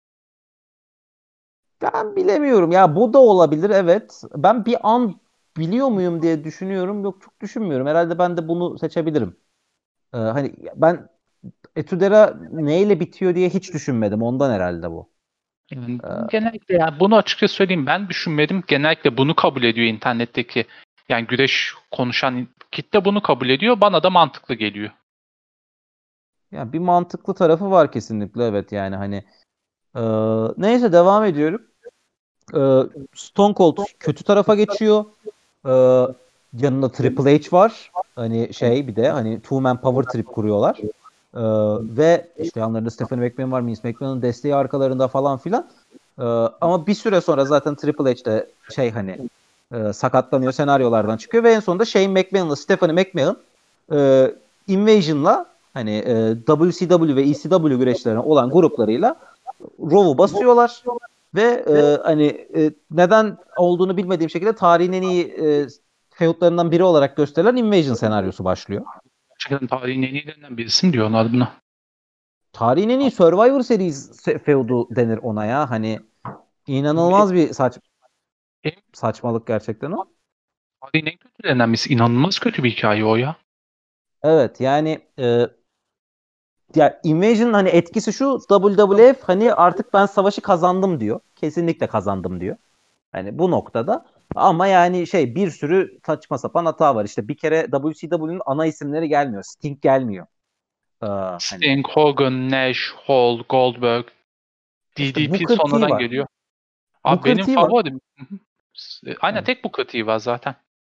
Ben bilemiyorum ya bu da olabilir evet. Ben bir an biliyor muyum diye düşünüyorum. Yok çok düşünmüyorum. Herhalde ben de bunu seçebilirim. Hani ben Etudera neyle bitiyor diye hiç düşünmedim. Ondan herhalde bu. Yani Ee, ben genellikle yani bunu açıkça söyleyeyim ben düşünmedim. Genellikle bunu kabul ediyor internetteki yani güreş konuşan kitle bunu kabul ediyor. Bana da mantıklı geliyor. Ya bir mantıklı tarafı var kesinlikle evet yani hani e, neyse devam ediyorum. E, Stone Cold kötü tarafa geçiyor. E, Yanında Triple H var. Hani şey bir de hani two man power trip kuruyorlar. E, Ve işte yanlarında Stephanie McMahon var. Vince McMahon'ın desteği arkalarında falan filan. Ama bir süre sonra zaten Triple H de şey hani sakatlanıyor, senaryolardan çıkıyor ve en sonunda Shane McMahon'la Stephanie McMahon Invasion'la hani WCW ve ECW güreşlerine olan gruplarıyla Raw'u basıyorlar ve hani neden olduğunu bilmediğim şekilde tarihin en iyi feudlarından biri olarak gösterilen Invasion senaryosu başlıyor. Gerçekten tarihin en iyilerinden birisi mi diyorlar buna? Tarihin en iyi Survivor Series feudu denir ona ya. Hani inanılmaz bir En, saçmalık gerçekten o. tarihin en kötülerinden birisi. İnanılmaz kötü bir hikaye o ya. Evet yani ya Invasion'ın hani etkisi şu WWF hani artık ben savaşı kazandım diyor. Kesinlikle kazandım diyor. Hani bu noktada ama yani şey bir sürü saçma sapan hata var. İşte bir kere WCW'nin ana isimleri gelmiyor. Sting gelmiyor. Hani Sting, Hogan, Nash, Hall, Goldberg, işte DDP Booker T sonradan var. geliyor. Abi Booker benim T var. favorim. Aynen Hani, tek bu kritiği var zaten.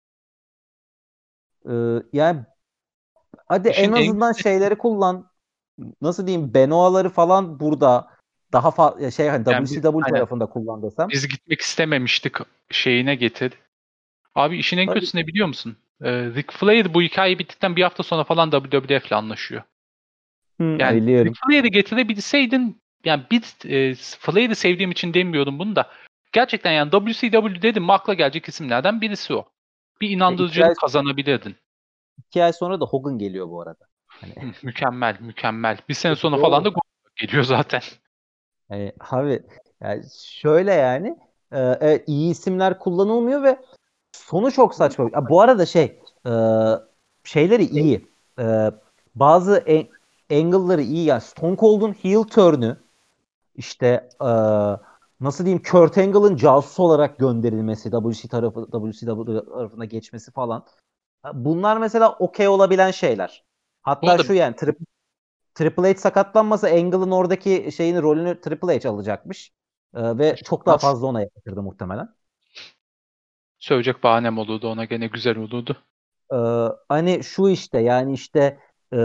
yani hadi en İşin en azından şeyleri kullan. Nasıl diyeyim? Benoa'ları falan burada daha şey hani yani biz, WCW aynen, tarafında kullan desem. biz gitmek istememiştik şeyine getir. Abi işin en Tabii. kötüsü ne biliyor musun? Ric Flair bu hikaye bittikten bir hafta sonra falan WWF ile anlaşıyor. Yani Ric Biliyorum. Flair'i getirebilseydin yani Flair'i sevdiğim için demiyorum bunu da gerçekten yani WCW dedim mi akla gelecek isimlerden birisi o. Bir E, iki ay, inandırıcılık kazanabilirdin. 2 ay sonra da Hogan geliyor bu arada. Hani Mükemmel, mükemmel. Bir sene sonra falan da doğru. Goldberg geliyor zaten. Abi yani şöyle yani evet, iyi isimler kullanılmıyor ve sonu çok saçma. Ya, bu arada şey şeyleri iyi. E, Bazı angle'ları iyi. Yani Stone Cold'un heel turn'ü işte nasıl diyeyim Kurt Angle'ın casus olarak gönderilmesi WCW tarafına geçmesi falan. Bunlar mesela okey olabilen şeyler. Bu Hatta arada şu yani Triple H sakatlanmasa Angle'ın oradaki rolünü Triple H alacakmış. Ve çok daha fazla ona yakışırdı muhtemelen. Söyleyecek bahanem olurdu ona, gene güzel olurdu. Hani şu işte yani işte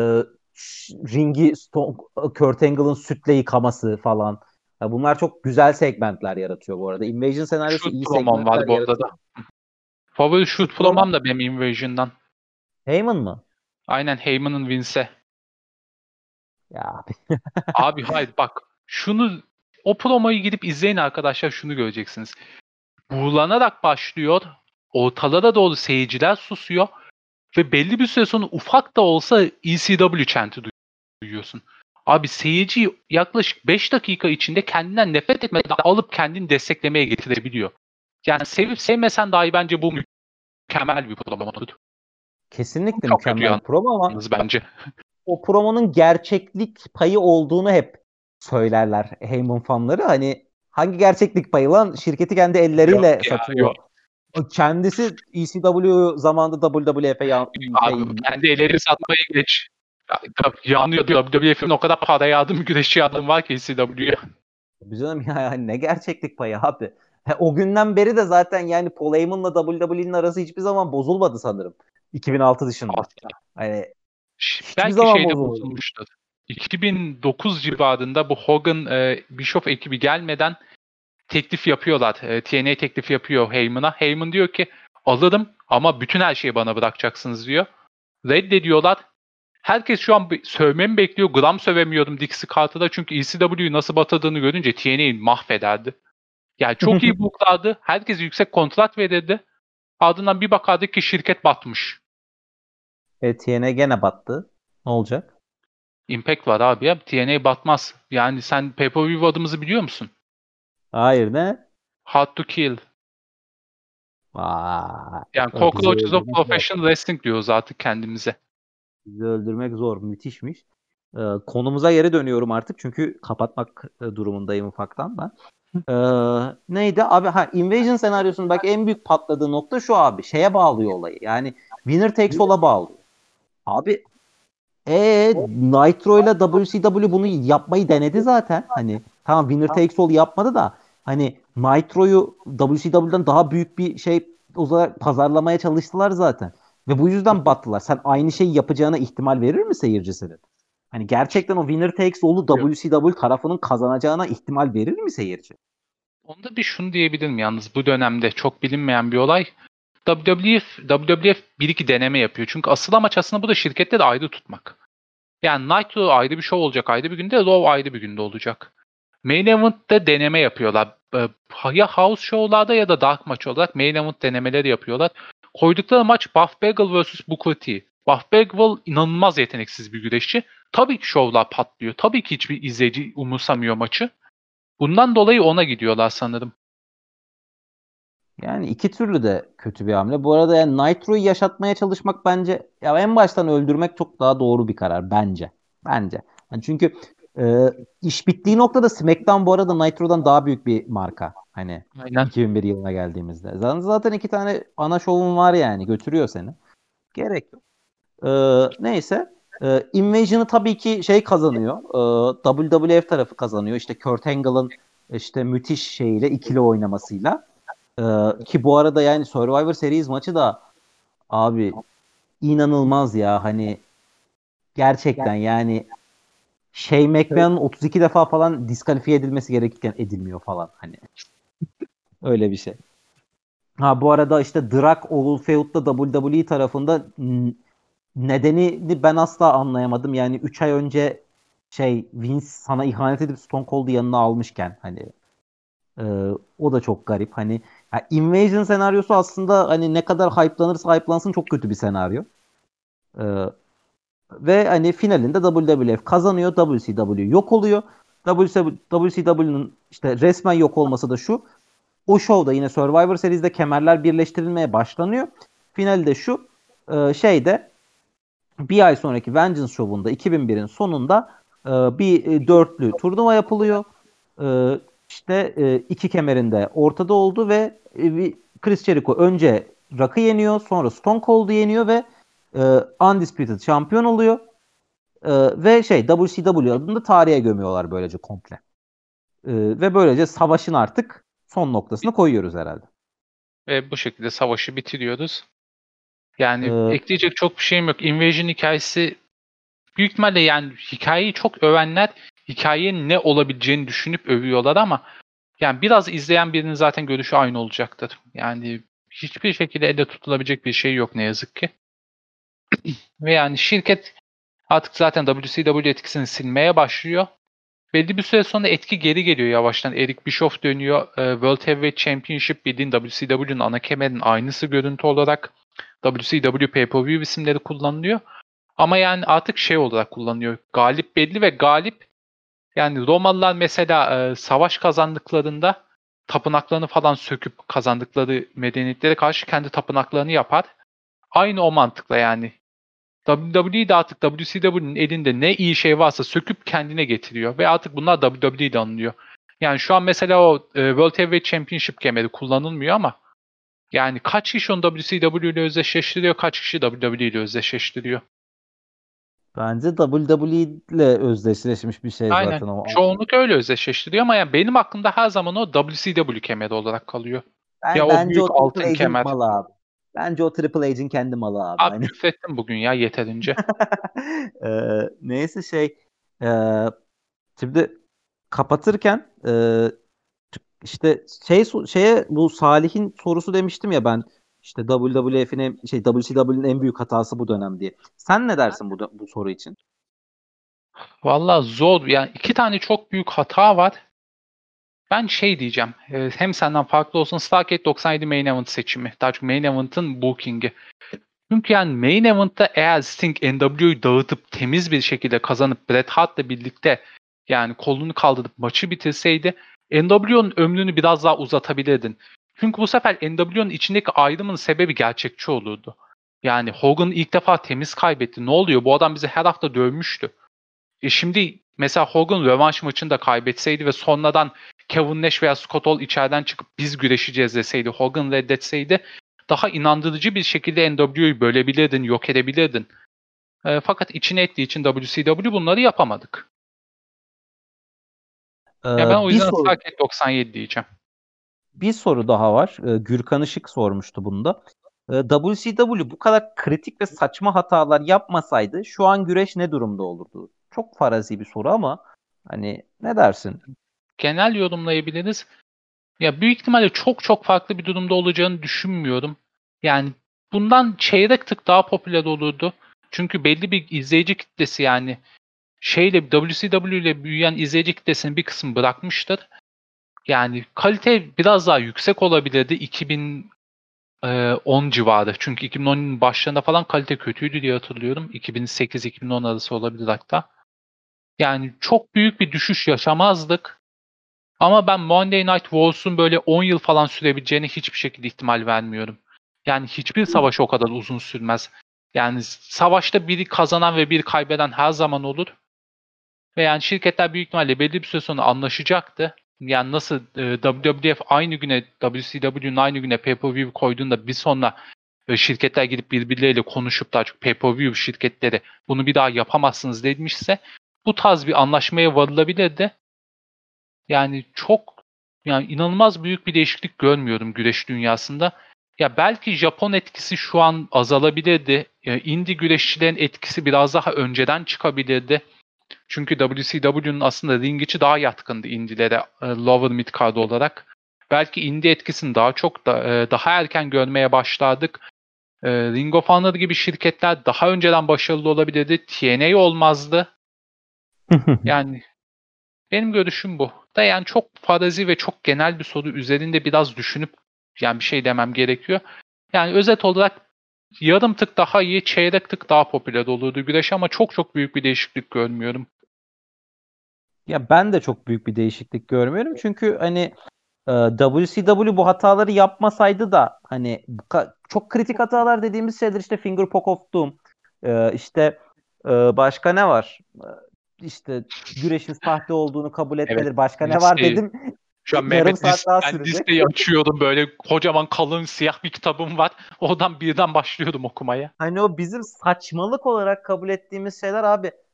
ringi Kurt Angle'ın sütle yıkaması falan. Bunlar çok güzel segmentler yaratıyor bu arada. Invasion senaryosu Shoot iyi promom var segmentler bu arada yaratıyor. da. Favori shoot Shoot promo? promom da benim Invasion'dan. Heyman mı? Aynen, Heyman'ın Vince'e. Ya abi. Abi hayır bak. O promoyu gidip izleyin arkadaşlar, şunu göreceksiniz. Buğulanarak başlıyor. Ortalara doğru seyirciler susuyor. Ve belli bir süre sonra ufak da olsa ECW chant'i duyuyorsun. Abi seyirciyi yaklaşık 5 dakika içinde kendinden nefret etmeden alıp kendini desteklemeye getirebiliyor. Yani sevip sevmesen dahi bence bu mükemmel bir promo oldu. Kesinlikle Çok kötü mükemmel bir promo ama yalnız bence. o promonun gerçeklik payı olduğunu hep söylerler Heyman fanları. Hani hangi gerçeklik payı lan? Şirketi kendi elleriyle Yok ya, satıyor. yok. Kendisi ECW zamanında WWF'e Abi kendi elleri satmayı geç. Yanıyor. WWF'in o kadar para yağdım, güreşçi yardım var ki ECW'ye. Canım ya ne gerçeklik payı abi. O günden beri de zaten yani Paul Heyman'la WWE'nin arası hiçbir zaman bozulmadı sanırım. 2006 dışında. Hani hiçbir Belki zaman şeyde bozulmadı. bozulmuştur. 2009 civarında bu Hogan Bischoff ekibi gelmeden teklif yapıyorlar. TNA teklif yapıyor Heyman'a. Heyman diyor ki alırım ama bütün her şeyi bana bırakacaksınız diyor. Reddediyorlar. Herkes şu an sövmemi bekliyor. Gram sövemiyorum Dixie Carter'da çünkü ECW'yu nasıl batırdığını görünce TNA'yi mahvederdi. Yani çok iyi buklardı. Herkes yüksek kontrat verirdi. Ardından bir bakardık ki şirket batmış. TNA gene battı. Ne olacak? Impact var abi ya. TNA batmaz. Yani sen pay-per-view adımızı biliyor musun? Hayır ne? Hard to Kill. Vay. Yani Bizi Cockroaches of öldürmek zor. Professional Wrestling diyoruz artık kendimize. Bizi öldürmek zor. Müthişmiş. Konumuza geri dönüyorum artık. Çünkü kapatmak durumundayım ufaktan ben. Neydi? Abi Invasion senaryosunun bak en büyük patladığı nokta şu abi. Şeye bağlıyor olayı. Yani winner takes all'a bağlıyor. Abi Nitro ile WCW bunu yapmayı denedi zaten. Hani tamam winner takes all yapmadı da hani Nitro'yu WCW'den daha büyük bir şey olarak pazarlamaya çalıştılar zaten. Ve bu yüzden battılar. Sen aynı şeyi yapacağına ihtimal verir mi seyircisinin? Hani gerçekten o winner takes all'u WCW tarafının kazanacağına ihtimal verir mi seyirci? Onda bir şunu diyebilirim yalnız, bu dönemde çok bilinmeyen bir olay. WWF bir iki deneme yapıyor. Çünkü asıl amaç aslında bu da şirketleri ayrı tutmak. Yani Nitro ayrı bir show olacak ayrı bir günde, Raw ayrı bir günde olacak. Main Event'te deneme yapıyorlar. Ya house show'larda ya da dark maç olarak Main Event denemeleri yapıyorlar. Koydukları maç Buff Bagwell vs. Booker T. Buff Bagwell inanılmaz yeteneksiz bir güreşçi. Tabii ki şovlar patlıyor. Tabii ki hiçbir izleyici umursamıyor maçı. Bundan dolayı ona gidiyorlar sanırım. Yani iki türlü de kötü bir hamle. Bu arada yani Nitro'yu yaşatmaya çalışmak bence ya en baştan öldürmek çok daha doğru bir karar bence. Bence. Yani çünkü iş bittiği noktada SmackDown bu arada Nitro'dan daha büyük bir marka. Hani Aynen. 2001 yılına geldiğimizde. Zaten iki tane ana şovun var yani götürüyor seni. Gerek yok. Neyse. Invasion'ı tabii ki şey kazanıyor. WWF tarafı kazanıyor. İşte Kurt Angle'ın işte müthiş şeyle ikili oynamasıyla. Ki bu arada yani Survivor Series maçı da abi inanılmaz ya hani gerçekten yani Shane McMahon'ın 32 defa falan diskalifiye edilmesi gerekirken edilmiyor falan hani. Öyle bir şey. Bu arada işte Drak Oval Feud'da WWE tarafında nedenini ben asla anlayamadım. Yani 3 ay önce Vince sana ihanet edip Stone Cold'u yanına almışken hani o da çok garip. Hani Invasion senaryosu aslında hani ne kadar hype'lanırsa hype'lansın çok kötü bir senaryo. Ve hani finalinde WWF kazanıyor. WCW yok oluyor. WCW'nun işte resmen yok olması da şu. O şovda yine Survivor Series'de kemerler birleştirilmeye başlanıyor. Finalde şu şeyde bir ay sonraki Vengeance şovunda 2001'in sonunda bir dörtlü turnuva yapılıyor. İşte iki kemerinde ortada oldu ve Chris Jericho önce Rock'ı yeniyor, sonra Stone Cold'u yeniyor ve Undisputed şampiyon oluyor. Ve WCW adını tarihe gömüyorlar böylece komple. Ve böylece savaşın artık son noktasını koyuyoruz herhalde. Ve bu şekilde savaşı bitiriyoruz. Yani Ee, ekleyecek çok bir şeyim yok. Invasion hikayesi büyük ihtimalle, yani hikayeyi çok övenler hikayenin ne olabileceğini düşünüp övüyorlar ama yani biraz izleyen birinin zaten görüşü aynı olacaktır. Yani hiçbir şekilde elde tutulabilecek bir şey yok ne yazık ki. Ve yani şirket artık zaten WCW etkisini silmeye başlıyor. Belli bir süre sonra etki geri geliyor yavaştan. Eric Bischoff dönüyor. World Heavyweight Championship bildiğin WCW'nin ana kemerin aynısı görüntü olarak. WCW Pay-Per-View isimleri kullanılıyor. Ama yani artık şey olarak kullanılıyor. Galip belli ve galip, yani Romalılar mesela savaş kazandıklarında tapınaklarını falan söküp kazandıkları medeniyetlere karşı kendi tapınaklarını yapar. Aynı o mantıkla yani. WWE de artık WCW'nin elinde ne iyi şey varsa söküp kendine getiriyor. Ve artık bunlar WWE'de anılıyor. Yani şu an mesela o World Heavyweight Championship kemeri kullanılmıyor ama yani kaç kişi onu WCW ile özdeşleştiriyor, kaç kişi WWE ile özdeşleştiriyor. Bence WWE ile özdeşleşmiş bir şey Aynen. zaten o. Çoğunluk öyle özdeşleştiriyor ama yani benim aklımda her zaman o WCW kemeri olarak kalıyor. Ya o Bence büyük o Triple altın H'in kemer. malı abi. Bence o Triple H'in kendi malı abi. Abi Hani. küfrettim bugün ya yeterince. Neyse e, şimdi kapatırken işte bu Salih'in sorusu demiştim ya ben, işte WWF'in WCW'nin en büyük hatası bu dönem diye. Sen ne dersin bu soru için? Valla zor. Yani iki tane çok büyük hata var. Ben şey diyeceğim. Hem senden farklı olsun, Starrcade 97 Main Event seçimi. Daha çok Main Event'ın booking'i. Çünkü yani Main Event'ta eğer Sting NWO'yu dağıtıp temiz bir şekilde kazanıp Bret Hart'la birlikte yani kolunu kaldırıp maçı bitirseydi NWO'nun ömrünü biraz daha uzatabilirdin. Çünkü bu sefer NWO'nun içindeki ayrımın sebebi gerçekçi olurdu. Yani Hogan ilk defa temiz kaybetti. Ne oluyor? Bu adam bizi her hafta dövmüştü. Şimdi mesela Hogan rövanş maçında kaybetseydi ve sonradan Kevin Nash veya Scott Hall içeriden çıkıp biz güreşeceğiz deseydi, Hogan reddetseydi daha inandırıcı bir şekilde NWO'yu bölebilirdin, yok edebilirdin. Fakat içine ettiği için WCW bunları yapamadık. Ya ben o Bir yüzden soru Starrcade 97 diyeceğim. bir soru daha var. Gürkan Işık sormuştu bunu da. WCW bu kadar kritik ve saçma hatalar yapmasaydı şu an güreş ne durumda olurdu? Çok farazi bir soru ama hani ne dersin? Genel yorumlayabiliriz. Ya büyük ihtimalle çok çok farklı bir durumda olacağını düşünmüyorum. Yani bundan çeyrek tık daha popüler olurdu. Çünkü belli bir izleyici kitlesi, yani WCW ile büyüyen izleyici kitlesinin bir kısmı bırakmıştır. Yani kalite biraz daha yüksek olabilirdi 2010 civarı. Çünkü 2010'un başlarında falan kalite kötüydü diye hatırlıyorum. 2008-2010 arası olabilir hatta. Yani çok büyük bir düşüş yaşamazdık. Ama ben Monday Night Wars'un böyle 10 yıl falan sürebileceğine hiçbir şekilde ihtimal vermiyorum. Yani hiçbir savaş o kadar uzun sürmez. Yani savaşta biri kazanan ve biri kaybeden her zaman olur. Ve yani şirketler büyük ihtimalle belli bir süre sonra anlaşacaktı. Yani nasıl WWF aynı güne, WCW'nin aynı güne pay-per-view koyduğunda bir sonra şirketler gidip birbirleriyle konuşup daha çok pay-per-view şirketleri bunu bir daha yapamazsınız demişse bu tarz bir anlaşmaya varılabilirdi. Yani yani inanılmaz büyük bir değişiklik görmüyorum güreş dünyasında. Ya belki Japon etkisi şu an azalabilirdi. Indie güreşçilerin etkisi biraz daha önceden çıkabilirdi. Çünkü WCW'nun aslında ring içi daha yatkındı indilere lower mid card olarak. Belki indie etkisini daha erken görmeye başladık. Ring of Honor gibi şirketler daha önceden başarılı olabilirdi. TNA olmazdı. Yani benim görüşüm bu. Da yani çok farazi ve çok genel bir soru üzerinde biraz düşünüp yani bir şey demem gerekiyor. Yani özet olarak yarım tık daha iyi, çeyrek tık daha popüler olurdu güreş ama çok çok büyük bir değişiklik görmüyorum. Ya ben de çok büyük bir değişiklik görmüyorum. Çünkü hani WCW bu hataları yapmasaydı da hani çok kritik hatalar dediğimiz şeyler işte Finger Poke of Doom, işte başka ne var? İşte güreşin sahte olduğunu kabul Evet. etmeleri. Başka ne var Listeyi, dedim. şu an Yarım saat daha Ben sürecek. listeyi açıyordum, böyle kocaman kalın siyah bir kitabım var. Oradan birden başlıyordum okumaya. Hani o bizim saçmalık olarak kabul ettiğimiz şeyler abi.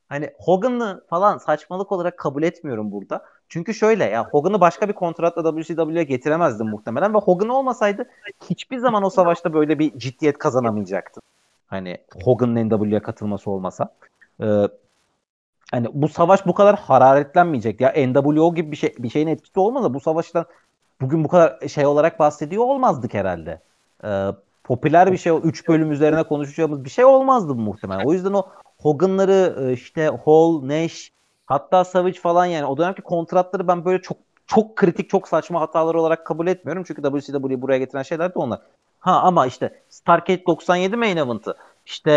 Hani Hogan'ı falan saçmalık olarak kabul etmiyorum burada. Çünkü şöyle ya, Hogan'ı başka bir kontratla WCW'ye getiremezdim muhtemelen ve Hogan olmasaydı hiçbir zaman o savaşta böyle bir ciddiyet kazanamayacaktı. Hani Hogan'ın NWA'ye katılması olmasa. Ee, Hani bu savaş bu kadar hararetlenmeyecek ya. NWO gibi bir şeyin etkisi olmasa bu savaştan bugün bu kadar şey olarak bahsediyor olmazdık herhalde. Popüler bir şey, 3 bölüm üzerine konuşacağımız bir şey olmazdı bu muhtemelen. O yüzden o Hogan'ları işte Hall, Nash, hatta Savage falan, yani o dönemki kontratları ben böyle çok çok kritik, çok saçma hatalar olarak kabul etmiyorum. Çünkü WCW'yi buraya getiren şeyler de onlar. Ha ama işte Starrcade 97 main event'ı, işte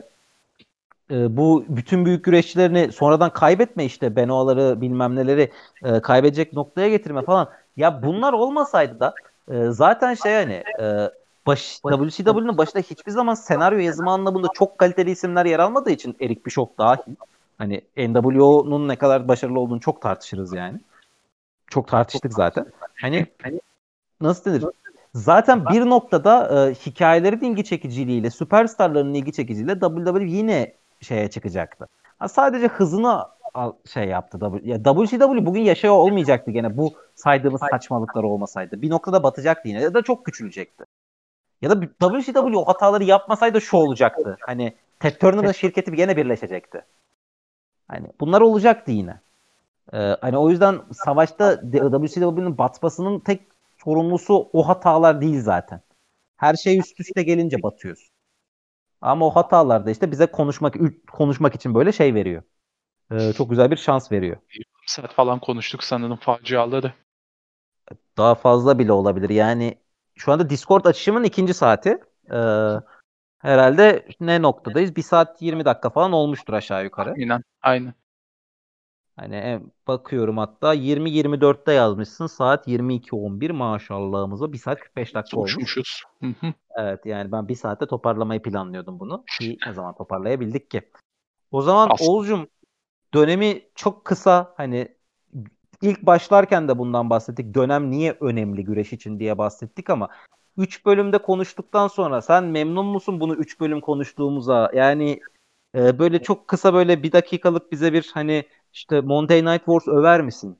bu bütün büyük güreşçilerini sonradan kaybetme, işte Benoit'ları bilmem neleri kaybedecek noktaya getirme falan. Ya bunlar olmasaydı da zaten şey, hani WCW'nin başında hiçbir zaman senaryo yazımı anlamında çok kaliteli isimler yer almadığı için, Eric Bischoff dahil, hani NWO'nun ne kadar başarılı olduğunu çok tartışırız yani. Çok tartıştık zaten. Hani nasıl denir? Zaten bir noktada hikayelerin ilgi çekiciliğiyle, süperstarların ilgi çekiciliğiyle WWE yine şeye çıkacaktı. Ha, sadece hızını şey yaptı. Ya WCW bugün yaşıyor olmayacaktı gene, bu saydığımız saçmalıklar olmasaydı. Bir noktada batacaktı yine, ya da çok küçülecekti. Ya da WCW o hataları yapmasaydı şu olacaktı. Hani Ted Turner'ın şirketi gene birleşecekti. Hani bunlar olacaktı yine. Hani o yüzden savaşta WCW'nin batmasının tek sorumlusu o hatalar değil zaten. Her şey üst üste gelince batıyoruz. Ama o hatalar da işte bize konuşmak için böyle şey veriyor. Çok güzel bir şans veriyor. Saat falan konuştuk sanırım faciaları. Daha fazla bile olabilir. Yani şu anda Discord açışımın 2. saati. Herhalde ne noktadayız? 1 saat 20 dakika falan olmuştur aşağı yukarı. Aynen. Aynen. Hani bakıyorum, hatta 20-24'te yazmışsın. Saat 22:11, maşallahımıza 1 saat 45 dakika olmuş. Konuşmuşuz. Hı hı. Evet, yani ben 1 saatte toparlamayı planlıyordum bunu. Ki ne zaman toparlayabildik ki? O zaman Aslında Oğuzcum, dönemi çok kısa, hani ilk başlarken de bundan bahsettik. Dönem niye önemli güreş için diye bahsettik ama 3 bölümde konuştuktan sonra sen memnun musun bunu 3 bölüm konuştuğumuza? Yani böyle çok kısa, böyle 1 dakikalık bize bir hani işte Monday Night Wars över misin?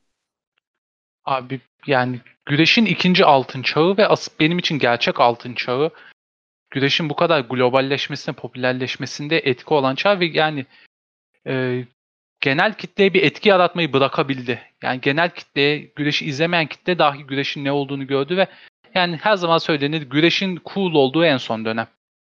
abi yani güreşin ikinci altın çağı ve benim için gerçek altın çağı, güreşin bu kadar globalleşmesine, popülerleşmesinde etki olan çağ ve yani e, genel kitleye bir etki yaratmayı bırakabildi. Yani genel kitleye, güreşi izlemeyen kitle dahi güreşin ne olduğunu gördü ve yani her zaman söylenir, güreşin cool olduğu en son dönem.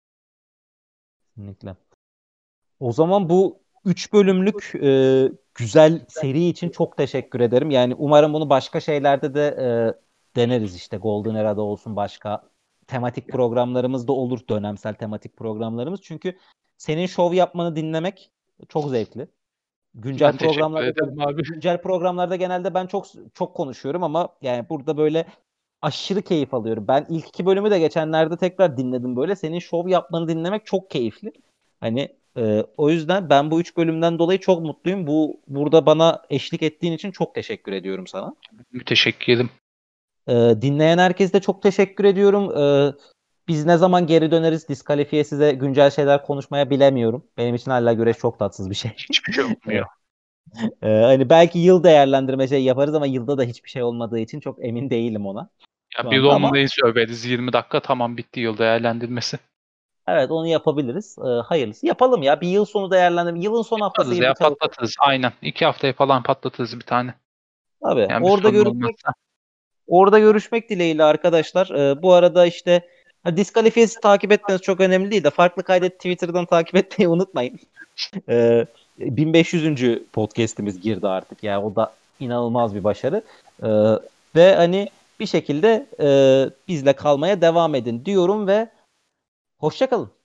Kesinlikle. O zaman bu 3 bölümlük güzel seri için çok teşekkür ederim. Yani umarım bunu başka şeylerde de deneriz, işte Golden Era'da olsun, başka tematik programlarımız da olur, dönemsel tematik programlarımız. Çünkü senin şov yapmanı dinlemek çok zevkli. Ben teşekkür ederim abi. Güncel programlarda genelde ben çok çok konuşuyorum ama yani burada böyle aşırı keyif alıyorum. Ben ilk 2 bölümü de geçenlerde tekrar dinledim böyle. Senin şov yapmanı dinlemek çok keyifli. Hani o yüzden ben bu 3 bölümden dolayı çok mutluyum. Burada bana eşlik ettiğin için çok teşekkür ediyorum sana. Müteşekkirim. Dinleyen herkese de çok teşekkür ediyorum. Biz ne zaman geri döneriz diskalifiye size güncel şeyler konuşmaya bilemiyorum. Benim için hala güreş çok tatsız bir şey. Hiçbir şey olmuyor. Hani belki yıl değerlendirme şey yaparız ama yılda da hiçbir şey olmadığı için çok emin değilim ona şu Ya bir anda, Roman ama Reigns överiz 20 dakika, tamam, bitti yıl değerlendirmesi. evet, onu yapabiliriz. Hayırlısı. Yapalım ya. Bir yıl sonu değerlendirme. Yılın son haftası Yaparız gibi ya, çalışalım. patlatırız. Aynen. 2 haftaya falan patlatırız bir tane. Tabii. Yani bir sorun olmazsa. Orada görüşmek dileğiyle arkadaşlar. Bu arada işte diskalifiyesi takip etmeniz çok önemli değil de farklı kaydet Twitter'dan takip etmeyi unutmayın. 1500. podcast'imiz girdi artık. Yani o da inanılmaz bir başarı. Ve hani bir şekilde bizle kalmaya devam edin diyorum ve hoşça kalın.